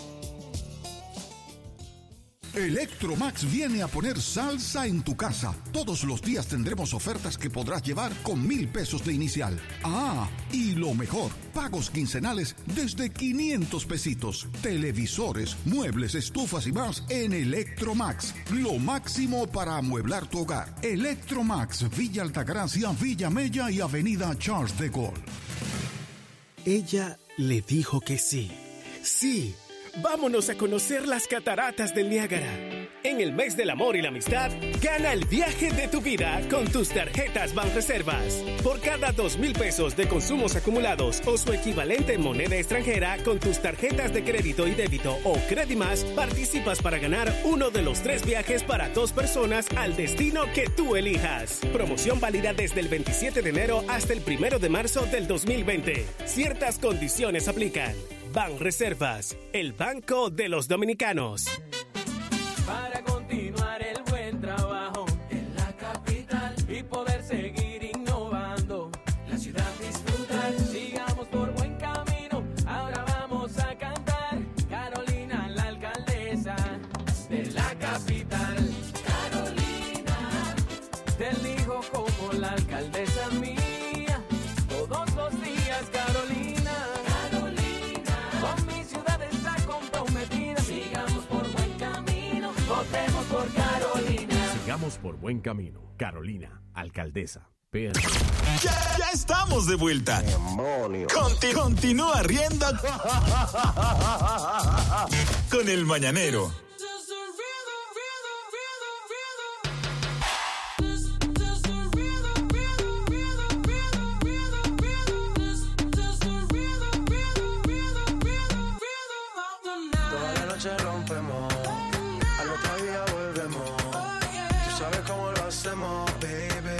Electromax viene a poner salsa en tu casa. Todos los días tendremos ofertas que podrás llevar con mil pesos de inicial. Ah, y lo mejor, pagos quincenales desde quinientos pesitos. Televisores, muebles, estufas y más en Electromax. Lo máximo para amueblar tu hogar. Electromax, Villa Altagracia, Villa Mella y Avenida Charles de Gaulle. Ella le dijo que sí. Sí. Vámonos a conocer las cataratas del Niágara. En el mes del amor y la amistad, gana el viaje de tu vida con tus tarjetas Banreservas. Por cada dos mil pesos de consumos acumulados o su equivalente en moneda extranjera con tus tarjetas de crédito y débito o Credimas, participas para ganar uno de los tres viajes para dos personas al destino que tú elijas. Promoción válida desde el veintisiete de enero hasta el primero de marzo del dos mil veinte. Ciertas condiciones aplican. Banreservas, el banco de los dominicanos. para continuar el buen trabajo en la capital y poder seguir innovando, la ciudad disfrutar. Sigamos por buen camino, ahora vamos a cantar. Carolina, la alcaldesa de la capital. Carolina, te elijo como la alcaldesa mía, todos los días, Carolina. Votemos por Carolina. Sigamos por buen camino. Carolina, alcaldesa. P R. Ya, ya estamos de vuelta. Conti- continúa riendo con el Mañanero. Toda la noche rompemos, al otro día volvemos. Tú sabes cómo lo hacemos, baby.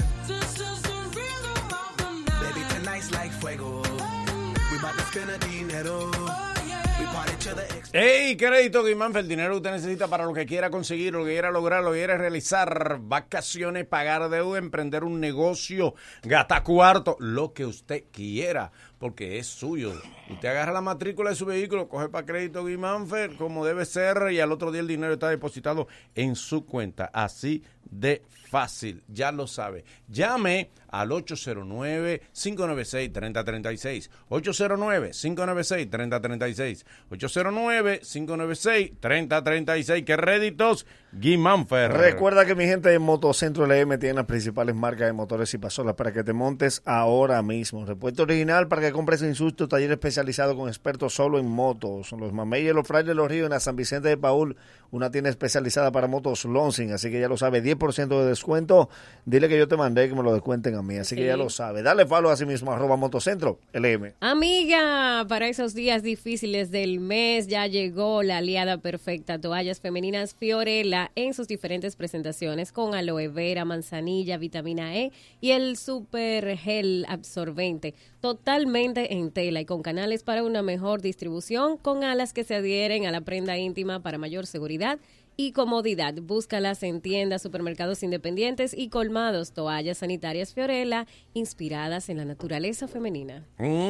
Baby, tonight's like fuego. We bout to spend a dinero. We party to the ex- ¡Hey! Crédito Guimánfer, el dinero que usted necesita para lo que quiera conseguir, lo que quiera lograr, lo que quiera realizar, vacaciones, pagar deuda, emprender un negocio, gastar cuarto, lo que usted quiera, porque es suyo. Usted agarra la matrícula de su vehículo, coge para Crédito Guimánfer como debe ser y al otro día el dinero está depositado en su cuenta. Así de fácil, ya lo sabe. Llame al ocho cero nueve, cinco nueve seis, tres cero tres seis, ocho cero nueve, cinco nueve seis, tres cero tres seis, ocho cero nueve, cinco nueve seis, tres cero tres seis. ¿Qué réditos? Guimánfer. Recuerda que mi gente de Motocentro L M tiene las principales marcas de motores y pasolas para que te montes ahora mismo. Repuesto original para que compres sin susto, taller especializado con expertos solo en motos. Los Mameyes, los Frailes de los Ríos, en la San Vicente de Paúl, una tienda especializada para motos Lonsing, así que ya lo sabe, diez por ciento de descuento. Dile que yo te mandé que me lo descuenten a mí, así que sí. Ya lo sabe. Dale follow a sí mismo, arroba Motocentro L M. Amiga, para esos días difíciles del mes ya llegó la aliada perfecta, toallas femeninas Fiorella en sus diferentes presentaciones con aloe vera, manzanilla, vitamina E y el super gel absorbente, totalmente en tela y con canales para una mejor distribución, con alas que se adhieren a la prenda íntima para mayor seguridad y comodidad. Búscalas en tiendas, supermercados independientes y colmados. Toallas sanitarias Fiorella, inspiradas en la naturaleza femenina.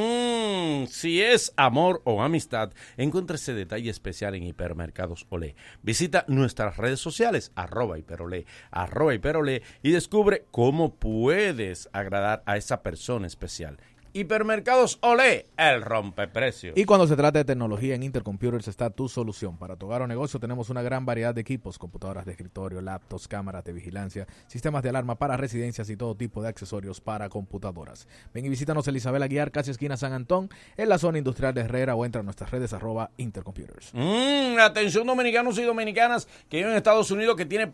Mm, si es amor o amistad, encuéntrese detalle especial en Hipermercados Olé. Visita nuestras redes sociales, arroba hiperolé, arroba hiperolé, y descubre cómo puedes agradar a esa persona especial. Hipermercados Olé, el rompeprecios. Y cuando se trata de tecnología, en Intercomputers está tu solución. Para tu hogar o negocio tenemos una gran variedad de equipos, computadoras de escritorio, laptops, cámaras de vigilancia, sistemas de alarma para residencias y todo tipo de accesorios para computadoras. Ven y visítanos en Isabel Aguiar, casi esquina San Antón, en la zona industrial de Herrera, o entra a nuestras redes arroba Intercomputers. Mm, atención dominicanos y dominicanas que viven en Estados Unidos, que tienen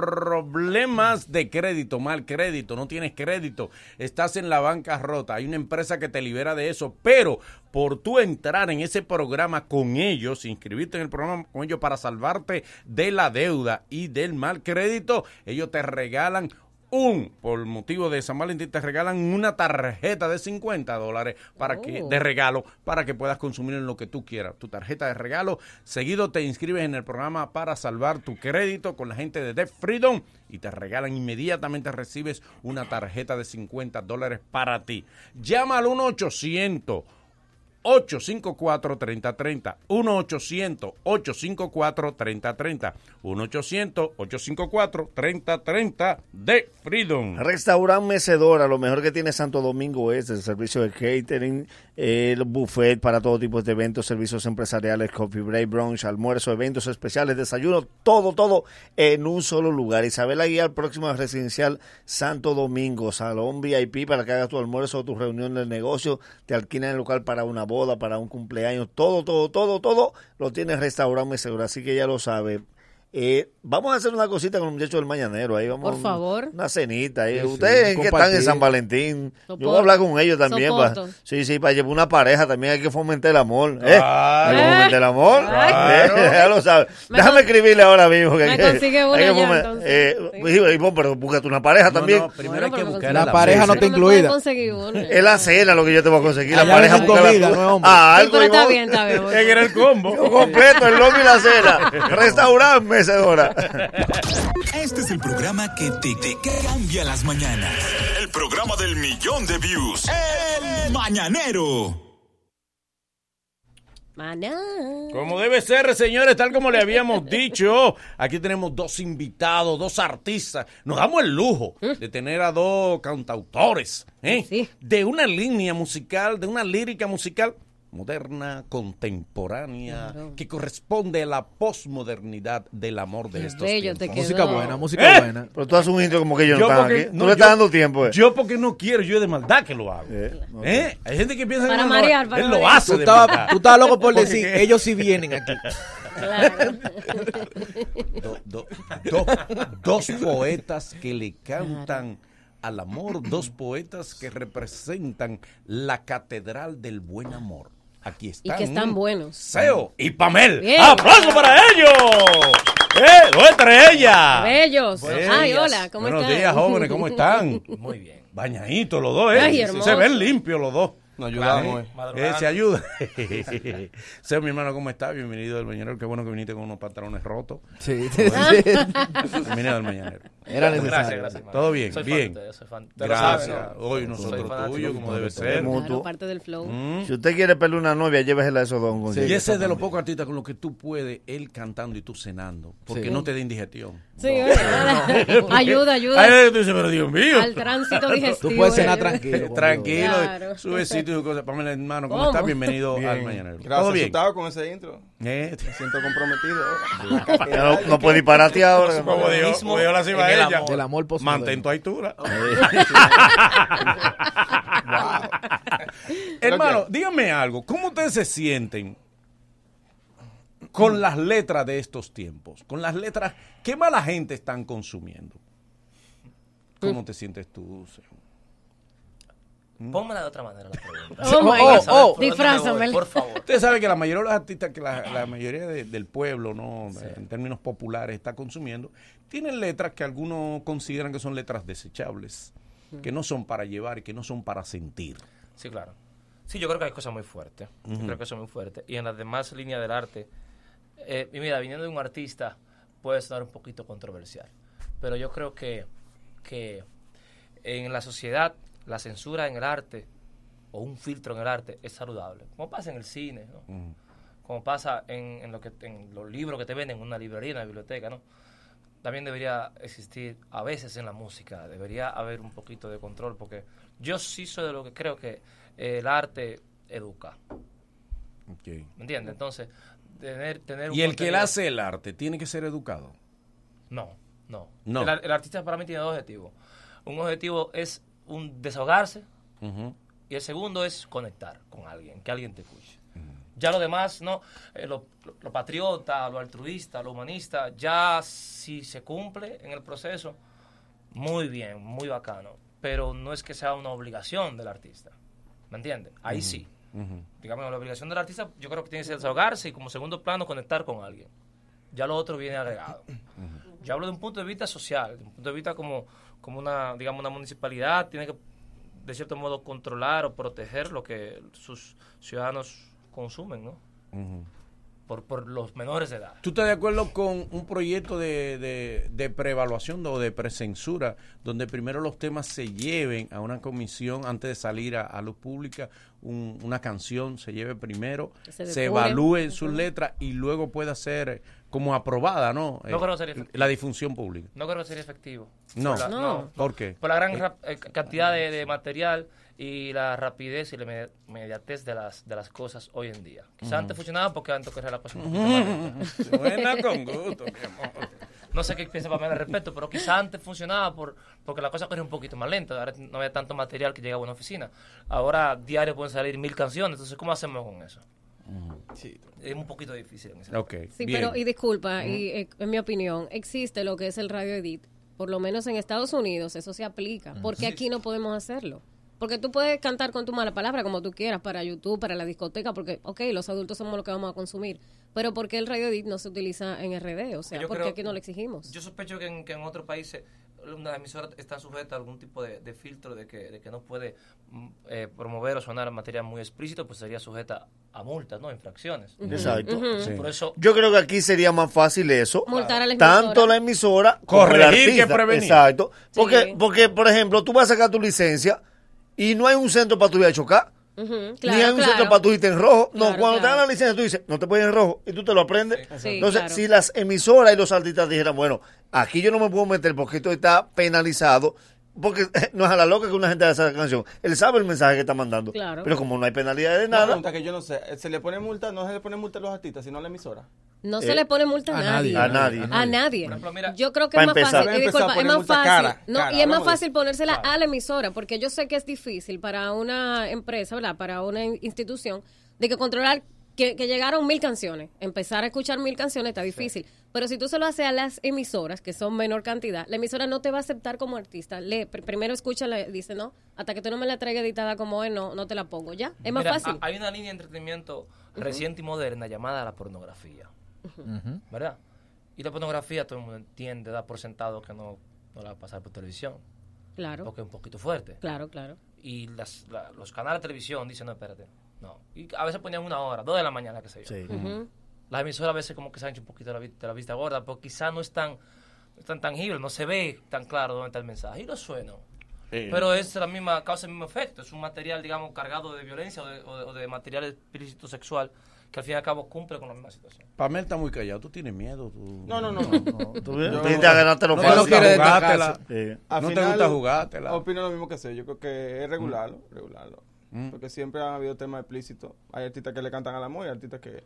problemas de crédito, mal crédito, no tienes crédito, estás en la bancarrota, hay una empresa que te libera de eso, pero por tú entrar en ese programa con ellos, inscribirte en el programa con ellos para salvarte de la deuda y del mal crédito, ellos te regalan un, por motivo de San Valentín, te regalan una tarjeta de cincuenta dólares para que, Oh. de regalo, para que puedas consumir en lo que tú quieras. Tu tarjeta de regalo, seguido te inscribes en el programa para salvar tu crédito con la gente de Debt Freedom y te regalan, inmediatamente recibes una tarjeta de cincuenta dólares para ti. Llama al uno ochocientos, ocho cinco cuatro, tres cero tres cero, uno ochocientos, ocho cinco cuatro, tres cero tres cero, uno ochocientos, ocho cinco cuatro, tres cero tres cero de Freedom. Restaurant Mecedora, lo mejor que tiene Santo Domingo es el servicio de catering, el buffet para todo tipo de eventos, servicios empresariales, coffee break, brunch, almuerzo, eventos especiales, desayuno, todo, todo en un solo lugar. Isabel Aguiar, próxima residencial Santo Domingo, salón V I P para que hagas tu almuerzo o tu reunión del negocio, te alquilan el local para una boda, para un cumpleaños, todo, todo, todo, todo lo tiene Restaurant Mecedora, así que ya lo sabe. Eh, vamos a hacer una cosita con los muchachos del Mañanero ahí, vamos. Por favor. Una cenita ahí. Sí, Ustedes sí, que están en San Valentín, Soporto. yo voy a hablar con ellos también. Pa, sí, sí, para llevar una pareja también hay que fomentar el amor. ¿eh? Hay que fomentar el amor. Claro. ¿eh? Ya lo sabes. Me Déjame con... escribirle ahora mismo. Que me hay que, consigue una hay que ya, fomentar, entonces. eh, Sí. sí. Pero búscate una pareja No, también. no, primero Bueno, hay que pero buscar la la pareja no Pero está me pueden incluida. conseguir una. Es la cena lo que yo te voy a conseguir. La Allá pareja ven busca comida, la- no es hombre. Ah, Sí, algo pero está igual. bien, está bien. En el combo. Yo completo, el lobby y la cena. Restaurant Mecedora. Este es el programa que te, te cambia las mañanas. El programa del millón de views. El Mañanero. Maná. Como debe ser, señores, tal como le habíamos dicho, aquí tenemos dos invitados, dos artistas. Nos damos el lujo de tener a dos cantautores, ¿eh? Sí. De una línea musical, de una lírica musical moderna, contemporánea, Claro. que corresponde a la posmodernidad del amor de Qué estos bello te tiempos. quedó. Música buena, música ¿Eh? buena. Pero tú haces un intro como que ellos no Yo están porque- aquí. no, Tú le yo- estás dando tiempo. Eh. Yo porque no quiero, yo de maldad que lo hago. Eh, ok. ¿Eh? Hay gente que piensa Para que no, marear, para él lo marear. hace Tú de estabas maldad. tú estabas loco por Porque decir, que- ellos sí vienen aquí. Claro. Do- do- do- dos poetas que le cantan al amor, dos poetas que representan la catedral del buen amor. Aquí Y están. que están buenos. Seo y Pamel. Bien. ¡Aplauso para ellos! ¡Eh! ¿Dónde está ella? Bellos. Buenos Ay, días. hola, ¿cómo Buenos están? días, jóvenes, ¿cómo están? Muy bien. Bañaditos los dos, ¿eh? Ay, Se- hermoso. Se ven limpios los dos. Nos ayudamos, ¿Eh? eh. Eh, se ayuda. Seo, mi hermano, ¿cómo está? Bienvenido del Mañanero. Qué bueno que viniste con unos pantalones rotos. Sí. Bienvenido del Mañanero. Era necesario. Gracias, gracias, hermano. Todo bien, soy bien. Fan de ustedes, soy fan. Gracias. Sabes, ¿no? Hoy nosotros Soy tuyo, como debe ser. Es mutuo. Claro, parte del flow. Mm. Si usted quiere pelar una novia, llévesela a esos dos. Sí, y ese es de los pocos artistas con los que tú puedes, él cantando y tú cenando, porque Sí. no te da indigestión. Sí, no. ayuda, ayuda. Ay, tú dices, pero Dios mío. Al tránsito digestivo. Tú puedes cenar tranquilo. Tranquilo, Claro. su besito y su cosa. Pamela, hermano, ¿cómo, ¿Cómo? estás? Bienvenido Bien. al Mañanero. Gracias, ¿Todo bien? asustado con ese intro. Eh. Me siento comprometido. Ya no, no puede dispararte ahora. Como dijo, como dijo la cima en el ella. amor. Del amor postmoderno. Mantén tu altura. Wow. Hermano, díganme algo. ¿Cómo ustedes se sienten con las letras de estos tiempos? Con las letras, ¿qué mala gente están consumiendo? ¿Cómo te sientes tú, Seo? Pónmela de otra manera la pregunta. Oh, my oh, God. oh, oh. Disfrázame. Por favor. Usted sabe que la mayoría de los artistas, que la, la mayoría de- del pueblo, no, sí. en términos populares, está consumiendo, tienen letras que algunos consideran que son letras desechables, mm. que no son para llevar y que no son para sentir. Sí, claro. Sí, yo creo que hay cosas muy fuertes. Uh-huh. Yo creo que son muy fuertes. Y en las demás líneas del arte, eh, y mira, viniendo de un artista, puede sonar un poquito controversial. Pero yo creo que, que en la sociedad, la censura en el arte, o un filtro en el arte, es saludable. Como pasa en el cine, ¿no? Uh-huh. Como pasa en, en, lo que, en los libros que te venden en una librería, en una biblioteca, ¿no? También debería existir a veces en la música, debería haber un poquito de control, porque yo sí soy de lo que creo que eh, el arte educa. Okay. ¿Me entiendes? Entonces, tener, tener un ¿Y el que contenido... le hace el arte tiene que ser educado? No, no. no. El, el artista para mí tiene dos objetivos. Un objetivo es un desahogarse, uh-huh. y el segundo es conectar con alguien, que alguien te escuche. Ya lo demás, ¿no? Eh, lo, lo, lo patriota, lo altruista, lo humanista, ya si se cumple en el proceso, muy bien, muy bacano. Pero no es que sea una obligación del artista. ¿Me entiendes? Ahí uh-huh. sí. Uh-huh. Digamos, la obligación del artista, yo creo que tiene que ser desahogarse y como segundo plano conectar con alguien. Ya lo otro viene agregado. Uh-huh. Yo hablo de un punto de vista social, de un punto de vista como, como una, digamos, una municipalidad tiene que, de cierto modo, controlar o proteger lo que sus ciudadanos consumen, ¿no? Uh-huh. Por, por los menores de edad. ¿Tú estás de acuerdo con un proyecto de, de, de preevaluación o de precensura, donde primero los temas se lleven a una comisión antes de salir a, a luz pública, un, una canción se lleve primero, se, se evalúen sus uh-huh. letras y luego pueda ser como aprobada, ¿no? No eh, creo que sería efectivo. La difunción pública. No creo que sería efectivo. No. Por la, no. no. ¿Por qué? Por la gran rap, eh, cantidad de, de material y la rapidez y la inmediatez de las de las cosas hoy en día. Quizás uh-huh. antes funcionaba porque antes corría la cosa un poquito más lenta. Buena con gusto, mi amor. No sé qué piensa Pamela al respecto, pero quizás antes funcionaba por porque la cosa corría un poquito más lenta. Ahora no había tanto material que llegaba a una oficina. Ahora diario pueden salir mil canciones. Entonces, ¿cómo hacemos con eso? Uh-huh. Sí. Es un poquito difícil en ese okay. Sí, bien. pero, y disculpa, uh-huh. y eh, en mi opinión, existe lo que es el radio edit. Por lo menos en Estados Unidos eso se aplica. ¿Por qué sí. aquí no podemos hacerlo? Porque tú puedes cantar con tu mala palabra como tú quieras para YouTube, para la discoteca, porque, ok, los adultos somos los que vamos a consumir. Pero ¿por qué el radio edit no se utiliza en R D? O sea, ¿por qué aquí no lo exigimos? Yo sospecho que en, que en otros países una emisora está sujeta a algún tipo de, de filtro de que, de que no puede eh, promover o sonar material muy explícito, pues sería sujeta a multas, ¿no? Infracciones. Uh-huh. Exacto. Uh-huh. Sí. Por eso, yo creo que aquí sería más fácil eso. Multar a la emisora. Tanto la emisora como el artista. Que prevenir. Exacto. Porque, sí. porque, por ejemplo, tú vas a sacar tu licencia y no hay un centro para tu ir a chocar. Uh-huh, claro, ni hay un claro. centro para tu irte en rojo. No, claro, cuando claro. te dan la licencia tú dices, no te puedes ir en rojo y tú te lo aprendes. Sí, Entonces, claro. si las emisoras y los artistas dijeran, bueno, aquí yo no me puedo meter porque esto está penalizado, porque no es a la loca que una gente hace esa canción. Él sabe el mensaje que está mandando. Claro. Pero como no hay penalidad de Una nada. pregunta que yo no sé, ¿se le pone multa? No se le pone multa a los artistas, sino a la emisora. No Eh, se le pone multa a, a nadie. nadie. A nadie. A nadie. ejemplo, mira, yo creo que pa es más empezar. fácil. Y disculpa, es más fácil. Cara, no, cara, y es más vamos. fácil ponérsela a la emisora, porque yo sé que es difícil para una empresa, ¿verdad? Para una institución, de que controlar que, que llegaron mil canciones. Empezar a escuchar mil canciones está difícil. Sí. Pero si tú se lo haces a las emisoras, que son menor cantidad, la emisora no te va a aceptar como artista. Le, pr- primero escúchala, dice, no, hasta que tú no me la traigas editada como es, no, no te la pongo. Ya, es más mira, fácil. Hay una línea de entretenimiento uh-huh. reciente y moderna llamada la pornografía. Uh-huh. ¿Verdad? Y la pornografía todo el mundo entiende, da por sentado que no, no la va a pasar por televisión. Claro. Porque es un poquito fuerte. Claro, claro. Y las, la, los canales de televisión dicen, no, espérate, no. Y a veces ponían una hora, dos de la mañana, qué sé yo. Sí. Uh-huh. Las emisoras a veces como que se han hecho un poquito de la, de la vista gorda, porque quizás no están es tan tangible, no se ve tan claro dónde está el mensaje. Y lo suena. Eh. Pero es la misma, causa el mismo efecto. Es un material, digamos, cargado de violencia o de, o de, o de material explícito sexual que al fin y al cabo cumple con la misma situación. Pamel está muy callado. ¿Tú tienes miedo? ¿Tú... No, no, no. ¿Tú, Yo- tú no- te ganaste los no palos? te lo quieres jugártela. destacarse. No Al te final, gusta jugártela. Opino lo mismo que sé. Yo creo que es regularlo, regularlo. Mm. Porque siempre han habido temas explícitos. Hay artistas que le cantan al amor y artistas que,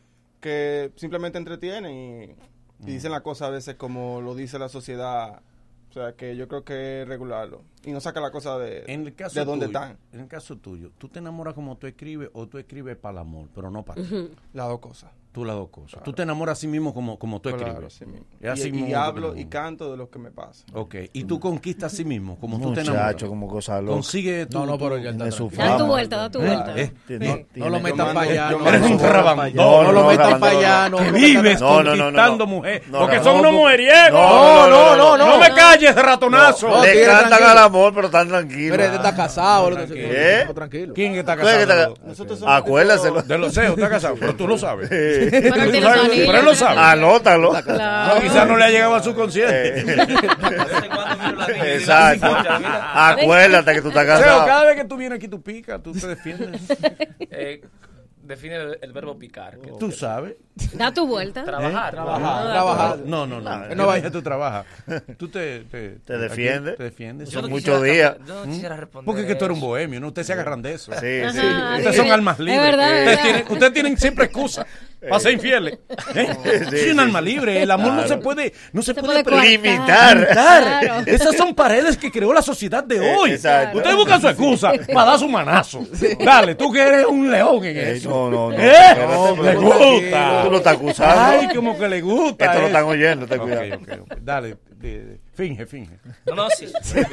que simplemente entretienen y, y dicen las cosas a veces como lo dice la sociedad. O sea, que yo creo que es regularlo. Y no saca la cosa de, En el caso de dónde tuyo, están. En el caso tuyo, ¿tú te enamoras como tú escribes o tú escribes para el amor, pero no para ti? Ujú. Las dos cosas. Tú las dos cosas. Tú te enamoras a sí mismo como, como tú Claro, escribes. así mismo. Es así Y- mismo y que te hablo y enamoras. canto de lo que me pasa. Ok. Y tú conquistas a sí mismo como tú te Muchacho, enamoras. como cosa loca. Consigue tu... No, no, pero tu- ya está de su tranquilo. Da tu fama. vuelta, da tu ¿Eh? vuelta. ¿Eh? Tiene- No, no lo tiene- metan yo para allá. mando- No, yo Eres un mando- rabandón. no, no lo no, metan rabandón, para allá. no. No, Que no, vives No, no, no, no, conquistando no. mujer. No, porque no, son no, unos no. mujeriegos. No, no, no, No no. me calles, ratonazo. No, Le tigre, cantan tranquilo. al amor, pero están tranquilos. Pero este está casado. lo- ¿Eh? Tranquilo. ¿Quién está ¿Quién es que casado? está- Nosotros somos Acuérdaselo. De los ceos, está casado, pero tú lo sabes. Eh, Pero él tiene su anillo. Pero él lo sabe. Anótalo. Claro. No, quizás no le ha llegado a su consciente. Eh, De vez en cuando miro la niña y digo, Exacto. "Ay, concha, mira". Acuérdate que tú estás Seo, casado. cada vez que tú vienes aquí tú picas, tú te defiendes. Eh, define el, el verbo picar. que- Tú sabes. Da tu vuelta. Trabajar. Trabajar. Trabajar. No, no, no. No, No vayas, tú trabajas. Tú te... Te, Te defiendes. aquí Te defiendes. Yo no Son quisiera muchos días. cambiar- Yo no quisiera responder. Porque es que tú eres un eso. bohemio, ¿no? Ustedes se agarran de eso. Sí, sí. Ajá, Ustedes dile. son almas Es libres. verdad, es ustedes, verdad. tienen, ustedes tienen siempre excusa para ser infieles. ¿Eh? Sí, Soy un sí. alma libre. El amor no Claro. se puede, no se, Se puede, puede coartar. Limitar. Claro. Esas son paredes que creó la sociedad de Eh, hoy. exacto. Ustedes buscan su excusa para dar su manazo. Dale, tú que eres un león en Eh, eso. No, no, no. ¿Eh? Espérate, Le tú- gusta. Tú lo estás acusando. Ay, como que le gusta. Esto lo eso. están oyendo, ten Ok, cuidado. ok, ok. Dale, de- de- finge, finge. No, no, sí.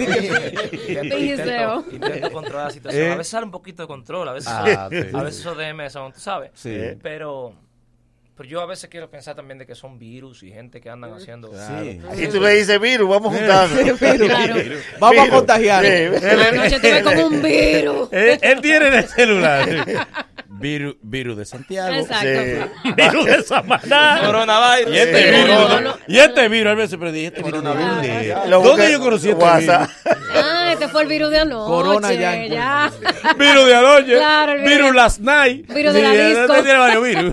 intento, Fingiseo. intento, intento controlar la situación. Eh. A veces sale un poquito de control, a veces, Ah, son- sí. a veces esos D M son, tú sabes. Sí. Pero, pero yo a veces quiero pensar también de que son virus y gente que andan haciendo... Sí. Y tú le dices virus, vamos juntando. Claro. Vamos a Virus. contagiar. Sí. Anoche tuve como un virus. Él, él tiene en el celular. Virus, virus de Santiago. Exacto. Sí. Virus de Samaná. Coronavirus. Y este Sí. virus. No, no. Y este virus, a veces, pero dije, este virus de dónde. Lo ¿Dónde busqué- yo conocí este WhatsApp. virus? Ah, este fue el virus de anoche. Corona ya en ya. Virus de anoche. Claro, el virus. Virus last night. Virus de la Sí, disco. este tiene varios virus.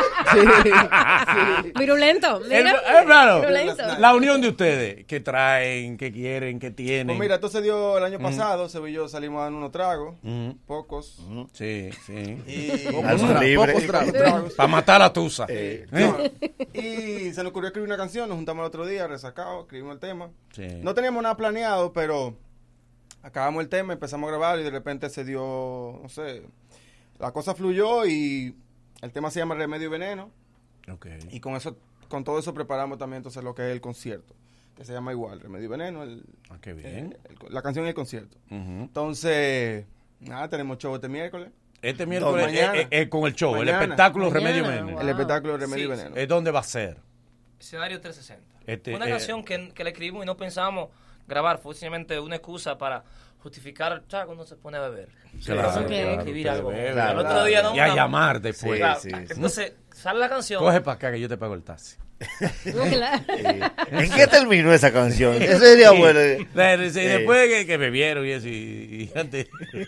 Virulento. El- Mira. eh, claro, Virulento. la unión de ustedes, que traen, que quieren, que tienen. Pues mira, esto se dio el año pasado. Sebo y yo salimos a dar unos tragos. Mm. Pocos. Sí, sí. Y, Alma libre. pocos tragos. tragos. Para matar a Tusa. Eh, ¿Eh? Y se nos ocurrió escribir una canción. Nos juntamos el otro día, resacados, escribimos el tema. Sí. No teníamos nada planeado, pero acabamos el tema, empezamos a grabar y de repente se dio, no sé, la cosa fluyó y el tema se llama Remedio y Veneno. Okay. Y con eso, con todo eso preparamos también entonces lo que es el concierto, que se llama igual, Remedio y Veneno, el, Ah, qué bien. el- el- la canción y el concierto. Ujú. Entonces, nada, tenemos show este miércoles. Este miércoles mañana. es, es- es con el show, el Mañana. espectáculo Mañana, Remedio Veneno. wow. El espectáculo Remedio Sí, y Veneno. ¿Es dónde va a ser? Escenario trescientos sesenta. Este, una eh, canción que, que le escribimos y no pensábamos grabar, fue simplemente una excusa para justificar, ¿sabes? Cuando se pone a beber. Claro, Entonces, claro, escribir ustedes algo. beben, Al otro claro. día no Y a una- llamar después. Claro, Sí, sí, sí. entonces sale la canción. Coge para acá que yo te pago el taxi. Claro. ¿En qué terminó esa canción? Ese sería bueno. Sí, sí, después que, que bebieron y eso, y, y antes.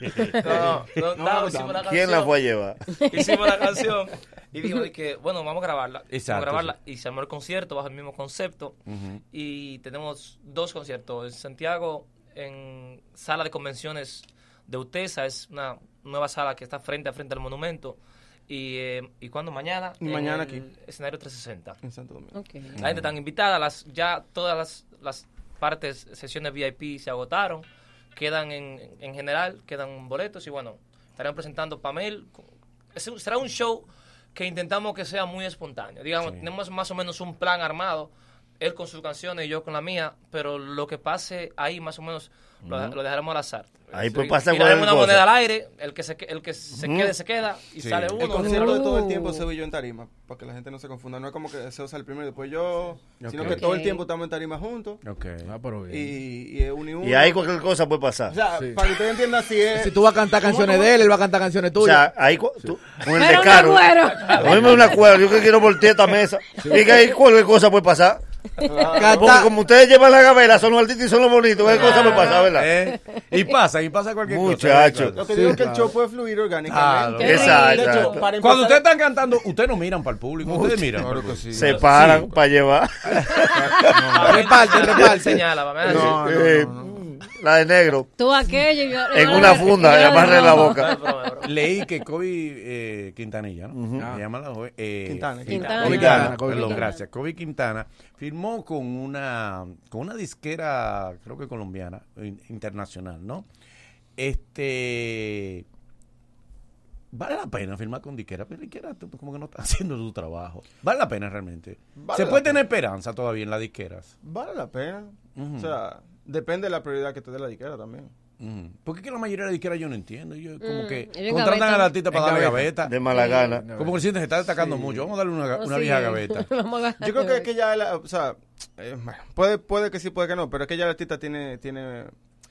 No, no, no, hicimos la ¿Quién la canción. fue a llevar? Hicimos la canción y dijimos de que, bueno, vamos a grabarla. Exacto, Vamos a grabarla y se armó el concierto bajo el mismo concepto. Ujú. Y tenemos dos conciertos. En Santiago, en Sala de Convenciones de UTESA, es una nueva sala que está frente a frente al monumento. Y, eh, y cuando mañana, Y mañana en el aquí. escenario trescientos sesenta. En Santo Domingo. Ok. La gente está invitada, las, ya todas las, las partes, sesiones V I P se agotaron, quedan en, en general, quedan boletos y bueno, estaremos presentando Pamel. Es un- será un show que intentamos que sea muy espontáneo. Digamos, Sí. tenemos más o menos un plan armado, él con sus canciones y yo con la mía, pero lo que pase ahí más o menos lo, Ujú. lo dejaremos al azar. Ahí Sí, puede pasar tiraremos cualquier una moneda cosa. al aire, el que se, que- el que se Ujú. quede, se queda y Sí. sale El uno. concierto de todo el Uh. tiempo Sebo y yo en tarima, para que la gente no se confunda. No es como que Sebo sale primero y después yo, sino Ok. que todo el Ok. tiempo estamos en tarima juntos. Ok. Ah, pero bien. Y, y es uno y uno. Y ahí cualquier cosa puede pasar. O sea, Sí. para que usted entienda si es... Si tú vas a cantar canciones de él, él va a cantar canciones O tuyas. sea, ahí cu- tú- con el Pero descaro. un agüero. Oíme una cuerda, yo que quiero voltear esta mesa. Y que ahí cualquier cosa puede pasar. Claro. Porque como ustedes llevan la gavela, son los artistas y son los bonitos, ¿qué cosa me pasa, verdad? ¿Eh? Y pasa, y pasa cualquier Muchacho. cosa. Lo que digo es que el show puede fluir orgánicamente. Claro. Exacto. De hecho, para Cuando empezar- ustedes están cantando, ustedes no miran para el público, ustedes miran. Claro que sí. Se paran Sí. para llevar. Reparte, reparte. Señala, va, No, no, Eh, no, no. La de negro. Tú aquello. y yo- En yo- una funda, yo- y amarre en la no. boca. Leí que Kobe eh, Quintanilla, ¿no? Ujú. Se llama la joven. Eh, Quintana, Quintana. Kobe Quintana, Quintana, Kobe perdón, Quintana. gracias. Kobe Quintana firmó con una, con una disquera, creo que colombiana, in- internacional, ¿no? Este. Vale la pena firmar con disquera, pero disquera como que no está haciendo su trabajo. Vale la pena realmente. Vale Se la puede pena. tener esperanza todavía en las disqueras. Vale la pena. Ujú. O sea, depende de la prioridad que te dé la disquera también. Ujú. Porque es que la mayoría de las disqueras yo no entiendo. Yo como Mm, que ellos contratan gavetan. al artista para En darle gaveta. gaveta. De mala gana. Como que el se está destacando Sí. mucho. Vamos a darle una, Oh, una sí. vieja gaveta. Vamos a- Yo creo que, que ya, la- o sea, eh, bueno, puede, puede que sí, puede que no, pero es que ya el artista tiene, tiene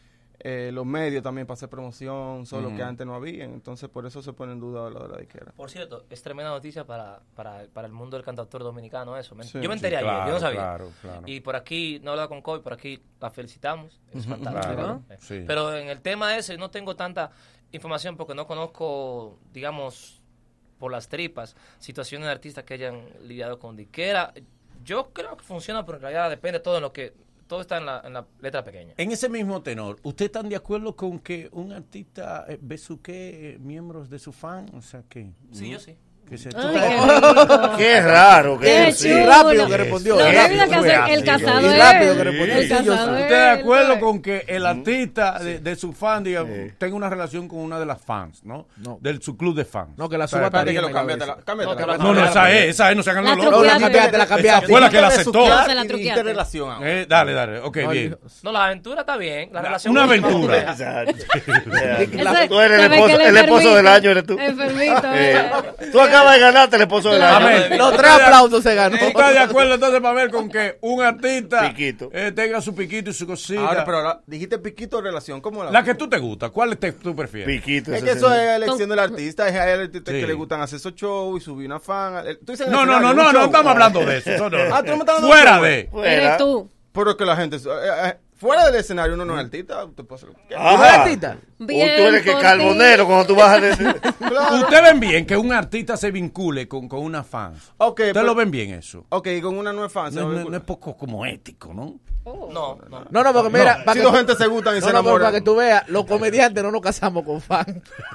eh, los medios también para hacer promoción, solo Ujú. que antes no había, entonces por eso se pone en duda lo de la disquera. Por cierto, es tremenda noticia para, para, para el mundo del cantautor dominicano eso. Me- Sí. yo me enteré Sí, ayer, yo no claro, sabía. claro, claro. Y por aquí, no he hablado con Kobe, por aquí la felicitamos. Es Ujú, fantástico. claro, ¿no? sí. Pero en el tema ese no tengo tanta información porque no conozco, digamos, por las tripas, situaciones de artistas que hayan lidiado con disquera. Yo creo que funciona, pero en realidad depende todo en lo que... Todo está en la, en la letra pequeña. En ese mismo tenor, ¿ustedes están de acuerdo con que un artista eh, besuque eh, miembros de su fan? O sea, que... Sí, ¿no? yo sí. Que se- Ay, ¿tú qué estás- rico. Qué raro. Que Qué sí. chulo. rápido que respondió. Lo Qué rápido que rápido hace que el hace. casado Y es rápido él. que respondió. El Sí, yo casado sí. es ¿Usted de él, acuerdo ¿sabes? con que el artista de, de su fan diga, Sí. tenga una relación con una de las fans, ¿no? No. De su club de fans? No, que la O sea, suba Espérate que tarima lo y la cámbiatela, besa. cámbiatela. No, que No, no, esa es, esa es, no se hagan La los No, locos. la truqueaste. cambiaste, la cambiaste. Fue la que la aceptó. No, se la truqueaste. ¿Qué relación ahora? Eh, dale, dale, ok, No, bien. dijo- No, la aventura está bien. La relación Una última, aventura. Exacto. Ese- Tú eres el se ve esposo, que el esposo del año, eres tú. Enfermito. Eh, tú acabas de ganarte el esposo del año. Amén. Los tres aplausos se ganó. ¿Tú estás de acuerdo entonces para ver con que un artista Piquito. eh, tenga su piquito y su cosita? Ahora, pero ahora, dijiste piquito o relación, ¿cómo la? La que tú te gusta, ¿cuál te, tú prefieres? Piquito. Es ese que eso señor. es elección del artista, es hay artistas Sí. que le gustan hacer esos shows y subir una fan. Eh, tú dices en No, el no, no, escenario, no, un no show. estamos hablando de eso. eso no, no. Ah, tú no me estás hablando Fuera show, de. eh. Fuera. Eres tú. Pero que la gente, eh, eh, fuera del escenario uno no es artista, usted puede hacer lo que quiera. Ajá. ¿Tú eres artista? Bien, O tú eres que por carbonero ti. cuando tú vas a decir. Claro. Ustedes ven bien que un artista se vincule con, con una fan. Ok, Ustedes pero- lo ven bien eso. Ok, con una no es fan. se No, va a no- vincular. no es poco como ético, ¿no? No, no. No, no, porque mira, para Si que dos tú- gente se gustan y no, se no, pero enamoran. para que tú veas, los comediantes no nos casamos con fans.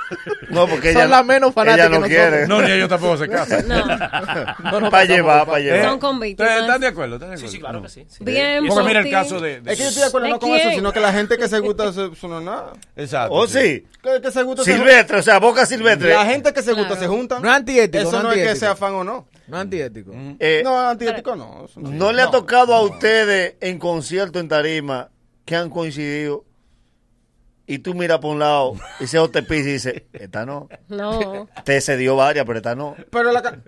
No, porque Son ella, las menos fanáticas ella no que quiere. No, ni ellos tampoco se casan. No, No nos Para casamos llevar, con para fans. llevar. son con ¿Ustedes están víctimas. de acuerdo? ¿Están de Sí, acuerdo? sí, claro No. que sí. sí. Bien, Porque por mira el ti. caso de... de- Es que yo estoy de acuerdo ¿De no con eso, quién? sino que la gente que se gusta, eso, eso no es nada. Exacto. ¿O sí? Que, que se gusta se Silvestre, o sea, Boca Silvestre. La gente que se gusta Claro. se juntan. No es antiético, Eso no no, es es que antiético. sea fan o no. No es antiético. Eh, No, antiético no. Eso no. ¿No le ha tocado a ustedes en concierto en tarima que han coincidido y tú miras por un lado y se te pisa y dices, esta no? No. Te se dio varias, pero esta no. Pero la, ca-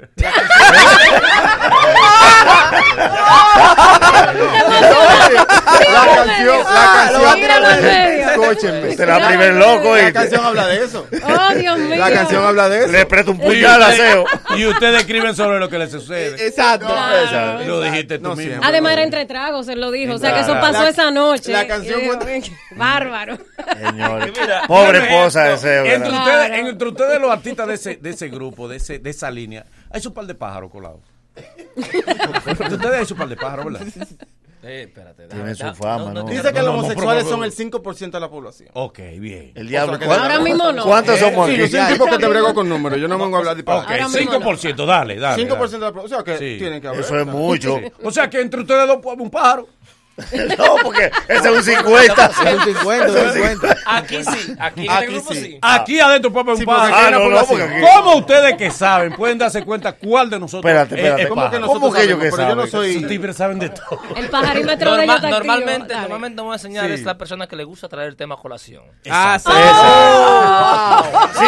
la canción, la Lo va a tirar al canción, medio. escúchenme. Te la primer loco La y canción habla de eso. Oh, Dios mío. La canción habla de eso. le presta un Y puñal a ustedes- Seo. Y ustedes escriben sobre lo que les sucede. Exacto. Claro. Lo dijiste tú No mismo. siempre. Además era entre tragos, él lo dijo. O sea que eso Claro. pasó La- esa noche. la canción Y digo, fue- bárbaro. Señores, Mira, pobre un esposa de ejemplo, Seo. Entre ¿verdad? ustedes, Claro. entre ustedes los artistas de ese, de ese grupo, de, ese, de esa línea, hay su par de pájaros colados. Entre ustedes hay su par de pájaros, ¿verdad? Eh, espérate. Tiene déjame- su da- fama, ¿no? Dice que No, los no, homosexuales pero- son el cinco por ciento de la población. Ok, bien. El diablo. O sea, que ¿cuántos- ahora mismo no. ¿Cuántos somos Sí, aquí? yo soy un tipo que te brego con números. Yo no vengo a hablar de Ok, Ahora mismo cinco por ciento, dale, dale. cinco por ciento de la población. O sea, que Sí. tienen que haber. Eso es mucho. O sea que entre ustedes dos un pájaro. No, porque ese es un cincuenta. Es un cincuenta, un cincuenta. Aquí sí, aquí en Aquí este grupo sí. sí. Aquí adentro puede haber un Sí, porque pájaro. aquí Ah, hay una no, no, población. porque aquí- ¿Cómo ustedes que saben pueden darse cuenta cuál de nosotros Espérate, es- espérate. es ¿Cómo que pájaro? nosotros ¿Cómo que ellos sabemos? que Pero yo no saben? soy. Esos tigres saben de todo. El pajarímetro de ellos Normal- está activo. normalmente, Dale. normalmente vamos a enseñar Sí. es la persona que le gusta traer el tema a colación. Ah, sí. Sí,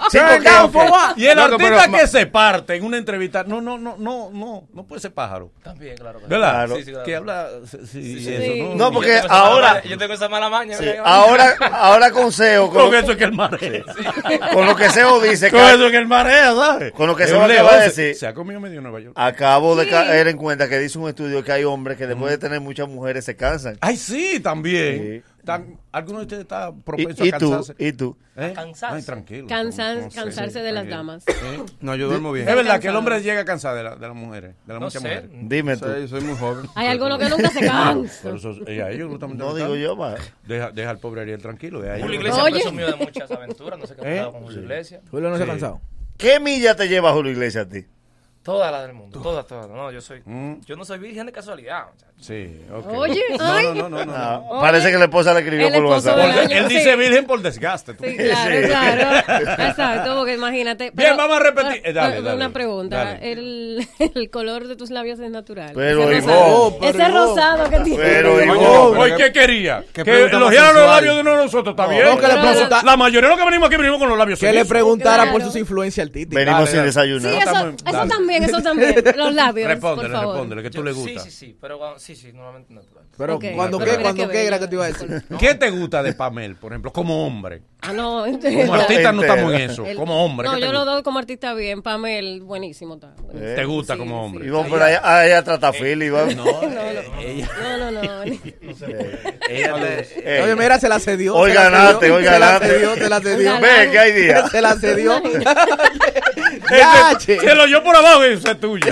Sí, porque, okay. Y el no, artista pero, que se parte en una entrevista, no, no, no, no, no, no puede ser pájaro. También, claro. ¿Verdad? Claro. Sí, sí, claro. Que habla, sí, sí, sí, eso, sí. ¿no? No, porque yo ahora... Mala, yo tengo esa mala maña. Sí, ahora, ahora con Seo... Con, con eso que el mareo. Sí. Con lo que Seo dice... Con eso que el mareo, ¿sabes? Con lo que es Seo acaba de decir... Se ha comido medio Nueva York. Acabo de sí. caer en cuenta que dice un estudio que hay hombres que después de tener muchas mujeres se cansan. Ay, sí, también. Sí. Tan, ¿Alguno de ustedes está propenso ¿Y, a cansarse? ¿Y tú? ¿Eh? A cansarse. Ay, tranquilo. Cansan, no, no sé, cansarse sí, de las tranquilo. damas. ¿Eh? No, yo duermo bien. Es verdad que el hombre llega a cansar de, la, de las mujeres, de las No muchas sé. mujeres. Dime tú. Sí, soy muy joven. Hay algunos que nunca se cansan. Pero eso, y a ellos justamente No digo yo, más. Deja, deja al pobre Ariel tranquilo. De ahí Julio no- Iglesias Oye. presumió de muchas aventuras, no sé qué ha ¿Eh? pasado con Julio Iglesias. Julio no se ha Sí. cansado. ¿Qué milla te lleva Julio Iglesias a ti? Todas las del mundo, todas, todas. No, yo soy, mm. yo no soy virgen de casualidad. Muchachos. Sí, ok. Oye, no, ay. no, no, no, no, Ah, no. parece que la esposa le escribió El por esposo WhatsApp. del año, Él sí. dice virgen por desgaste. ¿tú Sí, crees? claro, Sí. claro. Exacto, porque imagínate. Bien, Pero, vamos a repetir. ah, Eh, dale, ah, dale. Una pregunta. Dale. El, el color de tus labios es natural. Pero, ese Ivonne, rosado, pero, ese Ivonne. rosado que tiene. Pero, Oye, Ivonne, pero Hoy, qué- ¿qué quería? qué Que pregunta más elogiaran los sensual. labios de uno de nosotros, ¿está No, bien? no, que le No, no, pregunta- La mayoría de los que venimos aquí venimos con los labios Que le seguidos. preguntara Claro. por sus influencias artísticas. venimos Dale, sin dale. desayunar. Sí, No, eso, estamos- eso dale. también, eso también. Los labios, Respóndele, por favor. respóndele, que tú Yo- le gusta. Sí, sí, sí, pero cuando- sí, sí, normalmente natural. Pero Ok, cuando pero qué, mira cuando qué qué era bella. que te iba a decir. ¿Qué te gusta de Pamel, por ejemplo, como hombre? Ah, no. Como artista no estamos en eso. El- Como hombre. No, ¿qué te yo lo gusta? doy como artista bien. Pamel, buenísimo. Está, buenísimo. Eh, ¿Te gusta Sí, como sí. hombre? Ivonne, pero ella, ella trata a Phil, Ivonne. No, No, eh, no. ella, No, no, no. ella te- Eh, Oye, mira, se la cedió. Hoy se la ganaste, cedió, hoy se la ganaste. cedió, se la cedió. Ve que hay día. Se la cedió. Ese- che. se lo oyó por abajo y eso es tuya.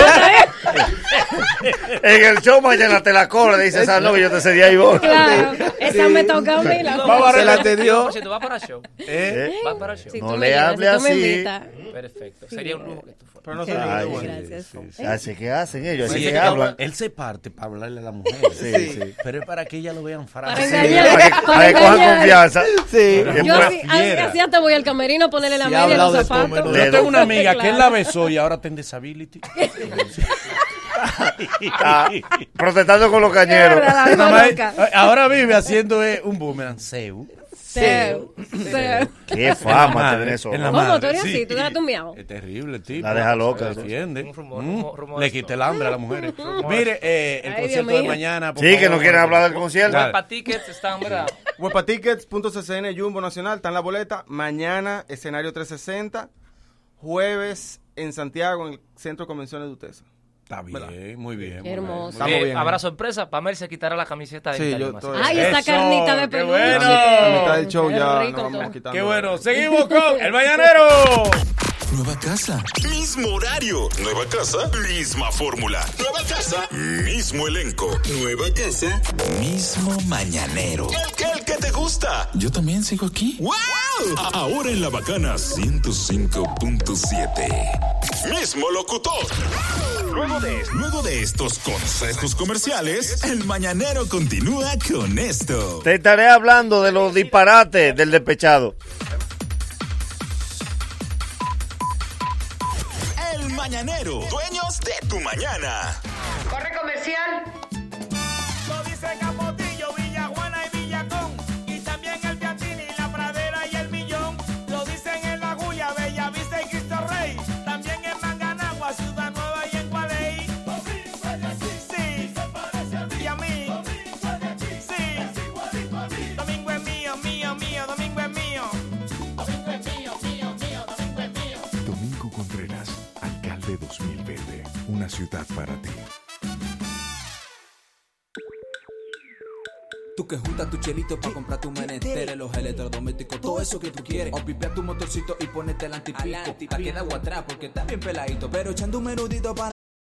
En el show mañana te la cobra, dice esa no, que yo te cedí a Ivonne. Claro, esa me toca a mí. La Vamos a Se la repetir. cedió. Por cierto, ¿vas para el show? ¿Eh? ¿Vas para el show? Si No tú le me llevas, hable si tú me así. invitas. Perfecto. Sería un lujo que tú fueras. Pero no Qué soy Ay, bello, sí, gracias. sí, sí. Así que hacen ellos, así Sí, que que hablan. Él se parte para hablarle a la mujer. Sí, sí. Pero es para que ella lo vean Para frágil. engañar. Para que, para que cojan confianza. Sí. Pero Yo Después, así, así, fiera. así hasta voy al camerino a ponerle la Sí, media ha y los hablado de zapatos. Pómelo. Yo tengo una amiga que él Claro. la besó y ahora está en disability. Está protestando con los Es cañeros. verdad, la Nada misma más- loca. ahora vive haciendo eh, un boomerang. Seu. Seu, seu. Qué En la fama madre, tiene eso. en la ¿Cómo? madre, ¿Tú eres sí. así? ¿Tú eras un miau? Es terrible el tipo. La deja loca. Se defiende. Un rumor, Mm. rumor, rumor Le esto. quita el hambre a las mujeres. Mire, eh, el Ay, concierto Dios de mío. mañana. por Sí, que favor. no quieren hablar del concierto. Dale. Para tickets están, ¿verdad? Webatickets.ccn Jumbo Nacional, está en la boleta. Mañana, escenario trescientos sesenta. Jueves en Santiago, en el Centro de Convenciones de Utesa. Está bien, muy bien. Qué muy hermoso. Estamos Eh, bien. habrá sorpresa. Pamel se quitará la camiseta de Sí, esta yo animación. estoy- Ay, esta Eso, carnita de qué peluche. bueno. A mitad del show Qué ya rico nos vamos todo. quitando. Qué bueno. Seguimos con El Mañanero. Nueva casa, mismo horario. Nueva casa, misma fórmula. Nueva casa, mismo elenco. Nueva casa, mismo mañanero. El que, el que te gusta. Yo también sigo aquí. ¡Wow! A- Ahora en La Bacana ciento cinco punto siete. Mismo locutor. Luego de, luego de estos consejos comerciales, el mañanero continúa con esto. Te estaré hablando de los disparates del despechado. El mañanero, dueños de tu mañana. Corre comercial. Lo dice Capotillo, Villajuana y Villacón. Y también el Piantini, la Pradera y el Millón. Lo dicen en La Julia, Bellavista y Cristo Rey. También en Manganagua, Ciudad Nueva y en Gualey. Sí, y a mí. Sí, Domingo es mío, mío, mío, Domingo es mío. Domingo es mío, mío, mío, Domingo es mío. Domingo Contreras, alcalde dos mil veinte. Una ciudad para ti. Tú que juntas tu chelito para comprar tu menester, los electrodomésticos, todo eso que tú quieres. O pipea tu motorcito y ponete el antipico. Pa' quedar agua atrás porque está bien peladito. Pero echando un menudito para...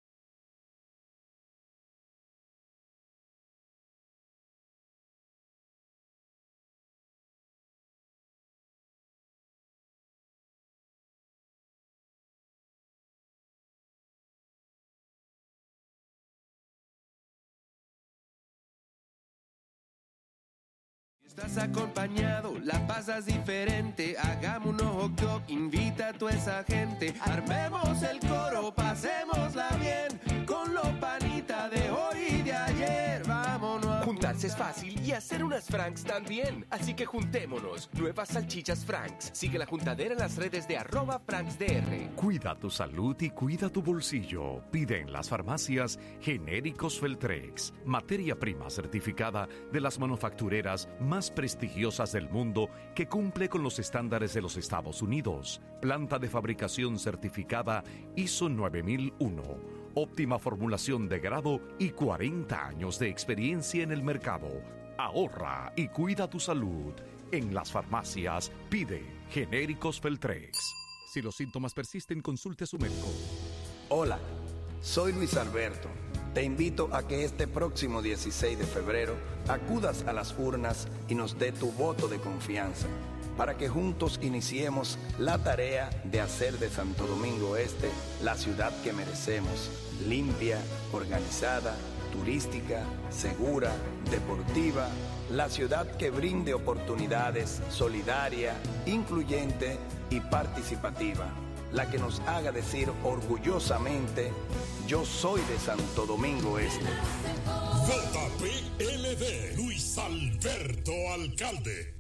Estás acompañado, la pasas diferente. Hagamos un hot dog, invita a toda esa gente. Armemos el coro, pasémosla bien. Con los panitas de hoy y de ayer, vámonos a Juntarse es fácil y hacer unas Franks también. Así que juntémonos. Nuevas salchichas Franks. Sigue la juntadera en las redes de arroba FranksDR. Cuida tu salud y cuida tu bolsillo. Pide en las farmacias Genéricos Feltrex, materia prima certificada de las manufactureras más prestigiosas del mundo que cumple con los estándares de los Estados Unidos. Planta de fabricación certificada I S O nueve mil uno. Óptima formulación de grado y cuarenta años de experiencia en el mercado. Ahorra y cuida tu salud. En las farmacias pide Genéricos Feltrex. Si los síntomas persisten, consulte a su médico. Hola, soy Luis Alberto. Te invito a que este próximo dieciséis de febrero acudas a las urnas y nos dé tu voto de confianza para que juntos iniciemos la tarea de hacer de Santo Domingo Este la ciudad que merecemos, limpia, organizada, turística, segura, deportiva, la ciudad que brinde oportunidades, solidaria, incluyente y participativa, la que nos haga decir orgullosamente, yo soy de Santo Domingo Este. J P L D, Luis Alberto Alcalde.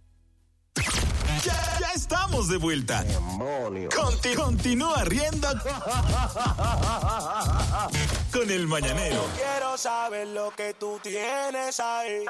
Ya, ya estamos de vuelta. Conti- continúa riendo con el mañanero. Quiero saber lo que tú tienes ahí.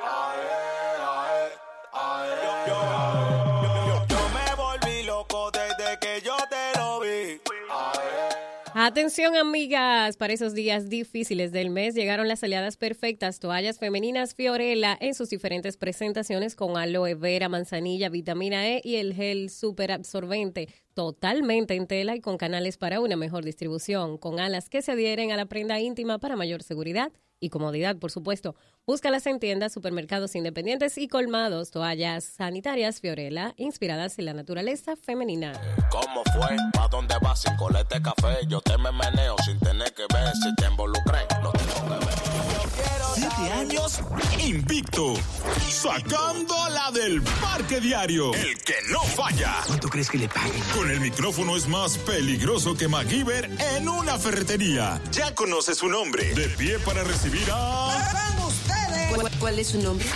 Yo, yo, yo, yo me volví loco desde que yo te lo vi. Atención, amigas, para esos días difíciles del mes llegaron las aliadas perfectas, toallas femeninas Fiorella en sus diferentes presentaciones con aloe vera, manzanilla, vitamina E y el gel super absorbente, totalmente en tela y con canales para una mejor distribución, con alas que se adhieren a la prenda íntima para mayor seguridad y comodidad, por supuesto. Búscalas en tiendas, supermercados independientes y colmados. Toallas sanitarias Fiorella, inspiradas en la naturaleza femenina. ¿Cómo fue? ¿Pa' dónde vas sin colete café? Yo te me meneo sin tener que ver. Si te involucré, lo tengo que ver. Siete años invicto, sacando la del Parque Diario, el que no falla. ¿Cuánto crees que le paguen? Con el micrófono es más peligroso que MacGyver en una ferretería. Ya conoce su nombre. De pie para recibir a... ¿Cuál, ¿Cuál es su nombre?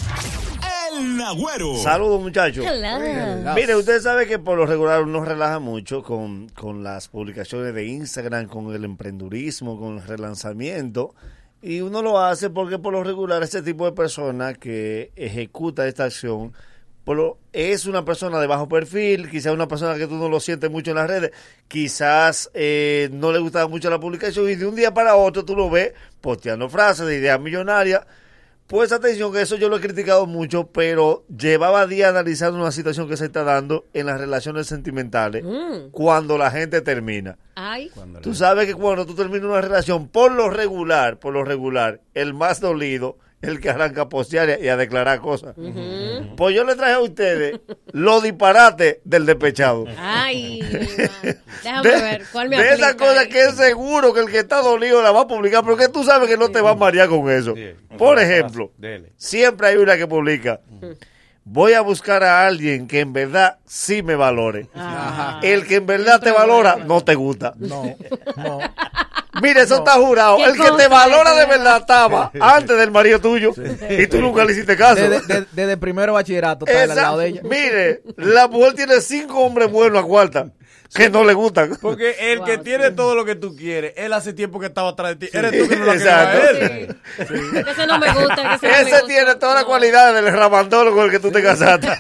El Nagüero. Saludos, muchachos. Hello. Mire, usted sabe que por lo regular uno relaja mucho con, con las publicaciones de Instagram, con el emprendurismo, con el relanzamiento. Y uno lo hace porque por lo regular este tipo de persona que ejecuta esta acción por lo, es una persona de bajo perfil, quizás una persona que tú no lo sientes mucho en las redes, quizás eh, no le gustaba mucho la publicación y de un día para otro tú lo ves posteando frases de ideas millonarias. Pues atención, que eso yo lo he criticado mucho, pero llevaba días analizando una situación que se está dando en las relaciones sentimentales mm. cuando la gente termina. Ay. Tú sabes que cuando tú terminas una relación, por lo regular, por lo regular, el más dolido, el que arranca a postear y a declarar cosas. Uh-huh. Pues yo le traje a ustedes los disparates del despechado. Ay, déjame de, ver, ¿cuál me de aplica? esas cosas que es seguro que el que está dolido la va a publicar, porque tú sabes que no te va a marear con eso. Sí. Por ejemplo, Dele. siempre hay una que publica, voy a buscar a alguien que en verdad sí me valore. Ajá. El que en verdad te valora, no te gusta. No, no. Mire, eso no. está jurado. El que te valora de verdad estaba antes del marido tuyo sí. y tú nunca le hiciste caso. Desde, desde, desde primero bachillerato está al lado de ella. Mire, la mujer tiene cinco hombres buenos a cuarta que no le gustan. Porque el wow, que tiene sí. todo lo que tú quieres, él hace tiempo que estaba atrás de ti. Sí. Eres tú que no lo quieres a él. Sí. Sí. Ese no me gusta. Ese, ese no me gusta. tiene todas las no. cualidades del ramandolo con el que tú te casaste.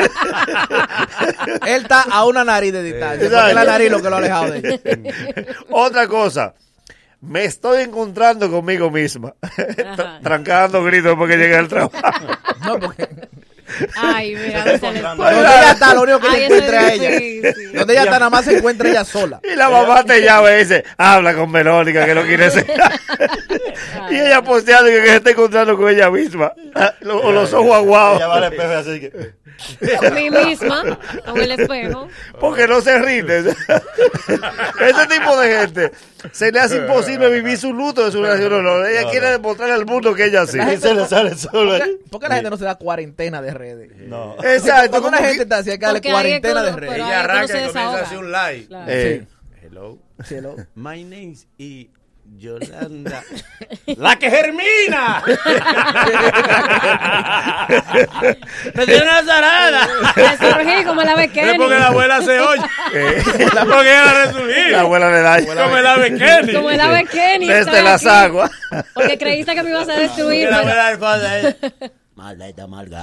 Él está a una nariz de distancia. Porque es la nariz lo que lo ha alejado de ella. Otra cosa. Me estoy encontrando conmigo misma. Trancando gritos porque llegué al trabajo. No, porque... Ay, mira, no se le... Donde ella está, lo único que Ay, encuentra a ella. Sí, sí. Donde ella está, nada más se encuentra ella sola. Y la mamá te llama y dice, habla con Verónica que no quiere ser. Y ella posteando que se está encontrando con ella misma. O los ojos aguados. Ella va al espejo así que... Con mí misma, con el espejo. Porque no se rinde. Ese tipo de gente se le hace imposible vivir su luto de su relación. No, ella no, quiere no. demostrar al mundo que ella sí. Se le sale solo. ¿Por qué la gente no se da cuarentena de redes? No. Exacto. Porque una gente está así, hay que darle cuarentena de redes. Ella arranca y comienza a hacer un live. Claro. Eh, sí. Hello. Hello. My name is Yolanda. ¡La que germina! ¡Me dio una zarada! Resurgí como el ave Kenny. Es porque la abuela se oye. La porque ella resurgir. La abuela le da. Como el ave Kenny. Como el ave Kenny. Desde las aquí. aguas. Porque creíste que me ibas a destruir. La pero... abuela de cosas es... Maldita malga.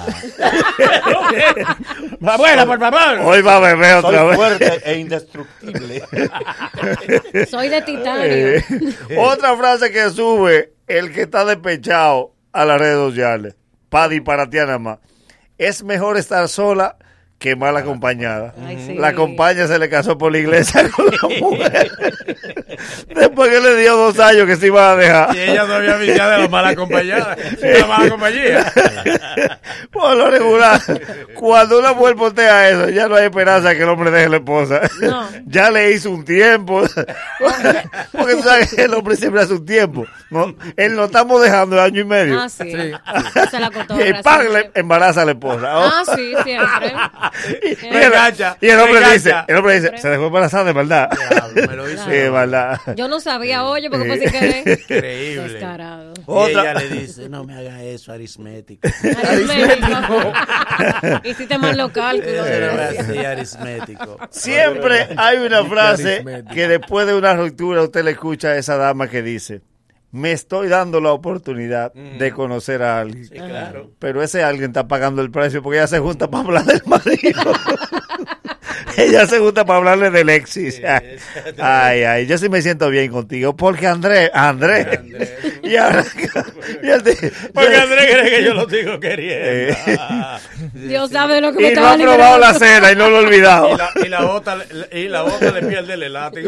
Abuela, por favor. Hoy va a beber otra Soy vez. fuerte e indestructible. Soy de titanio. Eh, otra frase que sube el que está despechado a las redes sociales, para disparatear nada más. Es mejor estar sola que mal acompañada. Ay, sí. La compañía se le casó por la iglesia con la mujer. Después que le dio dos años que se iba a dejar. Y ella no había viciado de la mala acompañada. La mala compañía. Por lo regular, cuando una mujer postea eso, ya no hay esperanza que el hombre deje a la esposa. No. Ya le hizo un tiempo. Porque tú sabes que el hombre siempre hace un tiempo. ¿No? Él lo estamos dejando de año y medio. Ah, sí. Se la contó. Y el pan le embaraza a la esposa. Ah, sí, siempre. Y, y el, y el hombre me dice, engancha. el hombre dice, se dejó embarazada de verdad. Diablo, me lo hizo. Sí, de verdad. Yo no sabía, oye, porque fue sin querer. Increíble. Descarado. Y Otra- ella le dice, no me hagas eso, aritmético. Aritmético. Hiciste mal los cálculos. Pero es así, aritmético. Siempre hay una frase que después de una ruptura usted le escucha a esa dama que dice, me estoy dando la oportunidad de conocer a alguien. Sí, claro. Pero ese alguien está pagando el precio porque ella se junta para hablar del marido. Ella se junta para hablarle del Lexis. Ay, ay, yo sí me siento bien contigo. Porque Andrés, Andrés. Y ahora, y él dice, Porque Andrés cree que yo lo sigo queriendo. Eh. Dios sabe lo que me y no estaba ha probado la liberando. cena y no lo ha olvidado. Y la, y la bota, y la bota le pierde el elástico.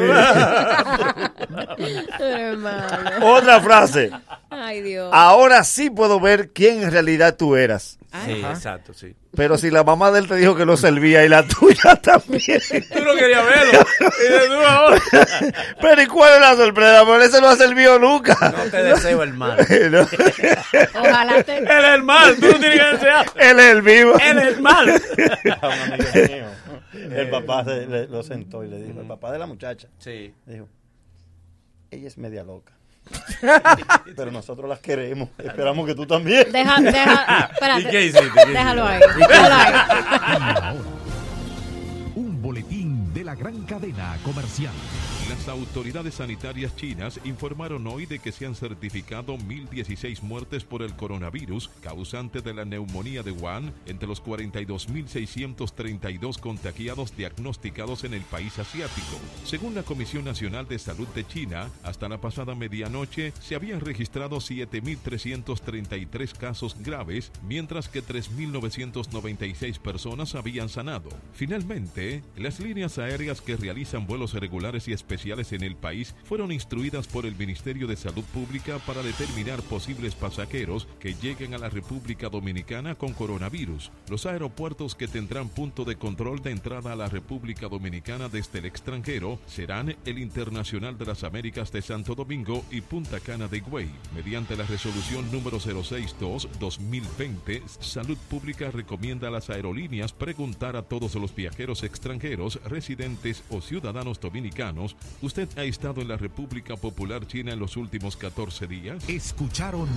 Hermano. Otra frase. Ay, Dios. Ahora sí puedo ver quién en realidad tú eras. Sí, exacto, sí. Pero si la mamá de él te dijo que no servía y la tuya también. Tú no querías verlo. Y de tú ahora. Pero ¿y cuál es la sorpresa? Por eso no ha servido nunca. No te deseo el mal. No. Ojalá te... Él es el mal. Tú no tienes que desear. Él es el vivo. Él es el mal. A un amigo mío, el papá se, le, lo sentó y le dijo, el papá de la muchacha, Sí. dijo, ella es media loca. Pero nosotros las queremos. Esperamos que tú también. Deja, deja, espérate. ¿Y qué hiciste? ¿Qué Déjalo ahí. hiciste? Déjalo ahí. Ahora, un boletín de la gran cadena comercial. Las autoridades sanitarias chinas informaron hoy de que se han certificado mil dieciséis muertes por el coronavirus causante de la neumonía de Wuhan entre los cuarenta y dos mil seiscientos treinta y dos contagiados diagnosticados en el país asiático. Según la Comisión Nacional de Salud de China, hasta la pasada medianoche se habían registrado siete mil trescientos treinta y tres casos graves, mientras que tres mil novecientos noventa y seis personas habían sanado. Finalmente, las líneas aéreas que realizan vuelos regulares y especiales en el país fueron instruidas por el Ministerio de Salud Pública para determinar posibles pasajeros que lleguen a la República Dominicana con coronavirus. Los aeropuertos que tendrán punto de control de entrada a la República Dominicana desde el extranjero serán el Internacional de las Américas de Santo Domingo y Punta Cana de Higüey. Mediante la resolución número cero sesenta y dos guión dos mil veinte, Salud Pública recomienda a las aerolíneas preguntar a todos los viajeros extranjeros, residentes o ciudadanos dominicanos: ¿usted ha estado en la República Popular China en los últimos catorce días? Escucharon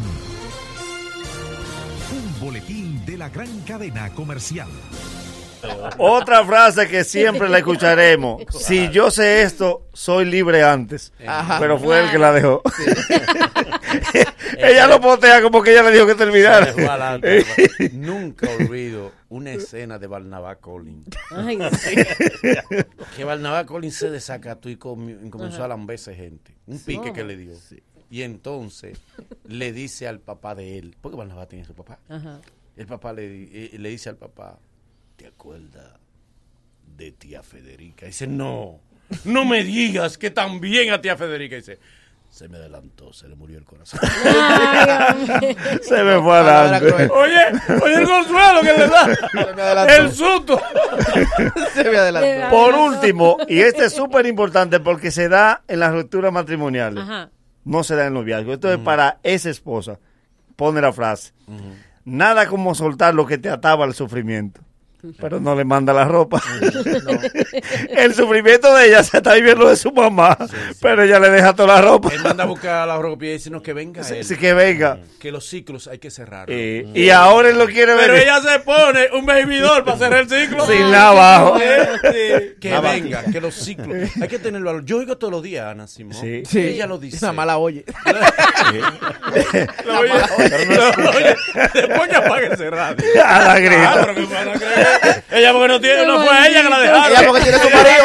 un boletín de la gran cadena comercial. Otra frase que siempre la escucharemos. Si yo sé esto, soy libre antes. Ajá. Pero fue él que la dejó. Ella lo potea como que ella le dijo que terminara. Nunca olvido una escena de Barnabá Collins. Ay, sí. Que Barnabá Collins se desacató y comi- comenzó Ajá. a lamberse gente. Un Sí. pique que le dio. Y entonces le dice al papá de él, porque Barnabá tiene su papá. Ajá. El papá le, di- eh, le dice al papá: ¿te acuerdas de tía Federica? Dice: no, no me digas que también a tía Federica. Dice: se me adelantó, se le murió el corazón. Se me fue adelante. Oye, oye el consuelo que le da. El susto. Se me adelantó. Por último, y este es súper importante porque se da en las rupturas matrimoniales. Ajá. No se da en los viajes. Esto es para esa esposa. Pone la frase: nada como soltar lo que te ataba al sufrimiento. pero no le manda la ropa. El sufrimiento de ella se está viviendo de su mamá, sí, sí. pero ella le deja toda la ropa. Él manda a buscar la ropa y dice, no, que venga sí, él. Sí, que venga. Que los ciclos hay que cerrarlos. Y, mm. y ahora él lo quiere ver. Pero ella se pone un bebidor para cerrar el ciclo. Sin nada abajo. Sí, sí. Que nada venga, que los ciclos. Hay que tener valor. Yo oigo todos los días a Ana Simón. Sí. sí. Ella lo dice. Esa mala oye. Lo oye. Lo oye. Después que apague ese radio. A la grita. Ah, pero que van a creer. Ella porque no tiene, no fue ella que la dejaron. Ella porque tiene su marido.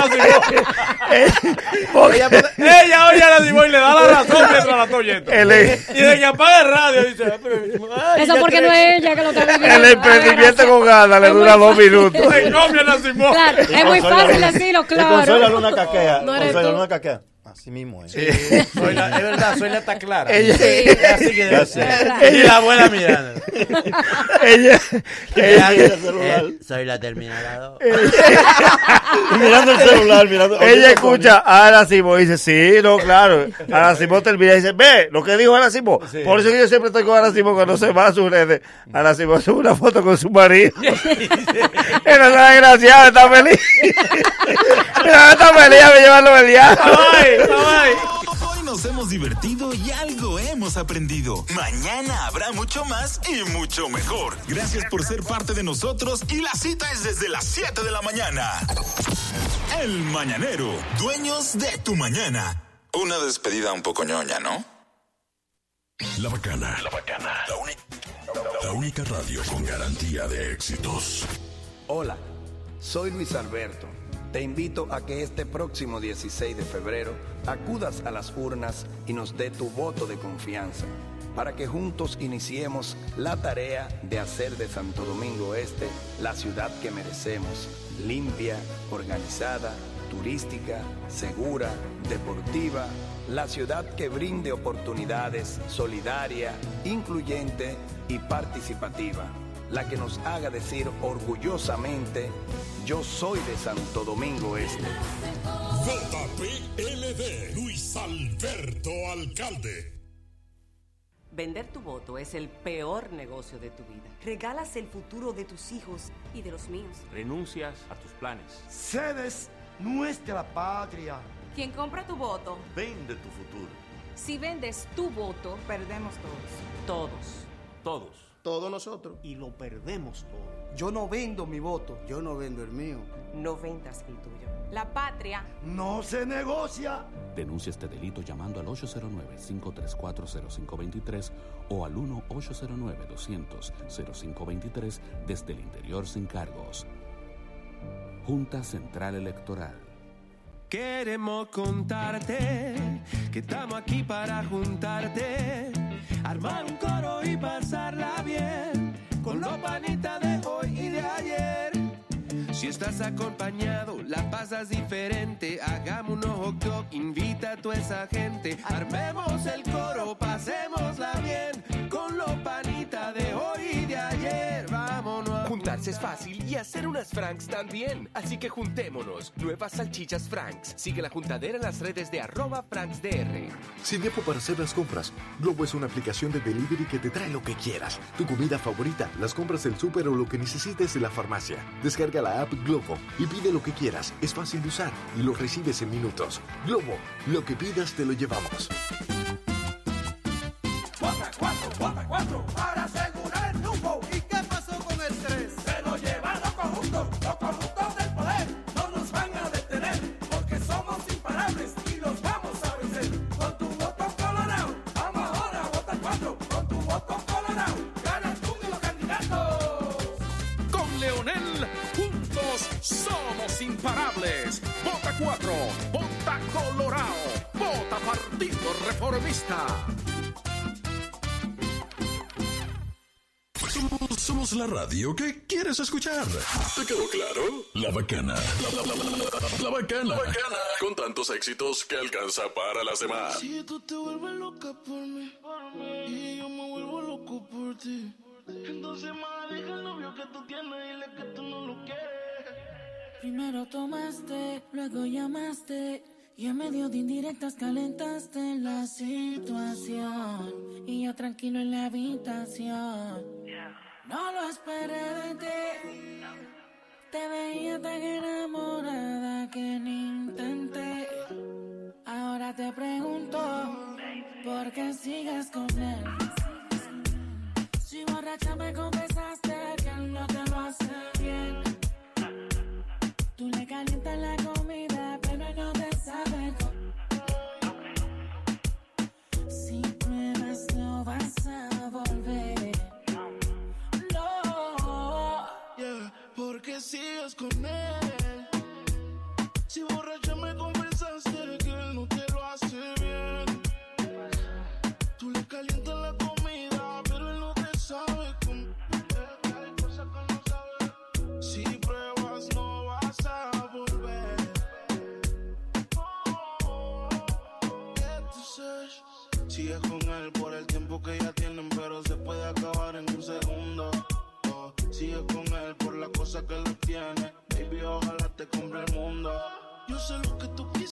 ella, ella oye a la Simón y le da la razón mientras la está oyendo. Y de que apaga el radio dice, ay, eso porque no es ella que lo está viviendo. El emprendimiento con ganas le dura dos minutos. Se copia la Simón. Claro, es muy fácil decirlo, claro. Consuela Luna caquea. No Consuela Luna caquea. Así mismo es. Sí. Soy la, es verdad, soy la está clara. Ella, sí. Así que debe ser. Y la abuela mirando. Ella, ella, ella eh, soy la terminada. Mirando el celular, mirando. Ella escucha a Ana Simón y dice, sí, no, claro. Ana Simón termina y dice, ve, lo que dijo Ana Simón. Sí. Por eso que yo siempre estoy con Ana Simón cuando se va a sus redes. Ana Simón sube una foto con su marido. Era una desgraciada, está feliz. Mira, está feliz, me llevarlo el día. Hoy nos hemos divertido y algo hemos aprendido. Mañana habrá mucho más y mucho mejor. Gracias por ser parte de nosotros y la cita es desde las siete de la mañana. El Mañanero, dueños de tu mañana. Una despedida un poco ñoña, ¿no? La Bacana. La Bacana. La, uni- la única radio con garantía de éxitos. Hola, soy Luis Alberto. Te invito a que este próximo dieciséis de febrero acudas a las urnas y nos dé tu voto de confianza para que juntos iniciemos la tarea de hacer de Santo Domingo Este la ciudad que merecemos, limpia, organizada, turística, segura, deportiva, la ciudad que brinde oportunidades, solidaria, incluyente y participativa. La que nos haga decir orgullosamente, yo soy de Santo Domingo Este. Vota P L D, Luis Alberto Alcalde. Vender tu voto es el peor negocio de tu vida. Regalas el futuro de tus hijos y de los míos. Renuncias a tus planes. Cedes nuestra patria. Quien compra tu voto, vende tu futuro. Si vendes tu voto, perdemos todos. Todos. Todos. Todos nosotros. Y lo perdemos todo. Yo no vendo mi voto. Yo no vendo el mío. No vendas el tuyo. La patria no se negocia. Denuncia este delito llamando al ocho cero nueve, cinco tres cuatro, cero cinco dos tres o al uno ocho cero nueve, doscientos, cero cinco veintitrés desde el interior sin cargos. Junta Central Electoral. Queremos contarte que estamos aquí para juntarte, armar un coro y pasarla bien con los panitas de hoy y de ayer. Si estás acompañado, la pasas diferente. Hagamos un hot dog, invita a toda esa gente. Armemos el coro, pasémosla bien con los panitas de hoy y de ayer. Vámonos a juntarse es fácil y hacer unas Franks también. Así que juntémonos. Nuevas salchichas Franks. Sigue la juntadera en las redes de arroba FranksDR. Sin tiempo para hacer las compras, Globo es una aplicación de delivery que te trae lo que quieras. Tu comida favorita, las compras del súper o lo que necesites de la farmacia. Descarga la app Globo y pide lo que quieras. Es fácil de usar y lo recibes en minutos. Globo, lo que pidas te lo llevamos. Cuatro, cuatro, cuatro, cuatro, para asegurar el rumbo. ¿Y qué pasó con el tres? Se lo llevan los conjuntos, los conjuntos del poder. No nos van a detener, porque somos imparables y los vamos a vencer. Con tu voto colorado, vamos ahora a votar cuatro. Con tu voto colorado, ganas tú y los candidatos. Con Leonel, juntos somos imparables. Vota cuatro, vota Colorado, vota Partido Reformista. Somos, somos la radio que quieres escuchar. ¿Te quedó claro? La Bacana. La, la, la, la, la, la Bacana. La Bacana. Con tantos éxitos que alcanza para las demás. Si tú te vuelves loca por mí, y yo me vuelvo loco por ti, entonces más deja el novio que tú tienes y dile que tú no lo quieres. Primero tomaste, luego llamaste, y en medio de indirectas calentaste la situación, y yo tranquilo en la habitación. No lo esperé de ti. Te veía tan enamorada que ni intenté. Ahora te pregunto, ¿por qué sigues con él? Si borracha me confesaste que él no te lo hace bien. Tú le calientas la comida, pero él no te sabe comer. Si pruebas no vas a volver. No. Yeah, ¿por qué sigues con él? Si borracha me confesaste que él no te lo hace bien. Tú le calientas la comida, pero él no te sabe comer. Hay cosas que no sabes. Si pruebas no vas a volver. Entonces, sigues con él por el tiempo que ya tienen, pero se puede acabar en un segundo. Oh, sigues con él por la cosa que él tiene. Baby, ojalá te compre el mundo. Yo sé lo que tú